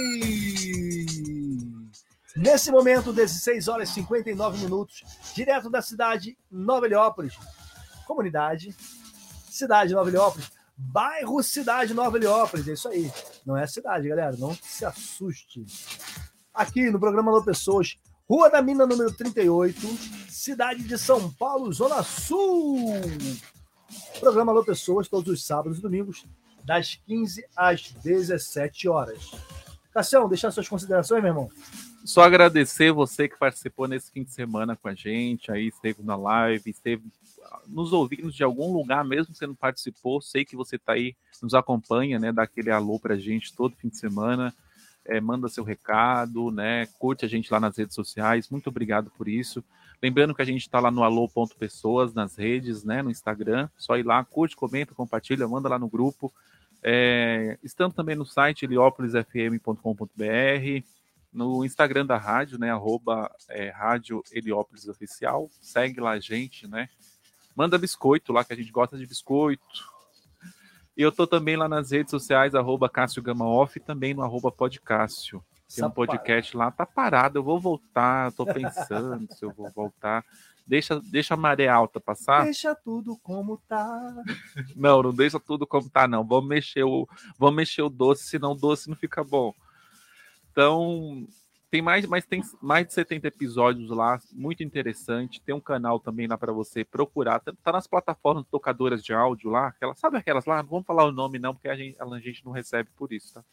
E nesse momento, 16 horas e 59 minutos, direto da cidade Nova Heliópolis. Comunidade, cidade Nova Heliópolis. Bairro Cidade Nova Heliópolis. É isso aí. Não é cidade, galera. Não se assuste. Aqui no programa Alô Pessoas, Rua da Mina, número 38, cidade de São Paulo, Zona Sul. Programa Alô Pessoas, todos os sábados e domingos, das 15 às 17 horas. Cassião, deixar suas considerações, meu irmão? Só agradecer você que participou nesse fim de semana com a gente, aí esteve na live, esteve nos ouvindo de algum lugar, mesmo que você não participou, sei que você está aí, nos acompanha, né, dá aquele alô pra gente todo fim de semana, manda seu recado, né, curte a gente lá nas redes sociais, muito obrigado por isso. Lembrando que a gente está lá no alô.pessoas, nas redes, né, no Instagram, só ir lá, curte, comenta, compartilha, manda lá no grupo. Estamos também no site heliopolisfm.com.br, no Instagram da rádio, né, Rádio Heliópolis Oficial, segue lá a gente, né, manda biscoito lá, que a gente gosta de biscoito. E eu tô também lá nas redes sociais, @Cássio Gama Off, e também no @Podcássio. Tem um podcast lá, tá parado, eu vou voltar, tô pensando se eu vou voltar. Deixa a maré alta passar. Deixa tudo como tá. Não deixa tudo como tá, não. Vamos mexer o doce, senão o doce não fica bom. Então, tem mais de 70 episódios lá, muito interessante. Tem um canal também lá para você procurar. Tá nas plataformas tocadoras de áudio lá. Sabe aquelas lá? Não vamos falar o nome não, porque a gente não recebe por isso, tá?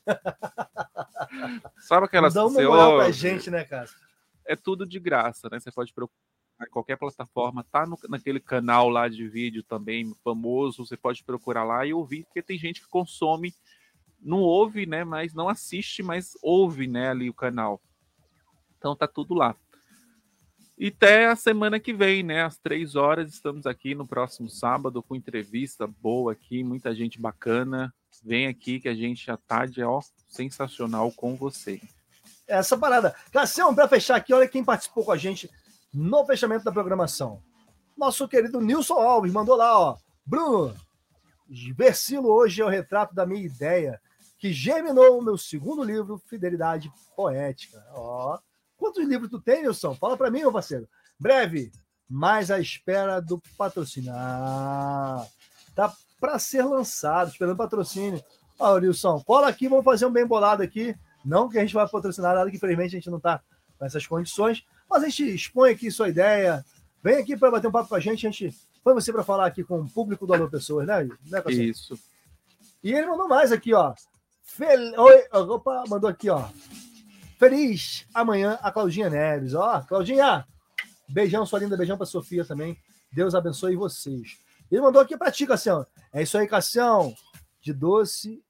Sabe aquelas... Dá uma moral pra gente, né, cara? É tudo de graça, né? Você pode procurar em qualquer plataforma. Tá naquele canal lá de vídeo também, famoso. Você pode procurar lá e ouvir, porque tem gente que consome, não ouve, né? Mas não assiste, mas ouve, né, ali o canal. Então tá tudo lá. E até a semana que vem, né? Às 3 horas, estamos aqui no próximo sábado com entrevista boa aqui, muita gente bacana. Vem aqui que a gente a tarde é sensacional com você. Essa parada. Cassião, para fechar aqui, olha quem participou com a gente no fechamento da programação. Nosso querido Nilson Alves mandou lá, ó. Bruno, Versilo hoje é o retrato da minha ideia. que germinou o meu segundo livro, Fidelidade Poética. Ó, quantos livros tu tem, Nilson? Fala para mim, meu parceiro. Breve, mas à espera do patrocínio. Ah, tá para ser lançado, esperando patrocínio. Ó, Nilson, cola aqui, vamos fazer um bem bolado aqui. Não que a gente vai patrocinar nada, que infelizmente a gente não tá com essas condições, mas a gente expõe aqui sua ideia. Vem aqui para bater um papo com a gente põe você para falar aqui com o público do Alô Pessoas, né? Isso. E ele mandou mais aqui, ó. Oi, opa, mandou aqui, ó. Feliz amanhã a Claudinha Neves. Ó, Claudinha, beijão, sua linda, beijão pra Sofia também. Deus abençoe vocês. Ele mandou aqui pra ti, Cassião. É isso aí, Cassião. De doce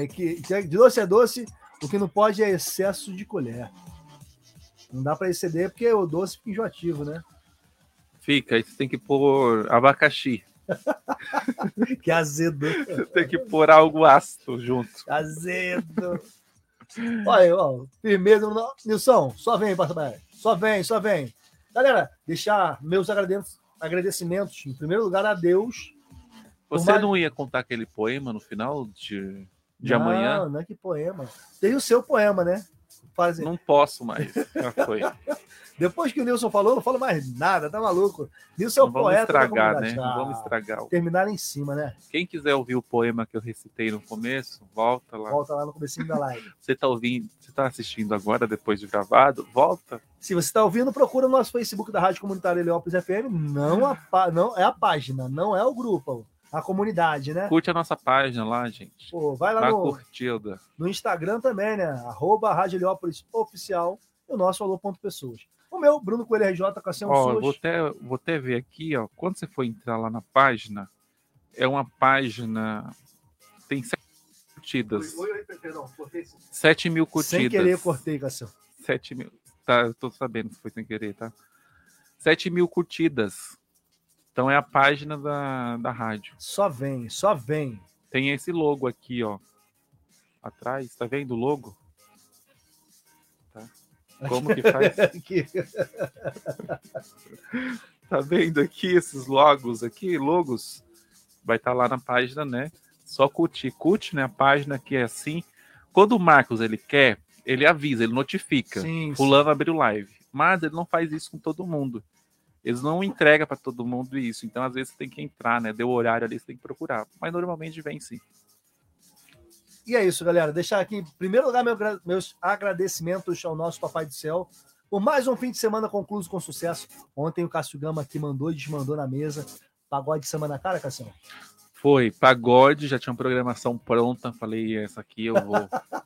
é doce, o que não pode é excesso de colher. Não dá pra exceder porque o doce fica enjoativo, né? Fica, aí você tem que pôr abacaxi. Que azedo. Tem que pôr algo ácido junto. Azedo. Olha, ó, firmeza. Nilson, só vem, pastor. Só vem. Galera, deixar meus agradecimentos, em primeiro lugar, a Deus. Você não ia contar aquele poema no final de amanhã? Não é que poema. Tem o seu poema, né? Não posso mais. Já foi. Depois que o Nilson falou, não falo mais nada, tá maluco? Nilson é o poeta. Vamos estragar, né? Vamos estragar. Terminar em cima, né? Quem quiser ouvir o poema que eu recitei no começo, volta lá. Volta lá no comecinho da live. Você tá assistindo agora, depois de gravado? Volta. Se você está ouvindo, procura o nosso Facebook da Rádio Comunitária Heliópolis FM. Não é a página, não é o grupo, a comunidade, né? Curte a nossa página lá, gente. Pô, vai lá curtida. No Instagram também, né? @Rádio Heliópolis Oficial e o nosso Alô.pessoas. O meu, Bruno Coelho RJ, Cassiano Suas. Vou até ver aqui, ó. Quando você for entrar lá na página, é uma página. Tem 7 curtidas. Perdão, 7 mil curtidas. Sem querer, cortei, Cassiano. 7 mil. Tá, eu tô sabendo que foi sem querer, tá? 7 mil curtidas. Então é a página da rádio. Só vem. Tem esse logo aqui, ó. Atrás, tá vendo o logo? Tá. Como que faz? Tá vendo aqui esses logos aqui? Logos? Vai estar lá na página, né? Só curtir. Curte, né? A página que é assim. Quando o Marcos, ele quer, ele avisa, ele notifica. Sim, fulano abriu live. Mas ele não faz isso com todo mundo. Eles não entregam para todo mundo isso. Então, às vezes, você tem que entrar, né? Deu horário ali, você tem que procurar. Mas normalmente vem sim. E é isso, galera. Deixar aqui, em primeiro lugar, meus agradecimentos ao nosso Papai do Céu por mais um fim de semana concluído com sucesso. Ontem o Cássio Gama aqui mandou e desmandou na mesa. Pagode de samba na cara, Cássio? Foi, pagode, já tinha uma programação pronta. Falei, essa aqui eu vou.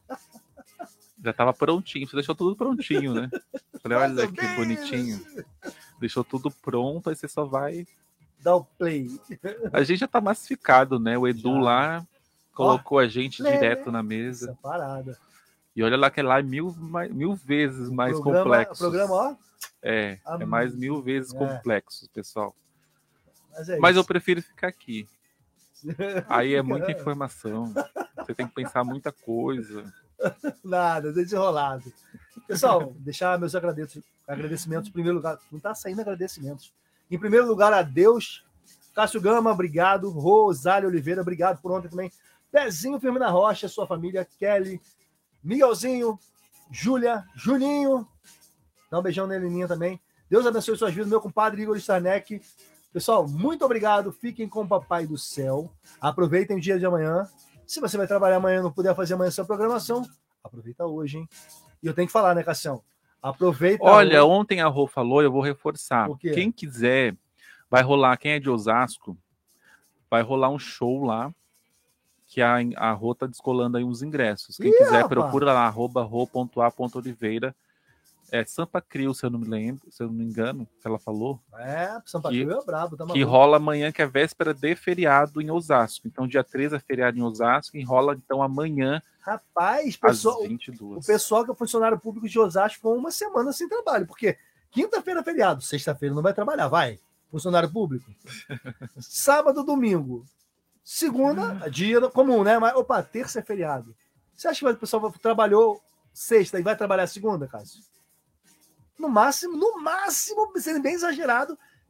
Já tava prontinho, você deixou tudo prontinho, né? Falei, olha que bonitinho. Deixou tudo pronto, aí você só vai dar o play. A gente já tá massificado, né? O Edu lá colocou a gente direto na mesa. Essa parada. E olha lá que é lá mil vezes mais complexo. O programa, ó. É mais 1000 vezes complexo, pessoal. Mas eu prefiro ficar aqui. Aí é muita informação. Você tem que pensar muita coisa. Nada, desenrolado. Pessoal, deixar meus agradecimentos em primeiro lugar. Não tá saindo agradecimentos. Em primeiro lugar, a Deus. Cássio Gama, obrigado. Rosário Oliveira, obrigado por ontem também. Pezinho Firmina Rocha, sua família. Kelly, Miguelzinho, Júlia, Juninho. Dá um beijão na Heleninha também. Deus abençoe suas vidas. Meu compadre Igor Starneck. Pessoal, muito obrigado. Fiquem com o Papai do Céu. Aproveitem o dia de amanhã. Se você vai trabalhar amanhã e não puder fazer amanhã sua programação, aproveita hoje, hein? E eu tenho que falar, né, Cassião? Aproveita. Olha, ontem a Rô falou, eu vou reforçar. O quê? Quem quiser, vai rolar, quem é de Osasco, vai rolar um show lá, que a Rô tá descolando aí uns ingressos. Quem quiser, procura lá, @ro.a.oliveira. É Sampa Crio, se eu não me engano, que ela falou. Sampa Crio é brabo, tá maluco. Que rola amanhã, que é véspera de feriado em Osasco. Então, dia 13 é feriado em Osasco e rola, então, amanhã, rapaz, pessoal, às 22. O pessoal que é funcionário público de Osasco ficou uma semana sem trabalho, porque quinta-feira é feriado, sexta-feira não vai trabalhar, vai, funcionário público. Sábado, domingo. Segunda, dia comum, né? Mas, terça é feriado. Você acha que o pessoal trabalhou sexta e vai trabalhar segunda, Cássio? No máximo, sendo bem exagerado,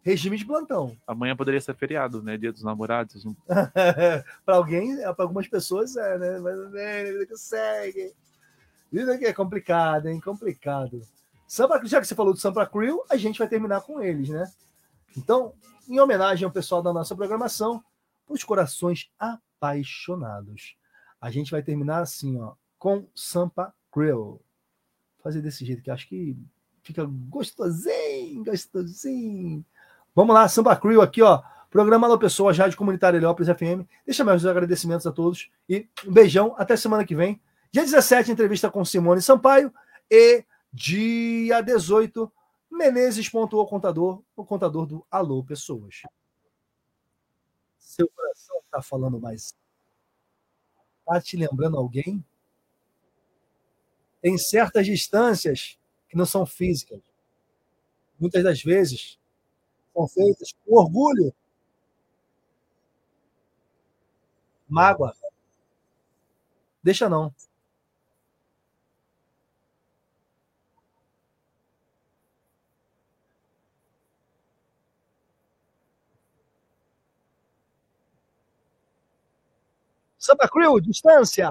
regime de plantão. Amanhã poderia ser feriado, né? Dia dos Namorados. Para alguém, para algumas pessoas né? Mas a vida que segue. Vida que é complicado, hein? Complicado. Já que você falou do Sampa Crew, a gente vai terminar com eles, né? Então, em homenagem ao pessoal da nossa programação, os corações apaixonados. A gente vai terminar assim, ó, com Sampa Crew. Vou fazer desse jeito que acho que fica gostosinho, gostosinho. Vamos lá, Sampa Crew aqui, ó. Programa Alô Pessoas, Rádio Comunitária Heliópolis FM. Deixa meus agradecimentos a todos e um beijão. Até semana que vem. Dia 17, entrevista com Simone Sampaio. E dia 18, Menezes pontuou o contador do Alô Pessoas. Seu coração está falando mais. Está te lembrando alguém? Tem certas distâncias que não são físicas. Muitas das vezes são feitas com orgulho, mágoa. Deixa não. Santa Cruz, distância.